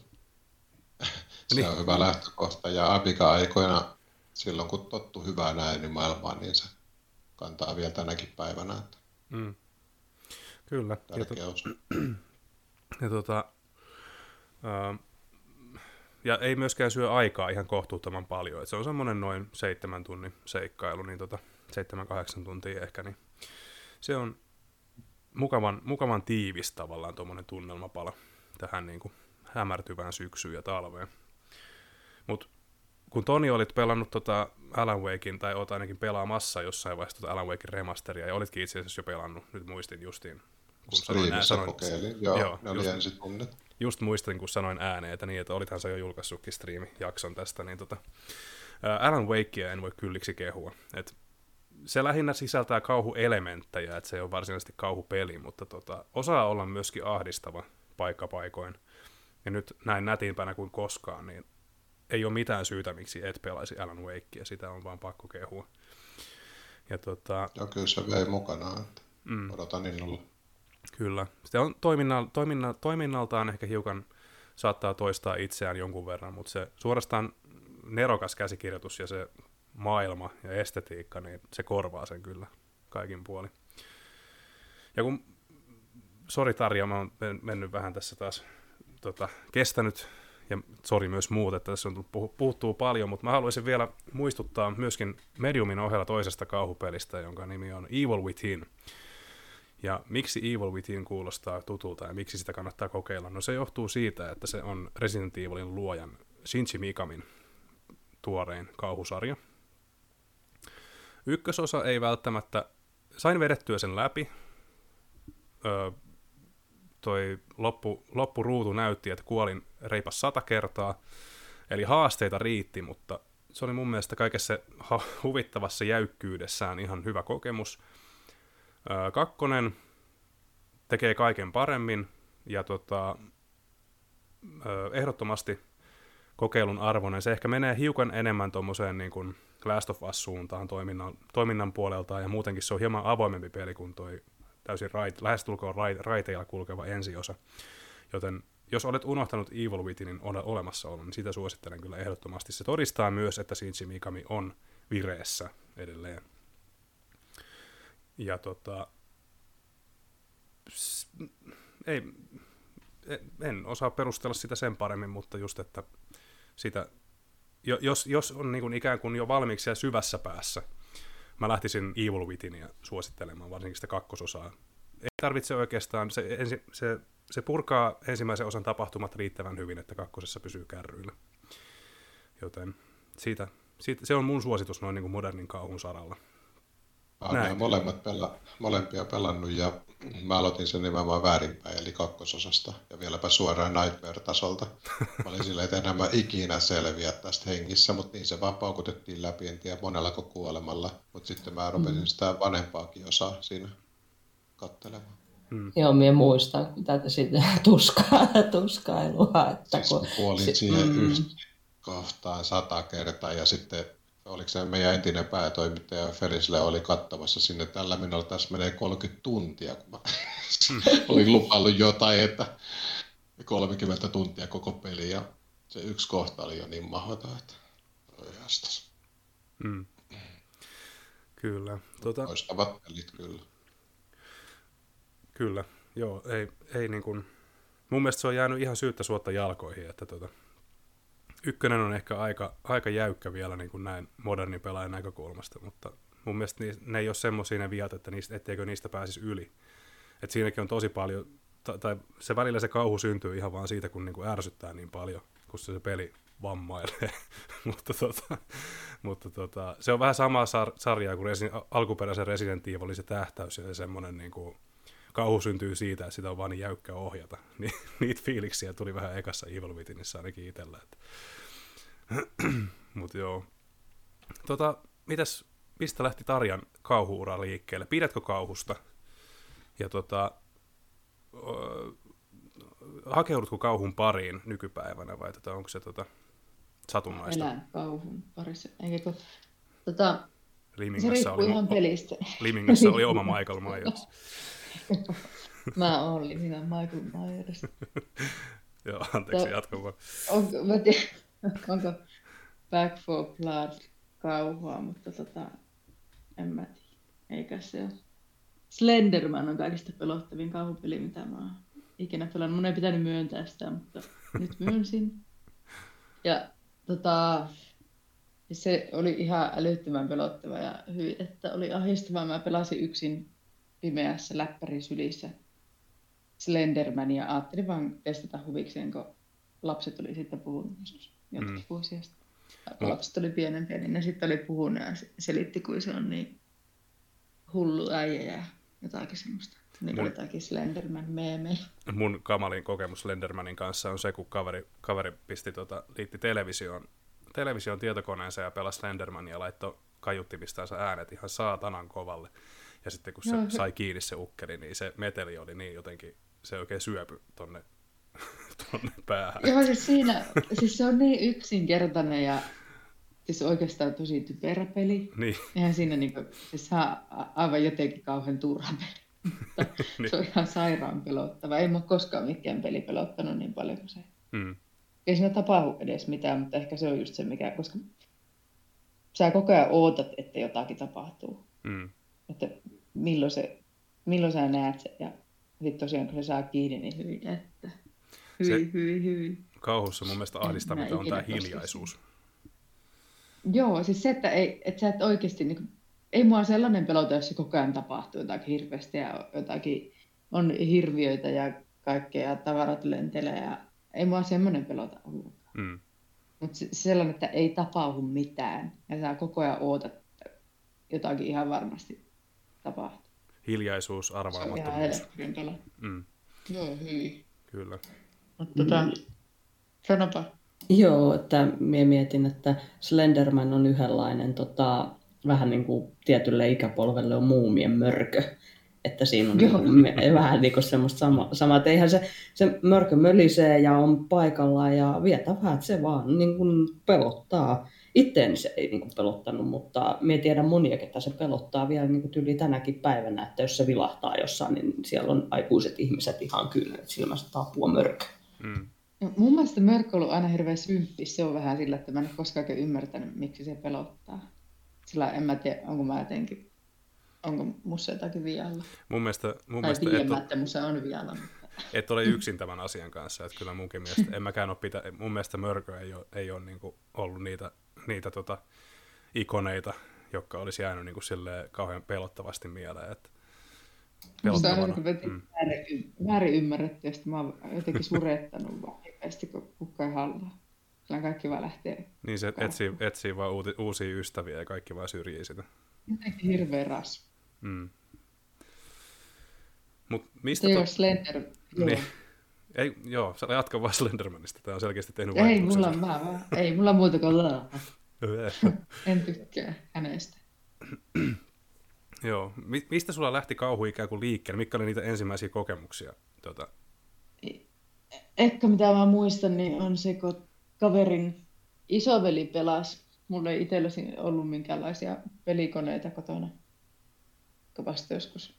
Speaker 5: Se niin. on hyvä lähtökohta ja Amiga-aikoina silloin kun tottu hyvään äänimaailmaan, niin se kantaa vielä tänäkin päivänä. Että
Speaker 1: mm. Kyllä.
Speaker 5: Tärkeä osa.
Speaker 1: Ja, tota, ää, ja ei myöskään syö aikaa ihan kohtuuttoman paljon. Et se on semmoinen noin seitsemän tunnin seikkailu, niin tota, seitsemän kahdeksan tuntia ehkä. Niin se on mukavan, mukavan tiivis tavallaan tuommoinen tunnelmapala tähän niin kuin hämärtyvään syksyyn ja talveen. Mutta kun Toni olit pelannut tota Alan Wakein, tai olet ainakin pelaamassa jossain vaiheessa tota Alan Wakein remasteria, ja olitkin itse asiassa jo pelannut, nyt muistin justiin. Kun
Speaker 5: Striimissä
Speaker 1: sanoin,
Speaker 5: kokeilin, joo,
Speaker 1: joo
Speaker 5: ne oli
Speaker 1: just,
Speaker 5: ensin tunnet.
Speaker 1: Just muistin, kun sanoin ääneen, että niin, että olithan se jo julkaissutkin striimijakson tästä, niin tota, ää, Alan Wakea en voi kylliksi kehua. Et se lähinnä sisältää kauhuelementtejä, että se ei ole varsinaisesti kauhupeli, mutta tota, osaa olla myöskin ahdistava paikkapaikoin. Ja nyt näin nätimpänä kuin koskaan, niin ei ole mitään syytä, miksi et pelaisi Alan Wakea, sitä on vaan pakko kehua. Ja tota,
Speaker 5: joo, kyllä se vei mukanaan, että
Speaker 1: mm,
Speaker 5: odotan innolla.
Speaker 1: Kyllä. Se on toiminnal, toiminnal, toiminnaltaan ehkä hiukan saattaa toistaa itseään jonkun verran, mutta se suorastaan nerokas käsikirjoitus ja se maailma ja estetiikka, niin se korvaa sen kyllä kaikin puolin. Ja kun, sori Tarja, mä oon mennyt vähän tässä taas tota, kestänyt, ja sori myös muut, että tässä on puhuttuu paljon, mutta mä haluaisin vielä muistuttaa myöskin Mediumin ohella toisesta kauhupelistä, jonka nimi on Evil Within. Ja miksi Evil Within kuulostaa tutulta ja miksi sitä kannattaa kokeilla? No se johtuu siitä, että se on Resident Evilin luojan Shinji Mikamin tuorein kauhusarja. Ykkösosa ei välttämättä, sain vedettyä sen läpi. Öö, toi loppu, loppuruutu näytti, että kuolin reipas sata kertaa. Eli haasteita riitti, mutta se oli mun mielestä kaikessa huvittavassa jäykkyydessään ihan hyvä kokemus. Öö, kakkonen tekee kaiken paremmin ja tota, öö, ehdottomasti kokeilun arvoinen. Se ehkä menee hiukan enemmän tuommoiseen niin kuin Last of Us-suuntaan toiminnan, toiminnan puoleltaan, ja muutenkin se on hieman avoimempi peli kuin toi täysin rait, lähestulkoon rait, raiteilla kulkeva ensiosa. Joten jos olet unohtanut Evil Withinin olemassaolon, niin sitä suosittelen kyllä ehdottomasti. Se todistaa myös, että Shinji Mikami on vireessä edelleen. Ja tota, ei, en osaa perustella sitä sen paremmin, mutta just, että sitä, jos, jos on niin kuin ikään kuin jo valmiiksi ja syvässä päässä, mä lähtisin Evil Withinia suosittelemaan, varsinkin sitä kakkososaa. Ei tarvitse oikeastaan, se, ensi, se, se purkaa ensimmäisen osan tapahtumat riittävän hyvin, että kakkosessa pysyy kärryillä. Joten siitä, siitä, se on mun suositus noin niin kuin modernin kauhun saralla.
Speaker 5: Mä olen molemmat pela, molempia pelannut ja mä aloitin sen nimenomaan väärinpäin, eli kakkososasta ja vieläpä suoraan Nightmare-tasolta. Mä olin silleen, että enää mä ikinä selviä tästä hengissä, mutta niin se vaan paukutettiin läpi, en tiedä monellako kuolemalla. Mutta sitten mä rupesin sitä vanhempaakin osaa siinä katselemaan.
Speaker 2: Hmm. Joo, minä muistan tätä sitä tuskaa, tuskailua. Että
Speaker 5: siis
Speaker 2: kun,
Speaker 5: kuolin
Speaker 2: si-
Speaker 5: siihen
Speaker 2: mm.
Speaker 5: yhtä kohtaan sata kertaa ja sitten oliko se meidän entinen päätoimittaja Ferisle oli katsomassa sinne, tällä minulla tässä menee kolmekymmentä tuntia, kun mä olin lupaillut jotain, että kolmekymmentä tuntia koko peli ja se yksi kohta oli jo niin mahdoton, että ihastas.
Speaker 1: Mm. Kyllä. Tuota...
Speaker 5: Loistavat pelit kyllä.
Speaker 1: Kyllä, joo, ei, ei niin kuin, mun mielestä se on jäänyt ihan syyttä suotta jalkoihin, että tota, ykkönen on ehkä aika, aika jäykkä vielä niin kuin näin modernin pelaajan näkökulmasta, mutta mun mielestä ne, ne ei ole semmoisia ne viat, että niistä, etteikö niistä pääsisi yli. Et siinäkin on tosi paljon, tai se välillä se kauhu syntyy ihan vaan siitä, kun niin kuin ärsyttää niin paljon, kun se, se peli vammailee. mutta tota, mutta tota, se on vähän samaa sar- sarjaa kuin resi- alkuperäisen Resident Evilin se tähtäys ja semmoinen niin kuin kauhu syntyy siitä, että sitä on vaan niin jäykkä ohjata. Ni, niitä fiiliksiä tuli vähän ekassa Evil Withinissä ainakin itsellä. Mutta joo. Tota, mitäs, mistä lähti Tarjan kauhu-ura liikkeelle? Pidätkö kauhusta? Ja tota, ö, hakeudutko kauhun pariin nykypäivänä vai tota, onko se tota, satunnaista?
Speaker 3: Elän kauhun parissa. Eikä kun, tota, se
Speaker 1: Limingassa
Speaker 3: riippuu
Speaker 1: oli,
Speaker 3: ihan pelistä.
Speaker 1: Limingassa oli oma Michael Myers.
Speaker 3: Mä olin siinä Michael Myers.
Speaker 1: Joo, anteeksi,
Speaker 3: To,
Speaker 1: jatko vaan.
Speaker 3: Onko, mä tiedän, onko Back for Blood kauhua, mutta tota, en mä tiedä. Eikä se ole. Slenderman on kaikista pelottavin kauhupeli, mitä mä oon ikinä pelannut. Mun ei pitänyt myöntää sitä, mutta nyt myönsin. Ja tota, se oli ihan älyttömän pelottava ja hyvin, että oli ahdistavaa. Mä pelasin yksin pimeässä läppärin sylissä Slendermania ja ajattelin vaan testata huvikseen, kun lapset oli sitten puhunut joskus jotakin mm. vuosia sitten. Mun lapset oli pienempiä, niin ne sitten oli puhunut ja selitti, kuin se on niin hullu äijä ja jotakin semmoista. Niin
Speaker 1: Mun-
Speaker 3: jotakin Slenderman-meemejä.
Speaker 1: Mun kamalin kokemus Slendermanin kanssa on se, kun kaveri, kaveri pisti tota, liitti televisioon, television tietokoneensa ja pelasi Slendermania ja laittoi kaiuttimistansa äänet ihan saatanan kovalle. Ja sitten kun se
Speaker 3: Joo, se-
Speaker 1: sai kiinni se ukkeli, niin se meteli oli niin jotenkin, se oikein syöpy tonne, tonne päähän.
Speaker 3: Joo, siis siinä, siis se on niin yksinkertainen ja siis oikeastaan tosi typerä peli.
Speaker 1: Niin,
Speaker 3: Eihän siinä niinku, siis se on a- aivan jotenkin kauhean turha peli. Mutta
Speaker 1: Niin.
Speaker 3: se on ihan sairaan pelottava. Ei mua koskaan mikään peli pelottanut niin paljon kuin se.
Speaker 1: mm,
Speaker 3: Ei siinä tapahdu edes mitään, mutta ehkä se on just se mikä, koska sä koko ajan ootat, että jotakin tapahtuu.
Speaker 1: mm.
Speaker 3: Että milloin, se, milloin sä näet sen ja sitten tosiaan kun se saa kiinni, niin hyvin, että hyvin,
Speaker 1: Se-
Speaker 3: hyvin, hyvin.
Speaker 1: Kauhussa mun mielestä ahdistavinta
Speaker 3: mä
Speaker 1: on
Speaker 3: ikinä
Speaker 1: tämä
Speaker 3: koskaan
Speaker 1: hiljaisuus.
Speaker 3: Joo, siis se, että, ei, että sä et oikeasti, niin kuin, ei mua sellainen pelota, jos se koko ajan tapahtuu jotakin hirveästi ja jotakin on hirviöitä ja kaikkea ja tavarat lentelee ja ei mua semmoinen pelota ollenkaan.
Speaker 1: Mm.
Speaker 3: Mutta se, sellainen, että ei tapahdu mitään ja sä koko ajan ootat, että jotakin ihan varmasti tapahtuu.
Speaker 1: Hiljaisuus,
Speaker 3: Se on ihan
Speaker 1: arvaamattomuus.
Speaker 3: elektrinen pelota.
Speaker 1: Mm,
Speaker 3: Joo, hyvin.
Speaker 1: kyllä.
Speaker 3: Mutta tota, sanopa.
Speaker 2: Joo, että minä mietin, että Slenderman on yhdenlainen tota, vähän niin kuin tietylle ikäpolvelle on muumien mörkö. Että siinä on
Speaker 3: Joo.
Speaker 2: niin kuin, me- vähän niin kuin semmoista sama, sama, että eihän se, se mörkö mölisee ja on paikallaan ja vietä vähän, että se vaan niin kuin pelottaa. Itteeni se ei niin kuin pelottanut, mutta minä tiedän monia, ketä se pelottaa vielä niin kuin tyyli tänäkin päivänä, että jos se vilahtaa jossain, niin siellä on aikuiset ihmiset ihan kylmät silmästä tapua mörkö.
Speaker 1: Mm.
Speaker 3: No, mun mielestä mörkö on ollut aina hirveän symppis. Se on vähän sillä, että mä en ole koskaan oikein ymmärtänyt, miksi se pelottaa. Sillä en mä tiedä, onko mä jotenkin, onko musta jotakin vialla.
Speaker 1: Mun mielestä, mun
Speaker 3: Tai
Speaker 1: mielestä
Speaker 3: tiedän
Speaker 1: et,
Speaker 3: mä,
Speaker 1: ole,
Speaker 3: että musta on vialla. Mutta...
Speaker 1: et ole yksin tämän asian kanssa. Että kyllä munkin mielestä, en mäkään ole pitä, mun mielestä mörkö ei ole, ei ole niinku ollut niitä, niitä tota ikoneita, jotka olisi jäänyt niinku silleen kauhean pelottavasti mieleen. Että
Speaker 3: Musta on
Speaker 1: pelottavana.
Speaker 3: niin
Speaker 1: Mm.
Speaker 3: väärin, väärin ymmärretty, ja sitten mä oon jotenkin surettanut vaan hirveästi, kun kukaan ei halua. Sillä kaikki vaan lähtee
Speaker 1: Niin se etsii, etsii vaan uuti, uusia ystäviä ja kaikki vaan syrjii sitä.
Speaker 3: jotenkin hirveän rasva.
Speaker 1: Mm. Mut mistä
Speaker 3: Se
Speaker 1: to...
Speaker 3: on Slender. Joo.
Speaker 1: Niin. Ei, joo, sä jatka vaan Slendermanista. Tää on selkeästi tehnyt
Speaker 3: Ei
Speaker 1: vaikutuksen.
Speaker 3: mulla, mä, vaan, ei mulla muuta kuin laa.
Speaker 1: Öö.
Speaker 3: En tykkää hänestä.
Speaker 1: Joo. Mi- mistä sulla lähti kauhu ikään kuin liikkeelle? Mitkä oli niitä ensimmäisiä kokemuksia? Tota...
Speaker 3: Ehkä mitä mä muistan, niin on se, kun kaverin isoveli pelasi. Mulla ei itselläsi ollut minkäänlaisia pelikoneita kotona. Kun vasta joskus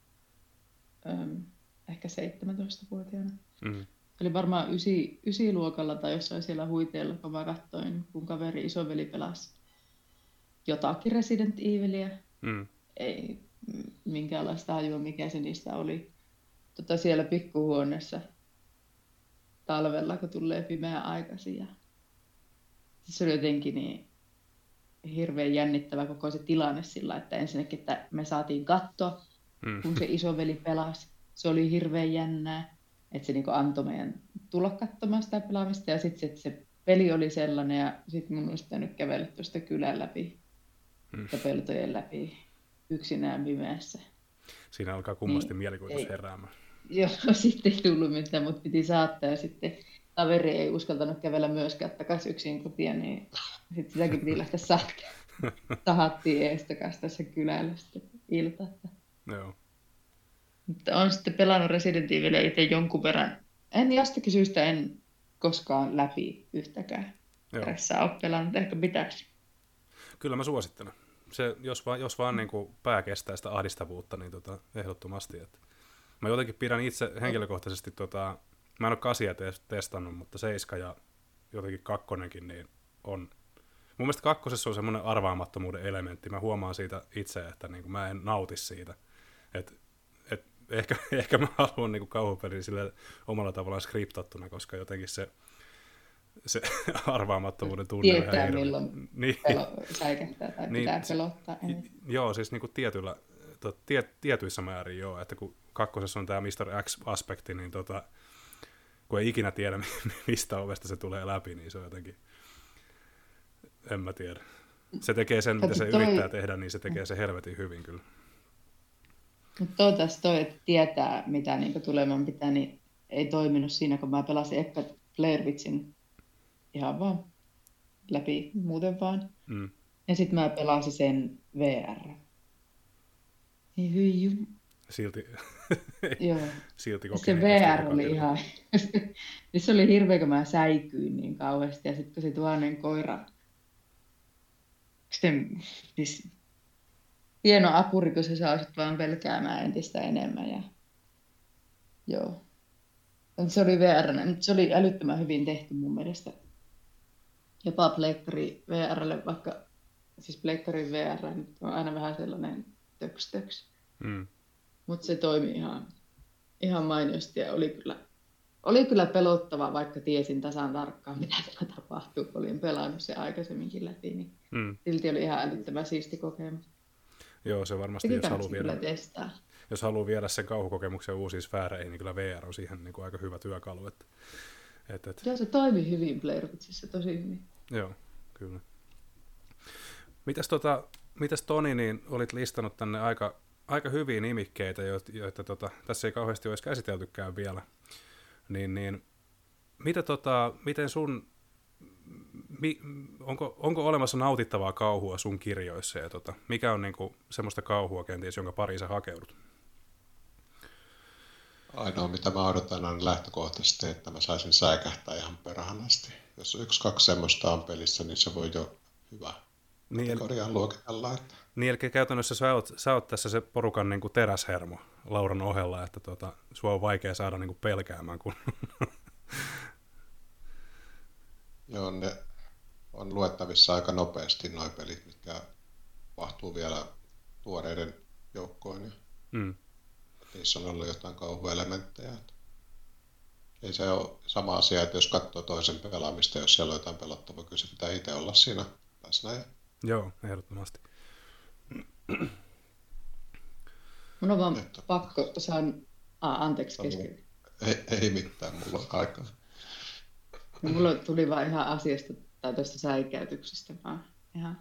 Speaker 3: äm, ehkä seitsemäntoistavuotiaana.
Speaker 1: Mm.
Speaker 3: Oli varmaan ysi, ysiluokalla tai jossain siellä huiteella, kun mä katsoin, kun kaveri isoveli pelasi jotakin Resident Evilia.
Speaker 1: Mm.
Speaker 3: Ei mm, minkäänlaista hajua, mikä se niistä oli. Tota siellä pikkuhuoneessa talvella, kun tulee pimeä aikaisin. Ja... Se oli jotenkin niin hirveän jännittävä koko se tilanne sillä, että ensinnäkin, että me saatiin katsoa,
Speaker 1: Mm.
Speaker 3: kun se isoveli pelasi. Se oli hirveän jännää, että se niinku antoi meidän tulla katsomaan sitä pelaamista. Ja sitten se, se peli oli sellainen, ja sitten mun olisi pitänyt kävellä tuosta kylän läpi
Speaker 1: Mm.
Speaker 3: ja peltojen läpi yksinään pimeässä.
Speaker 1: Siinä alkaa kummasti
Speaker 3: Niin,
Speaker 1: mielikuvitus
Speaker 3: ei.
Speaker 1: heräämään.
Speaker 3: Joo, sitten ei tullut mitään, mutta piti saattaa. Ja sitten kaveri ei uskaltanut kävellä myöskään takaisin yksin kotia, niin sitten sitäkin piti lähteä saattaa. Sahattiin eestakasta tässä kylällä sitten ilta.
Speaker 1: Joo.
Speaker 3: Mutta olen sitten pelannut Resident Evilia itse jonkun verran. En jostakin syystä en koskaan läpi yhtäkään.
Speaker 1: Joo.
Speaker 3: Tässä ole pelannut, ehkä pitäisi.
Speaker 1: Kyllä mä suosittelen. Se, jos vaan, jos vaan niin kuin pää kestää sitä ahdistavuutta, niin tota, ehdottomasti. Että mä jotenkin pidän itse henkilökohtaisesti, tota, mä en ole kasia te- testannut, mutta seiska ja jotenkin kakkonenkin, niin on. Mun mielestä kakkosessa on semmoinen arvaamattomuuden elementti. Mä huomaan siitä itse, että niin kuin mä en nauti siitä. Et, et ehkä, ehkä mä haluan niin kuin kauhupelin sille omalla tavallaan skriptattuna, koska jotenkin se, se arvaamattomuuden tunne on ihan
Speaker 3: Tietää
Speaker 1: hirveä.
Speaker 3: milloin
Speaker 1: Niin.
Speaker 3: pelo, säikähtää tai
Speaker 1: Niin,
Speaker 3: pitää
Speaker 1: se-
Speaker 3: pelottaa. eniten.
Speaker 1: Joo, siis niinku tietyllä, to, tie, tietyissä määrin joo, että kun kakkosessa on tämä mister X-aspekti, niin tota, kun ei ikinä tiedä, mistä ovesta se tulee läpi, niin se on jotenkin, En mä tiedä. Se tekee sen, mitä se
Speaker 3: toi...
Speaker 1: yrittää tehdä, niin se tekee se helvetin hyvin kyllä.
Speaker 3: Mutta toivottavasti toi, että tietää, mitä niinku tuleman pitää, niin ei toiminut siinä, kun mä pelasin ehkä Blair Witchin ihan vaan läpi, muuten vaan.
Speaker 1: Mm.
Speaker 3: Ja sitten mä pelasin sen V R. Niin hyi jum...
Speaker 1: Silti,
Speaker 3: Joo.
Speaker 1: silti
Speaker 3: Se V R oli ihan... se oli hirveä, kun mä säikyin niin kauheasti. Ja sitten kun se tuhannen koira... Sitten, siis... Hieno apuri, kun sä saisit vaan pelkäämään entistä enemmän. Ja... Joo. Se oli V R, mutta se oli älyttömän hyvin tehty mun mielestä. Jopa Pleikkari V R:lle, vaikka... Siis Pleikkarin V R on aina vähän sellainen töks töks.
Speaker 1: Mm.
Speaker 3: Mutta se toimi ihan, ihan mainiosti ja oli kyllä, oli kyllä pelottava, vaikka tiesin tasan tarkkaan, mitä täällä tapahtuu, kun olin pelannut se aikaisemminkin läpi, niin
Speaker 1: Mm.
Speaker 3: silti oli ihan älyttömän siisti kokemus.
Speaker 1: Joo, se varmasti,
Speaker 3: Sekin
Speaker 1: jos haluaa,
Speaker 3: kannattaa
Speaker 1: viedä,
Speaker 3: kyllä testaa.
Speaker 1: jos haluaa viedä sen kauhukokemuksen uusiin sfääreihin, niin kyllä V R on siihen niin kuin aika hyvä työkalu. Että, et, et.
Speaker 3: Joo, se toimi hyvin Blair Witchissä, tosi hyvin.
Speaker 1: Joo, kyllä. Mitäs, tota, mitäs Toni, niin olit listannut tänne aika, aika hyviä nimikkeitä, joita, joita tota, tässä ei kauheasti olisi käsiteltykään vielä. Niin, niin, mitä, tota, miten sun, mi, onko, onko olemassa nautittavaa kauhua sun kirjoissa ja tota, mikä on niinku semmoista kauhua kenties, jonka pariin sä hakeudut?
Speaker 5: Ainoa, mitä mä odotan, on lähtökohtaisesti, että mä saisin säikähtää ihan perhanasti. Jos yksi, kaksi semmoista on pelissä, niin se voi jo hyvä
Speaker 1: Niin,
Speaker 5: kategoriaan luokitella. Että...
Speaker 1: niin, eli käytännössä sä oot, sä oot tässä se porukan niinku teräshermo Lauran ohella, että tota, sua on vaikea saada niinku pelkäämään. Kun...
Speaker 5: Joo, ne on luettavissa aika nopeasti nuo pelit, mitkä mahtuu vielä tuoreiden joukkoon. Ja
Speaker 1: mm.
Speaker 5: niissä on ollut jotain kauhuelementtejä. Ei se ole sama asia, että jos katsoo toisen pelaamista, jos siellä on jotain pelottavaa, kyllä se pitää itse olla siinä läsnä. Ja...
Speaker 1: Joo, ehdottomasti.
Speaker 3: Mun on vaan
Speaker 5: Että...
Speaker 3: pakko, saan... Ah, anteeksi kesken.
Speaker 5: Ei, ei mitään, mulla on aikaa.
Speaker 3: Mulla tuli vaan ihan asiasta tai tuosta säikäytyksestä vaan ihan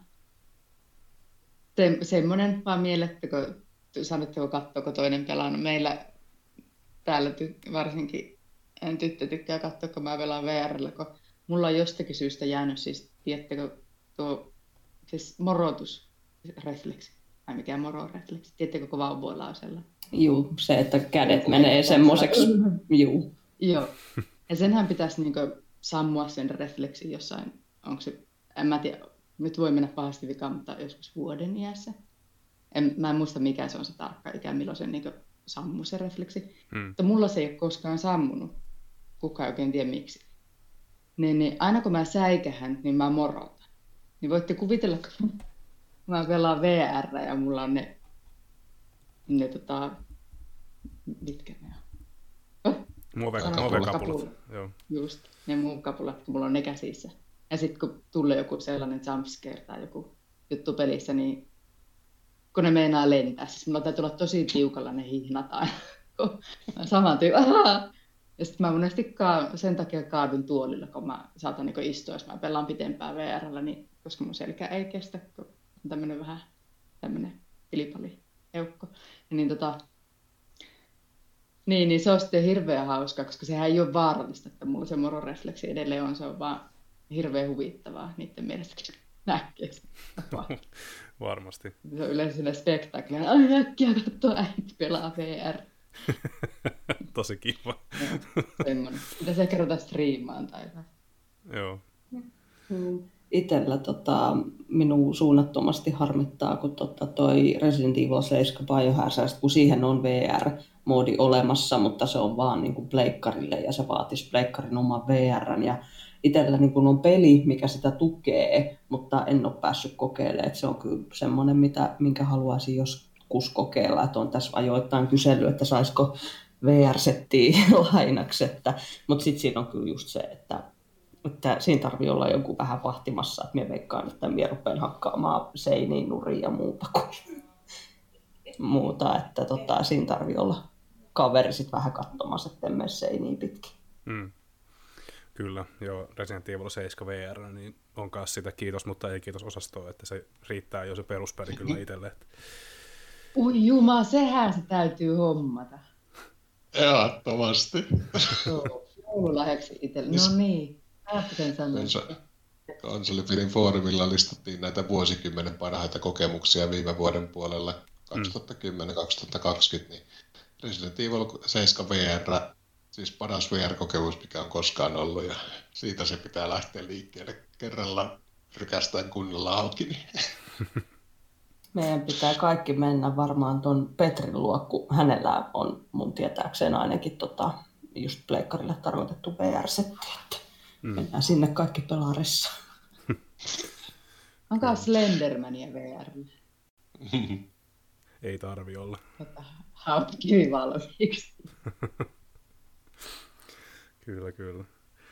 Speaker 3: Se, semmoinen vaan miellettäkö, sanotteko katsoako toinen pelannut. Meillä täällä ty- varsinkin en tyttö tykkää katsoa, kun mä pelaan V R:llä, kun mulla on jostakin syystä jäänyt siis, tiedättekö, tuo siis morotusrefleksi, tai mikä mororefleksi, tiedättekö, kun vauvoilla on sellainen?
Speaker 2: Juu, se, että kädet menee semmoiseksi, juu.
Speaker 3: Joo, ja senhän pitäisi niinku sammua sen refleksin jossain, onko se, en mä tiedä, nyt voi mennä pahasti vikaan, mutta joskus vuoden iässä. En, mä en muista mikä se on se tarkka ikä, milloin se niinku sammuu se refleksi.
Speaker 1: Hmm.
Speaker 3: Mutta mulla se ei ole koskaan sammunut, kukaan ei oikein tiedä miksi. Niin, niin aina kun mä säikähän, niin mä morotan. Niin voitte kuvitella, kun mä pelaan V R ja mulla on ne, ne tota, mitkä ne on?
Speaker 1: Muovekapulat. Joo.
Speaker 3: Just, ne muovekapulat, kun mulla on ne käsissä. Ja sitten kun tulee joku sellainen jumpscare tai joku juttu pelissä, niin kun ne meinaa lentää, siis mulla täytyy olla tosi tiukalla ne hihnat aina. Saman tyyppi, ja sitten mä monesti ka- sen takia kaadun tuolilla, kun mä saatan niin istua, jos mä pelaan pitempään V R:llä, niin, koska mun selkä ei kestä, kun on tämmönen vähän tämmönen tilipali eukko. Ja niin, tota, niin, niin se on sitten hirveän hauska, koska sehän ei ole vaarallista, että mulla se mororefleksi edelleen on, se on vaan hirveän huvittavaa niiden mielestäkin näkee.
Speaker 1: Varmasti.
Speaker 3: Se on yleensä sillä spektaakkelia, ai äkkiä katsoo äiti pelaa V R.
Speaker 1: Tosi kiva.
Speaker 3: Semmoinen. Pitäisi ehkä ruveta striimaan tai jotain.
Speaker 1: Joo.
Speaker 2: Itellä tota, minua suunnattomasti harmittaa, kun tota, toi Resident Evil seitsemän Biohazard, kun siihen on V R-moodi olemassa, mutta se on vaan niin kuin pleikkarille ja se vaatisi pleikkarin oman V R:n. Ja itsellä niin kuin on peli, mikä sitä tukee, mutta en ole päässyt kokeilemaan. Et se on kyllä semmoinen, mitä, minkä haluaisin joskus kokeilla. Et on tässä ajoittain kysellyt, että saisiko V R-settiä lainaksi. Mutta sitten siinä on kyllä just se, että Että siinä tarvii olla joku vähän vahtimassa, että minä veikkaan, että minä rupean hakkaamaan seiniin, nurin ja muuta. Kuin muuta että tota, siinä tarvii olla kaveri sit vähän katsomassa, että en mene seiniin pitkin.
Speaker 1: Hmm. Kyllä, joo, Resident Evil seitsemän V R, niin on myös sitä kiitos, mutta ei kiitos osastoa, että se riittää jo se peruspeli kyllä itselle. Että...
Speaker 3: Ui juma, sehän se täytyy hommata.
Speaker 5: Ehdottomasti.
Speaker 3: Joo, joululahjaksi itselle. No niin, ajattelin sanoa.
Speaker 5: Konsa- Konsolifinin foorumilla listattiin näitä vuosikymmenen parhaita kokemuksia viime vuoden puolella kaksituhattakymmenen kaksituhattakaksikymmentä, niin Resident Evil seitsemän V R, siis paras V R-kokemus, mikä on koskaan ollut, ja siitä se pitää lähteä liikkeelle kerrallaan rykästään kunnolla auki. Niin.
Speaker 2: Meidän pitää kaikki mennä varmaan tuon Petrin luo, kun hänellä on mun tietääkseen ainakin tota, just pleikkarille tarkoitettu V R-setti, että mm. mennään sinne kaikki pelaarissa.
Speaker 3: Onko Slendermania V R?
Speaker 1: Ei tarvi olla.
Speaker 3: Hautkivi valmiiksi.
Speaker 1: Kyllä, kyllä.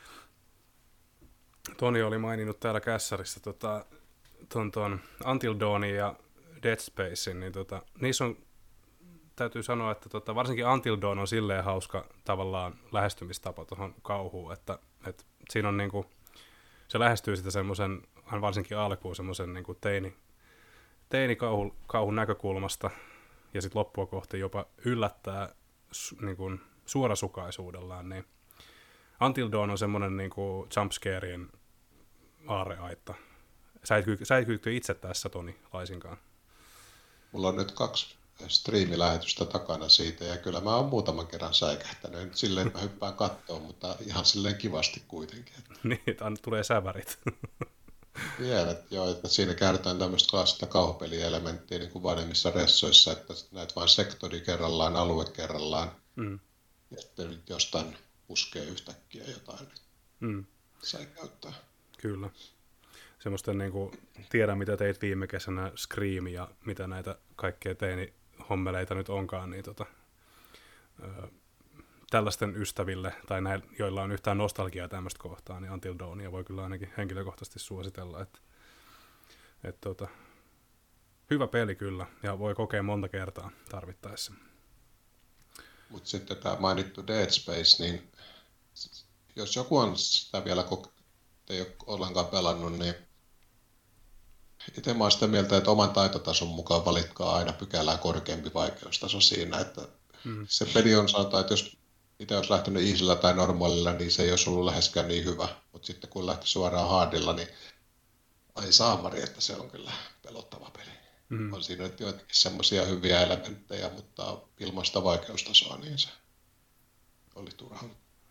Speaker 1: Toni oli maininnut täällä kässärissä tota, ton, ton Until Dawnin ja Dead Spacein, niin tota, niissä on, täytyy sanoa, että tota, varsinkin Until Dawn on silleen hauska tavallaan lähestymistapa tuohon kauhuun, että, että siinä on niinku, se lähestyy sitä semmoisen, varsinkin alkuun semmoisen niinku teini, teinikauhun kauhun näkökulmasta, ja sitten loppua kohti jopa yllättää niinku, suorasukaisuudellaan, niin Until Dawn on semmoinen niinku jumpscarien aarreaitta. Säikyykö itse tässä, Toni, laisinkaan?
Speaker 5: Mulla on nyt kaksi striimilähetystä takana siitä, ja kyllä mä oon muutaman kerran säikähtänyt. Nyt silleen, että mä hyppään kattoon, mutta ihan silleen kivasti kuitenkin.
Speaker 1: Niin, että tulee sävärit.
Speaker 5: Vielä, joo, että siinä käytetään tämmöistä klassista kauhupelielementtiä niin kuin vanhemmissa ressoissa, että näet vain sektori kerrallaan, alue kerrallaan, mm. ja sitten nyt jostain puskee yhtäkkiä jotain, mm. säikäyttää.
Speaker 1: Kyllä. Semmoista niin kuin, tiedän mitä teit viime kesänä, Scream ja mitä näitä kaikkea teinihommeleita nyt onkaan, niin tota, ö, tällaisten ystäville tai näille, joilla on yhtään nostalgiaa tämmöistä kohtaa, niin Until Dawnia voi kyllä ainakin henkilökohtaisesti suositella. Että, et, tota, hyvä peli kyllä ja voi kokea monta kertaa tarvittaessa.
Speaker 5: Mutta sitten tämä mainittu Dead Space, niin jos joku on sitä vielä koke- ei ole ollenkaan pelannut, niin itse mä oon sitä mieltä, että oman taitotason mukaan valitkaa aina pykälää korkeampi vaikeustaso siinä, että mm. se peli on sanotaan, että jos itse olisi lähtenyt easyllä tai normaalilla, niin se ei olisi ollut läheskään niin hyvä, mutta sitten kun lähti suoraan hardilla, niin ai saamari, että se on kyllä pelottava peli. Mm. On siinä nyt joitakin semmoisia hyviä elementtejä, mutta ilman sitä vaikeustasoa, niin se oli turhan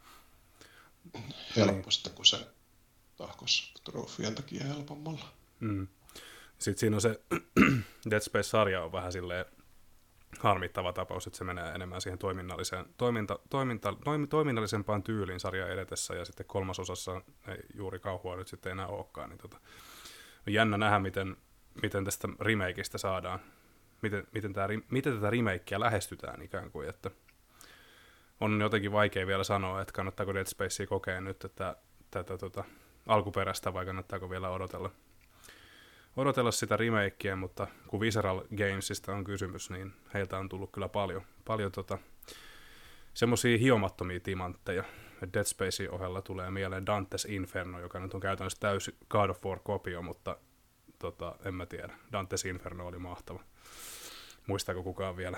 Speaker 5: helppo sitten, kun se tahkos trofien takia helpommalla.
Speaker 1: Mm. Sitten siinä on se Dead Space-sarja on vähän silleen harmittava tapaus, että se menee enemmän siihen toiminnalliseen, toiminta, toiminta, toiminnallisempaan tyyliin sarjan edetessä, ja sitten kolmasosassa ei juuri kauhua nyt sitten enää olekaan. Niin tota, on jännä nähdä, miten, miten tästä remakeista saadaan, miten, miten, tää, miten tätä remakea lähestytään ikään kuin, että on jotenkin vaikea vielä sanoa, että kannattaako Dead Spacea kokea nyt, että tätä tota, alkuperäistä vai kannattaako vielä odotella, odotella sitä remakea, mutta kun Visceral Gamesista on kysymys, niin heiltä on tullut kyllä paljon, paljon tota, semmoisia hiomattomia timantteja. Dead Spacein ohella tulee mieleen Dante's Inferno, joka nyt on käytännössä täysi God of War-kopio, mutta tota, en mä tiedä. Dante's Inferno oli mahtava. Muistaako kukaan vielä?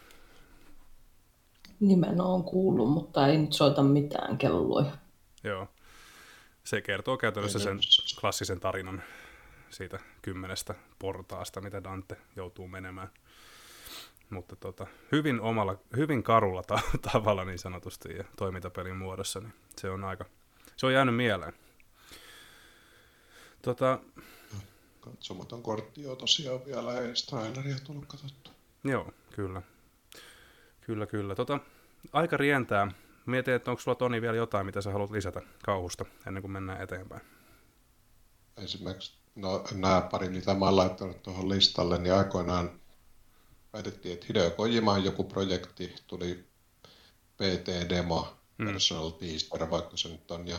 Speaker 2: Nimen on kuullut, mutta ei nyt soita mitään kelloja.
Speaker 1: Joo. Se kertoo käytännössä sen klassisen tarinan siitä kymmenestä portaasta, mitä Dante joutuu menemään. Mutta tota, hyvin, omalla, hyvin karulla ta- tavalla niin sanotusti ja toimintapelin muodossa, niin se on aika, se on jäänyt mieleen. Tota,
Speaker 5: Katsomaton kortti on tosiaan vielä, ei traileria tullut katsottua.
Speaker 1: Joo, kyllä. Kyllä, kyllä. Tota, aika rientää. Mietin, että onko sulla, Toni, vielä jotain, mitä sä haluat lisätä kauhusta ennen kuin mennään eteenpäin.
Speaker 5: Esimerkiksi no, nämä pari, mitä mä oon laittanut tuohon listalle, niin aikoinaan päätettiin, että Hideo Kojiman joku projekti, tuli P T-demo, mm. Personal Teaser, vaikka se nyt on, ja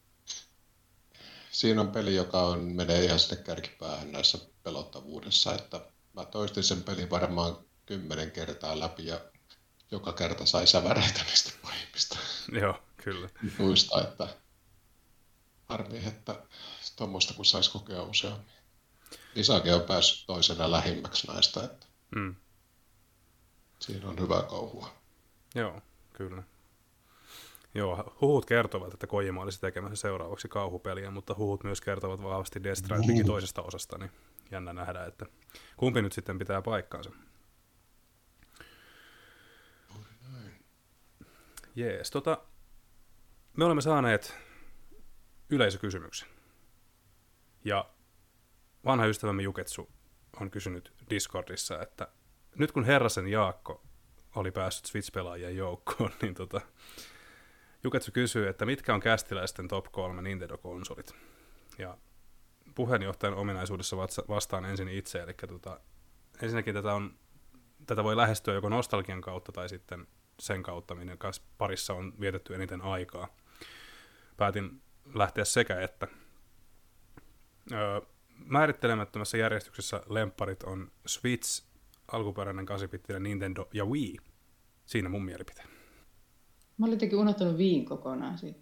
Speaker 5: siinä on peli, joka on, menee ihan sinne kärkipäähän näissä pelottavuudessa, että mä toistin sen pelin varmaan kymmenen kertaa läpi, ja joka kerta sai säväreitä niistä pahimmista.
Speaker 1: Joo, kyllä.
Speaker 5: Muista, että Harmi, että tuommoista kun saisi kokea useammin. Isake on päässyt toisena lähimmäksi näistä, että
Speaker 1: Mm.
Speaker 5: siinä on hyvää kauhua.
Speaker 1: Joo, kyllä. Joo, huhut kertovat, että Kojima olisi tekemässä seuraavaksi kauhupeliä, mutta huhut myös kertovat vahvasti Death Strandingin toisesta osasta, niin jännä nähdä, että kumpi nyt sitten pitää paikkaansa. Jees, tota, me olemme saaneet yleisökysymyksen. Ja vanha ystävämme Juketsu on kysynyt Discordissa, että nyt kun Herrasen Jaakko oli päässyt Switch-pelaajien joukkoon, niin tota, Juketsu kysyy, että mitkä on kästiläisten top kolme Nintendo-konsolit. Ja puheenjohtajan ominaisuudessa vastaan ensin itse, eli tota, ensinnäkin tätä, on, tätä voi lähestyä joko nostalgian kautta tai sitten sen kautta, minne kanssa parissa on vietetty eniten aikaa. Päätin lähteä sekä että. Öö, määrittelemättömässä järjestyksessä lempparit on Switch, alkuperäinen kahdeksanbittinen Nintendo ja Wii. Siinä mun mielipite.
Speaker 3: Mä olin jotenkin unohtanut Wiin kokonaan siitä.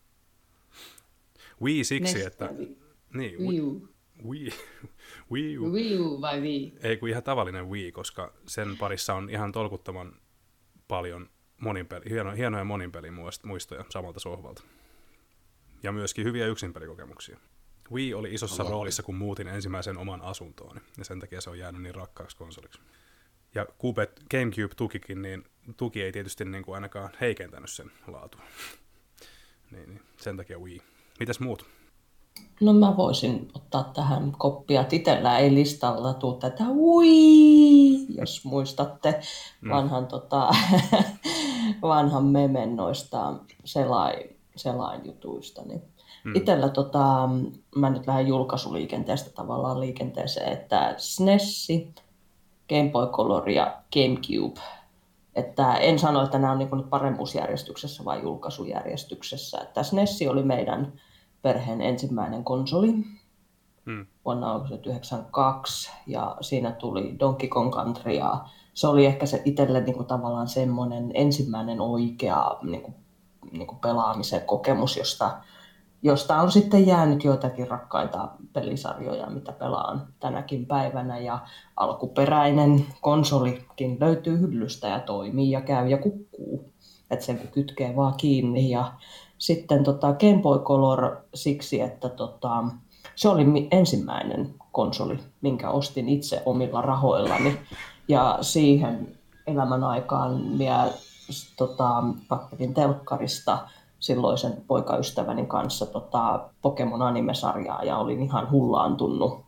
Speaker 1: Wii siksi,
Speaker 3: Neste
Speaker 1: että...
Speaker 3: Wii.
Speaker 1: Niin,
Speaker 3: Wii U.
Speaker 1: Wii, Wii U.
Speaker 3: Wii U vai Wii?
Speaker 1: Ei kun ihan tavallinen Wii, koska sen parissa on ihan tolkuttoman paljon moninpeli, hieno, hienoja moninpelin muistoja samalta sohvalta. Ja myöskin hyviä yksinpelikokemuksia. Wii oli isossa Aloin. roolissa, kun muutin ensimmäisen oman asuntoon, ja sen takia se on jäänyt niin rakkaaksi konsoliksi. Ja Cube, GameCube tukikin, niin tuki ei tietysti niin kuin ainakaan heikentänyt sen laatua. niin, niin, sen takia Wii. Mitäs muut?
Speaker 2: No mä voisin ottaa tähän koppia, että itsellä ei listalla tule tätä ui, jos muistatte vanhan, mm. tota, vanhan memen noista selain, selainjutuista. Niin mm. Itsellä tota, mä nyt lähden julkaisuliikenteestä tavallaan liikenteeseen, että S N E S, Game Boy Color ja GameCube. Että en sano, että nämä on niin paremmuusjärjestyksessä vai julkaisujärjestyksessä. Että S N E S oli meidän perheen ensimmäinen konsoli hmm. vuonna yhdeksänkymmentäkaksi ja siinä tuli Donkey Kong Country ja se oli ehkä se itselle niin kuin tavallaan semmoinen ensimmäinen oikea niin kuin, niin kuin pelaamisen kokemus, josta, josta on sitten jäänyt joitakin rakkaita pelisarjoja, mitä pelaan tänäkin päivänä ja alkuperäinen konsolikin löytyy hyllystä ja toimii ja käy ja kukkuu, että sen kun kytkee vaan kiinni ja sitten tota Game Boy Color siksi, että tota, se oli ensimmäinen konsoli, minkä ostin itse omilla rahoillani. Ja siihen elämän aikaan minä tota, katselin telkkarista silloisen poikaystäväni kanssa tota, Pokemon anime-sarjaa ja olin ihan hullaantunut,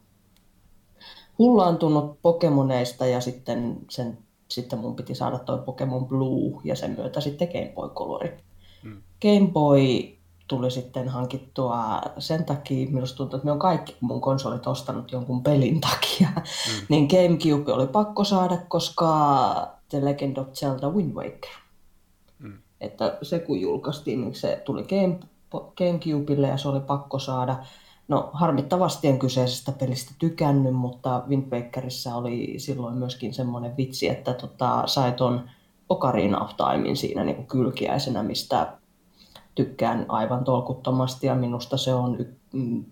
Speaker 2: hullaantunut Pokemoneista ja sitten, sen, sitten mun piti saada toi Pokemon Blue ja sen myötä sitten Game Boy Color. Game Boy tuli sitten hankittua sen takia, minusta tuntuu, että minä olen kaikki mun konsolit ostanut jonkun pelin takia. Mm. Niin GameCube oli pakko saada, koska The Legend of Zelda Wind Waker. Mm. Että se kun julkaistiin, niin se tuli Game, GameCubelle ja se oli pakko saada. No harmittavasti en kyseisestä pelistä tykännyt, mutta Wind Wakerissa oli silloin myöskin semmoinen vitsi, että tota, sai ton Ocarina of Timein siinä niin kuin kylkiäisenä, mistä tykkään aivan tolkuttomasti ja minusta se on, mm,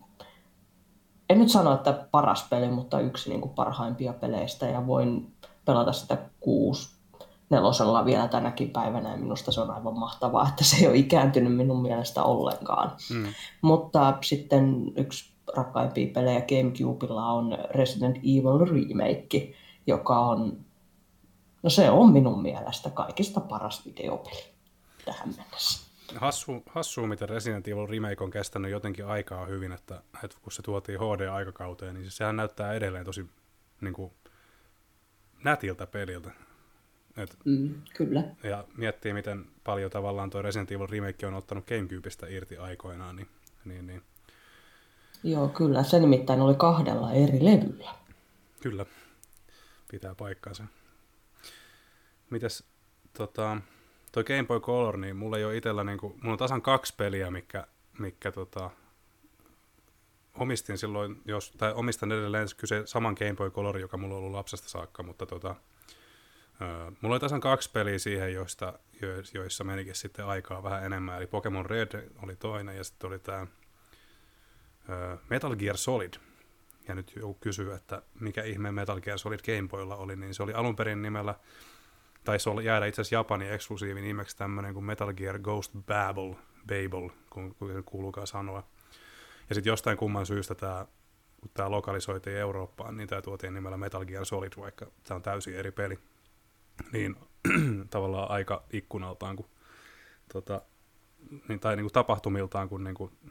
Speaker 2: en nyt sano, että paras peli, mutta yksi niin kuin parhaimpia peleistä ja voin pelata sitä kuusi nelosella vielä tänäkin päivänä ja minusta se on aivan mahtavaa, että se ei ole ikääntynyt minun mielestä ollenkaan. Mm. Mutta sitten yksi rakkaimpia pelejä GameCubella on Resident Evil Remake, joka on, no se on minun mielestä kaikista paras videopeli tähän mennessä.
Speaker 1: Hassu, hassua, miten Resident Evil Remake on kestänyt jotenkin aikaa hyvin, että, että kun se tuotiin H D-aikakauteen, niin sehän näyttää edelleen tosi niin kuin, nätiltä peliltä. Et,
Speaker 2: mm, kyllä.
Speaker 1: Ja miettii, miten paljon tavallaan tuo Resident Evil Remake on ottanut GameCubeista irti aikoinaan. Niin, niin, niin.
Speaker 2: Joo, kyllä. Se nimittäin oli kahdella eri levyllä.
Speaker 1: Kyllä, pitää paikkaansa. Mites tota... Toi Game Boy Color, niin mulla ei ole itsellä, niin kuin, mulla on tasan kaksi peliä, mikä, mikä tota, omistin silloin, jos, tai omistan edelleen kyse saman Game Boy Color, joka mulla on ollut lapsesta saakka, mutta tota, ö, mulla oli tasan kaksi peliä siihen, joista, jo, joissa menikin sitten aikaa vähän enemmän, eli Pokemon Red oli toinen, ja sitten oli tää Metal Gear Solid. Ja nyt joku kysyy, että mikä ihme Metal Gear Solid Game Boylla oli, niin se oli alun perin nimellä, taisi olla jäädä itse asiassa Japanin eksklusiivin nimeksi tämmöinen kuin Metal Gear Ghost Babel, Babel, kun, kun se kuuluukaan sanoa. Ja sitten jostain kumman syystä tämä, kun tämä lokalisoitiin Eurooppaan, niin tämä tuotiin nimellä Metal Gear Solid, vaikka tämä on täysin eri peli. Niin tavallaan aika ikkunaltaan, kun, tota, niin, tai niin kuin tapahtumiltaan, kun niin kuin,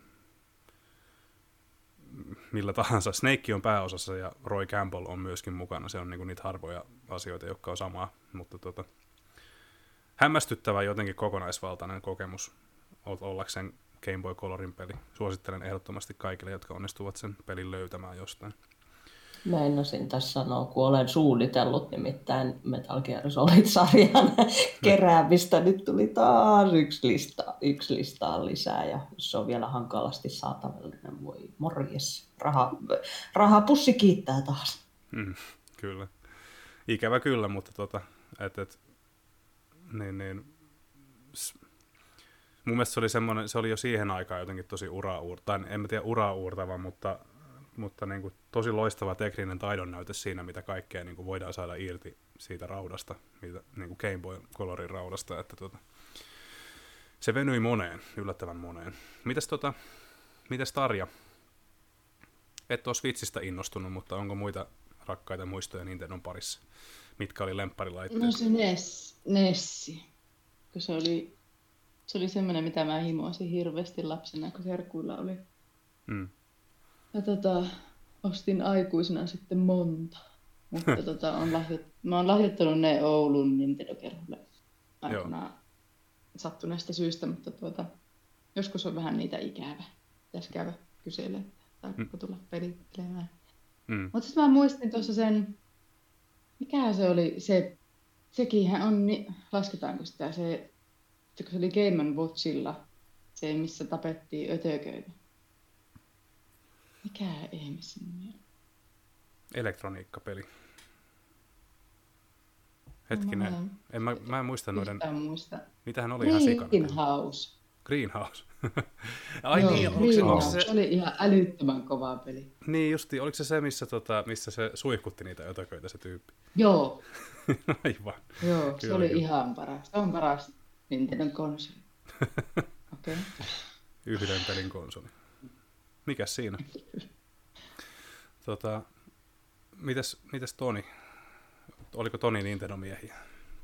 Speaker 1: millä tahansa. Snake on pääosassa ja Roy Campbell on myöskin mukana. Se on niin kuin niitä harvoja asioita, jotka on samaa, mutta tota, hämmästyttävä jotenkin kokonaisvaltainen kokemus ollakseen Game Boy Colorin peli. Suosittelen ehdottomasti kaikille, jotka onnistuvat sen pelin löytämään jostain.
Speaker 2: Meinasin tässä sanoa, kun olen suunnitellut nimittäin Metal Gear Solid-sarjan keräämistä. Nyt tuli taas yksi lista, yksi listaa lisää ja se on vielä hankalasti saatavallinen. Voi morjes. Raha, rahapussi kiittää taas.
Speaker 1: Mm, kyllä. Ikävä kyllä, mutta tota, et, et, niin, niin, s- mun mielestä se oli, semmoinen, se oli jo siihen aikaan jotenkin tosi ura-uurtava, en mä tiedä ura-uurtava, mutta mutta niin kuin tosi loistava tekninen taidonnäyte siinä, mitä kaikkea niin kuin voidaan saada irti siitä raudasta, mitä, niin kuin Game Boy Colorin raudasta, että tota, se venyi moneen, yllättävän moneen. Mites, tota, mites Tarja? Et ole Switchistä innostunut, mutta onko muita rakkaita muistoja Nintendon parissa? Mitkä oli lempparilaitteet?
Speaker 3: No se Ness, Nessi, kun se oli, se oli semmoinen, mitä mä himoisin hirveästi lapsena, kun serkuilla oli.
Speaker 1: Mm.
Speaker 3: Ja tota, ostin aikuisena sitten monta, mutta tota, on lahjoit, mä oon lahjoittanut ne Oulun Nintendo-kerholle aikanaan sattuneesta syystä, mutta tuota, joskus on vähän niitä ikävä. Pitäisi käydä kyselemään, tai mm. tulla pelittelemään.
Speaker 1: Mm.
Speaker 3: Mutta sitten mä muistin tuossa sen, mikä se oli, se, sekinhän on, lasketaanko sitä, se, se kun se oli Game and Watchilla, se missä tapettiin ötököitä. Mikä ihmisen nimi on?
Speaker 1: Elektroniikkapeli. Hetkinen.
Speaker 3: No,
Speaker 1: en mä, mä en muista noiden...
Speaker 3: muista.
Speaker 1: Mitähän oli ihan sikana?
Speaker 3: Greenhouse.
Speaker 1: Greenhouse. Ai
Speaker 3: Joo,
Speaker 1: niin, onko se, onko
Speaker 3: se...
Speaker 1: se...
Speaker 3: oli ihan älyttömän kova peli.
Speaker 1: Niin justi, oliko se se, missä, tota, missä se suihkutti niitä ötököitä se tyyppi?
Speaker 3: Joo.
Speaker 1: Aivan.
Speaker 3: Joo,
Speaker 1: Kyllä,
Speaker 3: se oli
Speaker 1: kyllä.
Speaker 3: ihan paras. Se on paras Nintendo konsoli. Okei. Okay.
Speaker 1: Yhden pelin konsoli. Mikäs siinä? Tota, mitäs, mitäs Toni? Oliko Toni Nintendo-miehiä?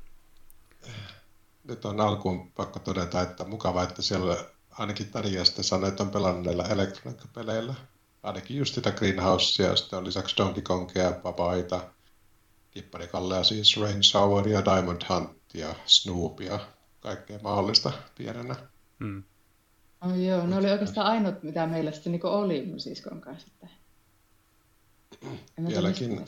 Speaker 5: Nyt on alkuun pakko todeta, että mukava, että siellä ainakin Tarja sitten sanoi, että on pelannut näillä elektroniikkapeleillä. Ainakin just sitä Greenhousea, sitten on lisäksi Donkey Kongia, Papaita, Kippari Kallea, siis Rain Showeria, Diamond Huntia, Snoopia, kaikkea mahdollista pienenä.
Speaker 1: Hmm.
Speaker 3: Oh, joo, ne oli oikeastaan ainut, mitä meillä sitten niin oli mun siskon kanssa.
Speaker 5: Vieläkin.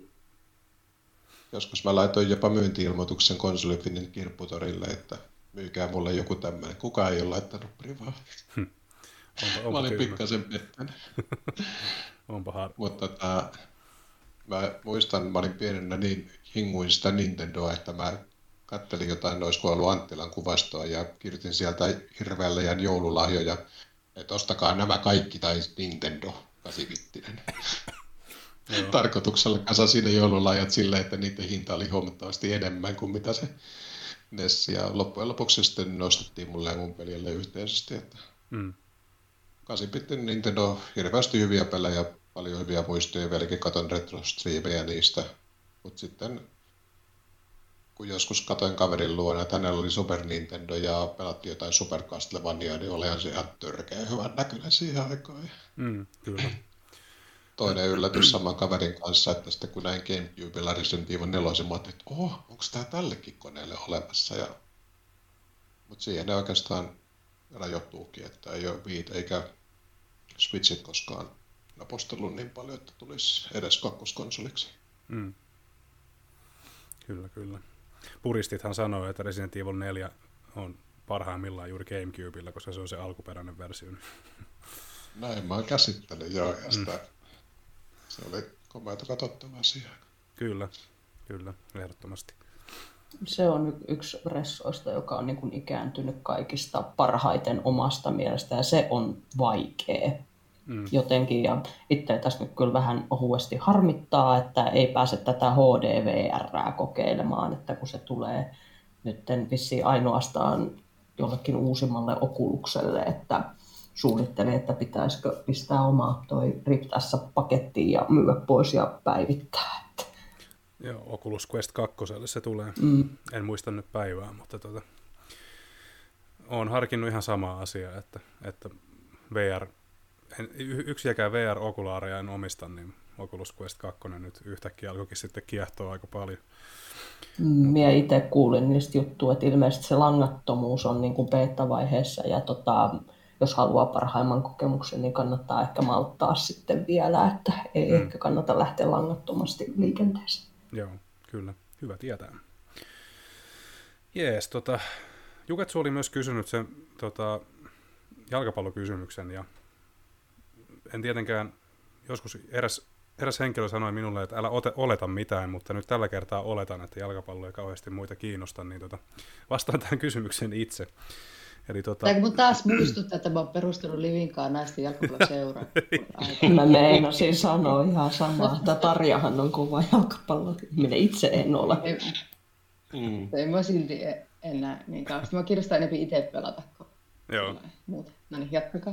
Speaker 5: Joskus mä laitoin jopa myynti-ilmoituksen Konsolifinin kirpputorille, että myykää mulle joku tämmöinen. Kukaan ei ole laittanut privaa.
Speaker 1: Onpa, onpa
Speaker 5: mä olin
Speaker 1: tyhmä.
Speaker 5: pikkasen pettänyt.
Speaker 1: Onpa har...
Speaker 5: Mutta tää, mä muistan, mä olin pienenä niin hinguin sitä Nintendoa, että mä kattelin jotain, olisiko ollut Anttilan kuvastoa ja kirjoitin sieltä hirveällä ja joululahjoja, että ostakaa nämä kaikki tai Nintendo kahdeksanbittinen. Tarkoituksella kasasin ne joululahjat silleen, että niiden hinta oli huomattavasti enemmän kuin mitä se Nessi. Ja loppujen lopuksi sitten nostettiin mulle ja mun pelille yhteisesti. Että
Speaker 1: Mm.
Speaker 5: kahdeksanbittinen Nintendo, hirveästi hyviä pelejä, paljon hyviä muistoja, vieläkin katon retrostriimejä niistä. Mutta sitten kun joskus katoin kaverin luona, että hänellä oli Super Nintendo ja pelattiin jotain Super Castlevaniaa, niin olihan se ihan törkeä hyvän näköinen siihen aikaan.
Speaker 1: Mm, kyllä.
Speaker 5: Toinen yllätys saman kaverin kanssa, että sitten kun näin GameCubella Resident Evil neljä, mä ajattelin, että oho, onko tämä tällekin koneelle olemassa? Ja... Mutta siihen ne oikeastaan rajoittuukin, että ei ole Wii eikä Switchit koskaan napostellut niin paljon, että tulisi edes kakkoskonsoliksi.
Speaker 1: Mm. Kyllä, kyllä. Puristithan sanoo, että Resident Evil neljä on parhaimmillaan juuri GameCubella, koska se on se alkuperäinen versio.
Speaker 5: Näin mä käsittelin, joo, ja sitä, mm. se oli komeata katsottavaa siihen.
Speaker 1: Kyllä, kyllä, ehdottomasti.
Speaker 2: Se on y- yksi ressoista, joka on niin kuin ikääntynyt kaikista parhaiten omasta mielestä, ja se on vaikea. mm. jotenkin. Ja itse tässä nyt kyllä vähän ohuesti harmittaa, että ei pääse tätä H D V R:ää kokeilemaan, että kun se tulee nyt vissiin ainoastaan jollekin uusimmalle Oculukselle, että suunnittelee, että pitäisikö pistää oma toi Rift S pakettiin ja myydä pois ja päivittää. Että.
Speaker 1: Joo, Oculus Quest kaksi se tulee.
Speaker 2: Mm.
Speaker 1: En muista nyt päivää, mutta tota, olen harkinnut ihan samaa asiaa, että, että V R, en, yksiäkään V R-okulaareja en omista, niin Oculus Quest kaksi nyt yhtäkkiä alkoikin sitten kiehtoa aika paljon.
Speaker 2: Minä itse kuulin niistä juttua, että ilmeisesti se langattomuus on niin kuin beta-vaiheessa ja tota, jos haluaa parhaimman kokemuksen, niin kannattaa ehkä malttaa sitten vielä, että ei mm. ehkä kannata lähteä langattomasti liikenteeseen.
Speaker 1: Joo, kyllä. Hyvä tietää. Jees, tota, Juketsu oli myös kysynyt sen tota, jalkapallokysymyksen ja en tietenkään, joskus eräs, eräs henkilö sanoi minulle, että älä ote, oleta mitään, mutta nyt tällä kertaa oletan, että jalkapallo ei kauheasti muita kiinnosta, niin tota, vastaan tähän kysymykseen itse. Eli tota...
Speaker 3: Tämä mun taas muistuttaa, että mä oon perustanut Livinkaan naisten jalkapalloseuraa.
Speaker 2: Mä meinasin sanoa ihan samaa, että Tarjahan on kova jalkapallo-ihminen, itse en ole.
Speaker 3: Ei, mm. ei mä silti enää niin kauheasti. Mä kiinnostaa enemmän itse pelata kuin muuta. No niin, jatkakaa.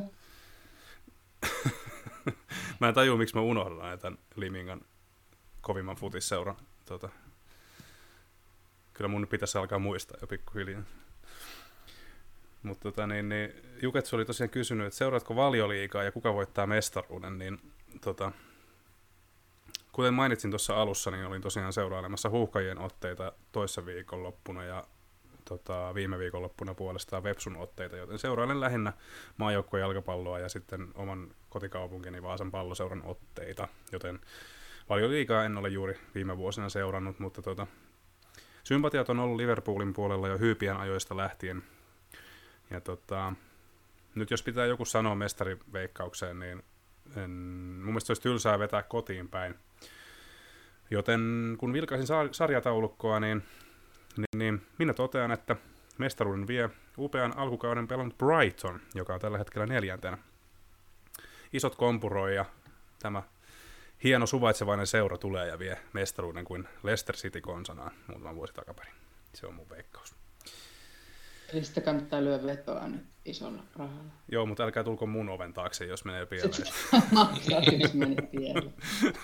Speaker 1: Mä en tajua, miksi mä unohdan tämän Limingan kovimman futisseuran. Tota, kyllä mun pitäisi alkaa muistaa jo pikkuhiljaa. Mutta tota, niin, niin, Juketsu oli tosiaan kysynyt, että seuraatko Valioliigaa ja kuka voittaa mestaruuden, niin tota, kuten mainitsin tuossa alussa, niin olin tosiaan seurailemassa Huuhkajien otteita toissa viikonloppuna ja tota, viime viikonloppuna puolestaan Vepsun otteita, joten seurailen lähinnä maajoukkueen jalkapalloa ja sitten oman kotikaupunkini Vaasan Palloseuran otteita, joten Valioliigaa en ole juuri viime vuosina seurannut, mutta tota, sympatiat on ollut Liverpoolin puolella jo Hyypiän ajoista lähtien. Ja tota, nyt jos pitää joku sanoa mestariveikkaukseen, niin en, mun mielestä olisi tylsää vetää kotiin päin. Joten kun vilkaisin sarjataulukkoa, niin, niin, niin minä totean, että mestaruuden vie upean alkukauden pelannut Brighton, joka on tällä hetkellä neljäntenä. Isot kompuroi ja tämä hieno suvaitsevainen seura tulee ja vie mestaruuden kuin Leicester City konsanaan muutaman vuosi takaperin. Se on mun veikkaus.
Speaker 3: Eli sitä kannattaa lyödä vetoa nyt isolla rahalla.
Speaker 1: Joo, mutta älkää tulko mun oven taakse, jos menee pieleen.
Speaker 3: Maksaa, jos menee pieleen.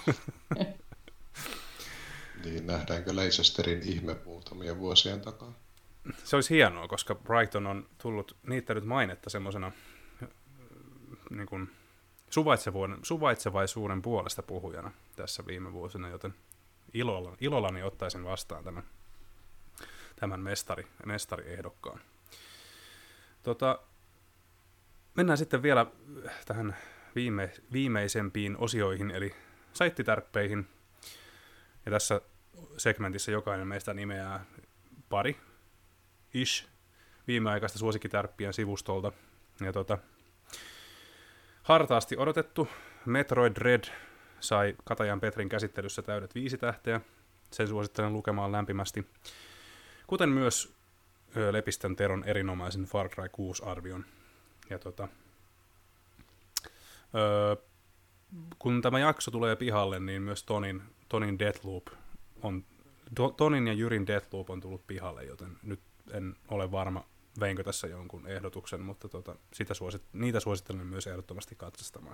Speaker 5: Niin, nähdäänkö Leicesterin ihme muutamia vuosien takaa?
Speaker 1: Se olisi hienoa, koska Brighton on tullut niittänyt mainetta semmoisena niin kuin suvaitsevaisuuden puolesta puhujana tässä viime vuosina, joten ilolla, ilollani ottaisin vastaan tämän, tämän mestari, mestariehdokkaan. Tota, mennään sitten vielä tähän viime, viimeisempiin osioihin, eli saittitärppeihin. Ja tässä segmentissä jokainen meistä nimeää pari ish viimeaikaista suosikkitärppien sivustolta. Ja tota, hartaasti odotettu Metroid Dread sai Katajan Petrin käsittelyssä täydet viisi tähteä. Sen suosittelen lukemaan lämpimästi. Kuten myös ö, Lepistön Teron erinomaisen Far Cry kuusi arvion. Ja tota, ö, kun tämä jakso tulee pihalle, niin myös Tonin, Tonin Deathloop on, Tonin ja Jyrin Deathloop on tullut pihalle, joten nyt en ole varma, veinkö tässä jonkun ehdotuksen, mutta tota, sitä suosit, niitä suosittelen myös ehdottomasti katsastamaan.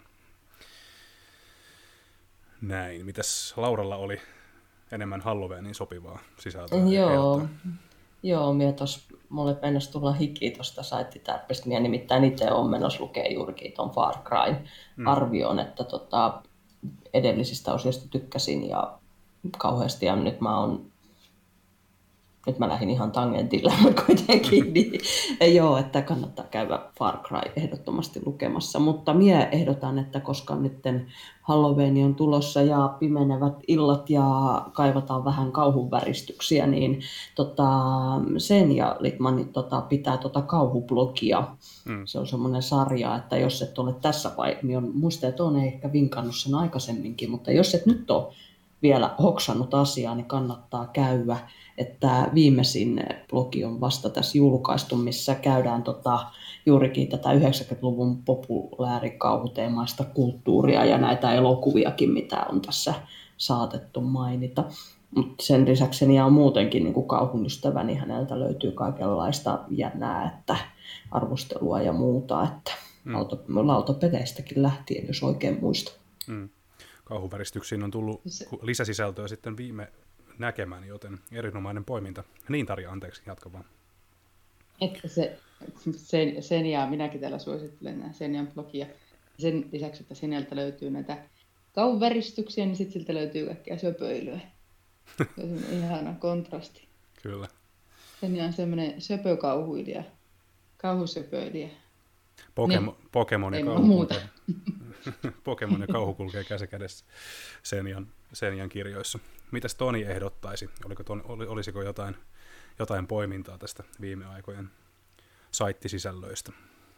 Speaker 1: Näin. Mitäs Lauralla oli enemmän Halloweenin sopivaa sisältöä?
Speaker 2: Joo, Joo minä tuossa, mulle mennessä tulla hiki tuosta saittitärppistä. Minä nimittäin itse olen menossa lukea juurikin tuon Far Cryn mm. arvioon, että tota, edellisistä osioista tykkäsin ja kauheasti, ja nyt mä oon Nyt mä lähdin ihan tangentilla, mutta kuitenkin, niin joo, että kannattaa käydä Far Cry ehdottomasti lukemassa. Mutta minä ehdotan, että koska nyt Halloween on tulossa ja pimenevät illat ja kaivataan vähän kauhunväristyksiä, niin tota, sen ja Litman tota, pitää tota kauhublogia. Mm. Se on semmoinen sarja, että jos et ole tässä vai, niin on, muista, että olen ehkä vinkannut sen aikaisemminkin, mutta jos et nyt ole vielä hoksannut asiaa, niin kannattaa käydä. Että viimeisin blogi on vasta tässä julkaistu, missä käydään tota, juurikin tätä yhdeksänkymmentäluvun populaarikauhuteemaista kulttuuria ja näitä elokuviakin, mitä on tässä saatettu mainita. Mut sen lisäksi Senia on muutenkin niin kuin kauhun ystävä, niin häneltä löytyy kaikenlaista jännää, että arvostelua ja muuta, että mm. lautapeleistäkin lähtien, jos oikein muistan.
Speaker 1: Mm. Kauhuväristyksiin on tullut lisäsisältöä sitten viime näkemään, joten erinomainen poiminta. Niin Tarja, anteeksi, jatka vaan.
Speaker 3: Että se, sen, Seniaa, minäkin täällä suosittelen nämä Senian blogia. Sen lisäksi, että Senialta löytyy näitä kauhuväristyksiä, niin sitten siltä löytyy kaikkea söpöilyä. Se on ihana kontrasti.
Speaker 1: Kyllä.
Speaker 3: Senia on semmoinen söpökauhuilija, kauhusöpöilijä.
Speaker 1: Pokemo,
Speaker 3: niin.
Speaker 1: Pokemon, ja kauhu kulkee, Pokemon ja kauhu kulkee käsi kädessä Senian, Senian kirjoissa. Mitäs Toni ehdottaisi? Oliko Toni, olisiko jotain, jotain poimintaa tästä viime aikojen saittisisällöistä?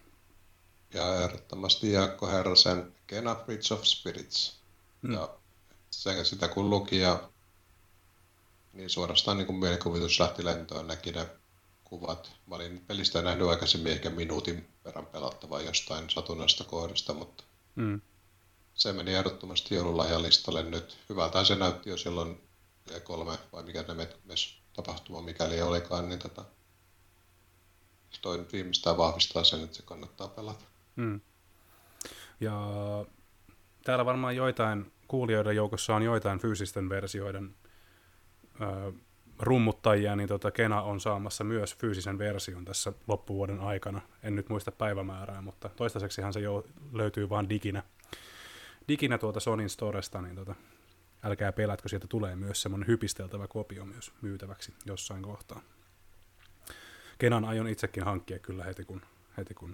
Speaker 5: Ja ehdottomasti Jaakko Herrasen Kena Bridge of Spirits. Mm. Ja sen, sitä kun luki ja niin suorastaan niin kuin mielikuvitus lähti lentoon, näki ne kuvat. Mä olin pelistä nähnyt aikaisemmin ehkä minuutin verran pelattavaa jostain satunnaista kohdasta, mutta mm. se meni ehdottomasti joululahjalistalle nyt. Hyvältä se näytti jo silloin E kolme vai mikä ne tapahtuma, mikäli olikaan, niin tota, toi nyt viimeistään vahvistaa sen, että se kannattaa pelata.
Speaker 1: Mm. Ja täällä varmaan joitain kuulijoiden joukossa on joitain fyysisten versioiden ö, rummuttajia, niin tota Kena on saamassa myös fyysisen version tässä loppuvuoden aikana. En nyt muista päivämäärää, mutta toistaiseksihan se jo löytyy vaan diginä, diginä tuolta Sonyn Storesta, niin tota, älkää pelätkö, sieltä tulee myös semmoinen hypisteltävä kopio myös myytäväksi jossain kohtaa. Kenan aion itsekin hankkia kyllä heti kun, heti kun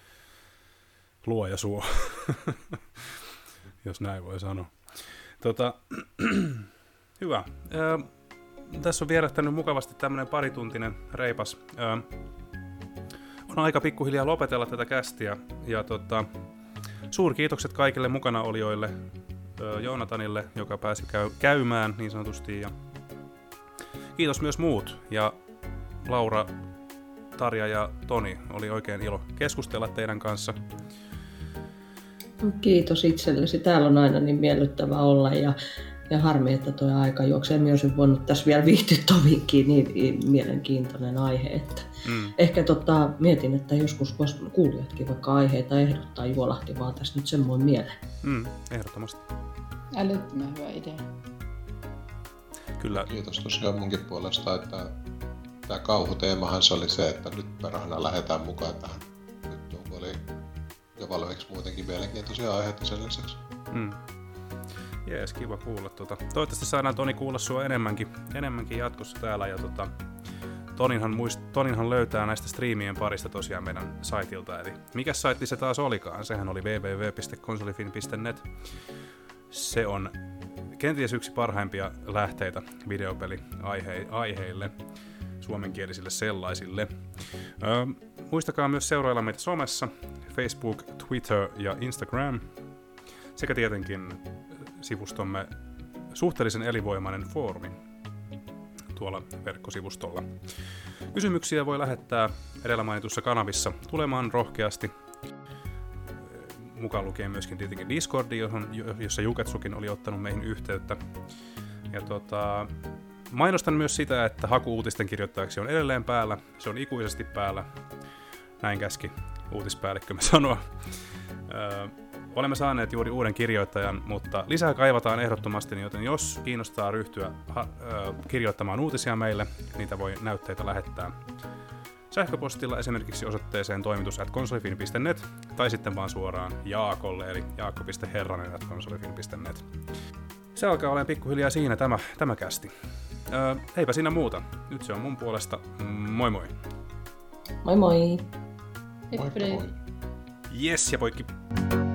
Speaker 1: luo ja suo, jos näin voi sanoa. Tota, hyvä. Ö, tässä on vierähtänyt mukavasti tämmöinen parituntinen reipas. Ö, on aika pikkuhiljaa lopetella tätä kästiä. Ja tota, suurkiitokset kaikille mukanaolijoille. Ö, Joonatanille, joka pääsi käy- käymään niin sanotusti. Ja kiitos myös muut. Ja Laura, Tarja ja Toni, oli oikein ilo keskustella teidän kanssa.
Speaker 2: Kiitos itsellesi. Täällä on aina niin miellyttävä olla ja, ja harmi, että tuo aika juoksee. Minä olisin voinut tässä vielä viihtyä tovinkin, niin, niin mielenkiintoinen aihe. Että mm. Ehkä tota, mietin, että joskus kuulijatkin vaikka aiheita ehdottaa, juolahti vaan tässä nyt semmoinen mieleen.
Speaker 1: Mm, ehdottomasti.
Speaker 3: Älyttömän hyvä idea.
Speaker 1: Kyllä.
Speaker 5: Kiitos tosiaan munkin puolesta, että tämä kauhuteemahan se oli se, että nyt perhana lähdetään mukaan tähän juttuun, kun oli jo valmiiksi muutenkin mielenkiintoisia aiheita sen lisäksi.
Speaker 1: Mm. Jees, kiva kuulla. Tuota. Toivottavasti saadaan Toni kuulla sua enemmänkin, enemmänkin jatkossa täällä. Ja tota, Toninhan, muist, Toninhan löytää näistä striimien parista tosiaan meidän saitilta. Eli mikä saitti se taas olikaan? Sehän oli double-u double-u double-u piste konsolifin piste net. Se on kenties yksi parhaimpia lähteitä videopeliaiheille. Suomenkielisille sellaisille. Öö, muistakaa myös seurailla meitä somessa, Facebook, Twitter ja Instagram, sekä tietenkin sivustomme suhteellisen elinvoimainen foorumi tuolla verkkosivustolla. Kysymyksiä voi lähettää edellä mainitussa kanavissa tulemaan rohkeasti, mukaan lukien myöskin tietenkin Discordi, jossa Juketsukin oli ottanut meihin yhteyttä. Ja tota... Mainostan myös sitä, että haku uutisten kirjoittajaksi on edelleen päällä. Se on ikuisesti päällä. Näin käski uutispäällikkömme sanoa. Öö, olemme saaneet juuri uuden kirjoittajan, mutta lisää kaivataan ehdottomasti, joten jos kiinnostaa ryhtyä ha- öö, kirjoittamaan uutisia meille, niitä voi näytteitä lähettää sähköpostilla esimerkiksi osoitteeseen toimitus at konsolifin piste net tai sitten vaan suoraan Jaakolle, eli jaakko piste herranen at konsolifin piste net. Se alkaa olemaan pikkuhiljaa siinä tämä, tämä kästi. Öö, eipä siinä muuta. Nyt se on mun puolesta. Moi moi.
Speaker 2: Moi moi.
Speaker 5: Moikka moi.
Speaker 1: Jes ja poikki.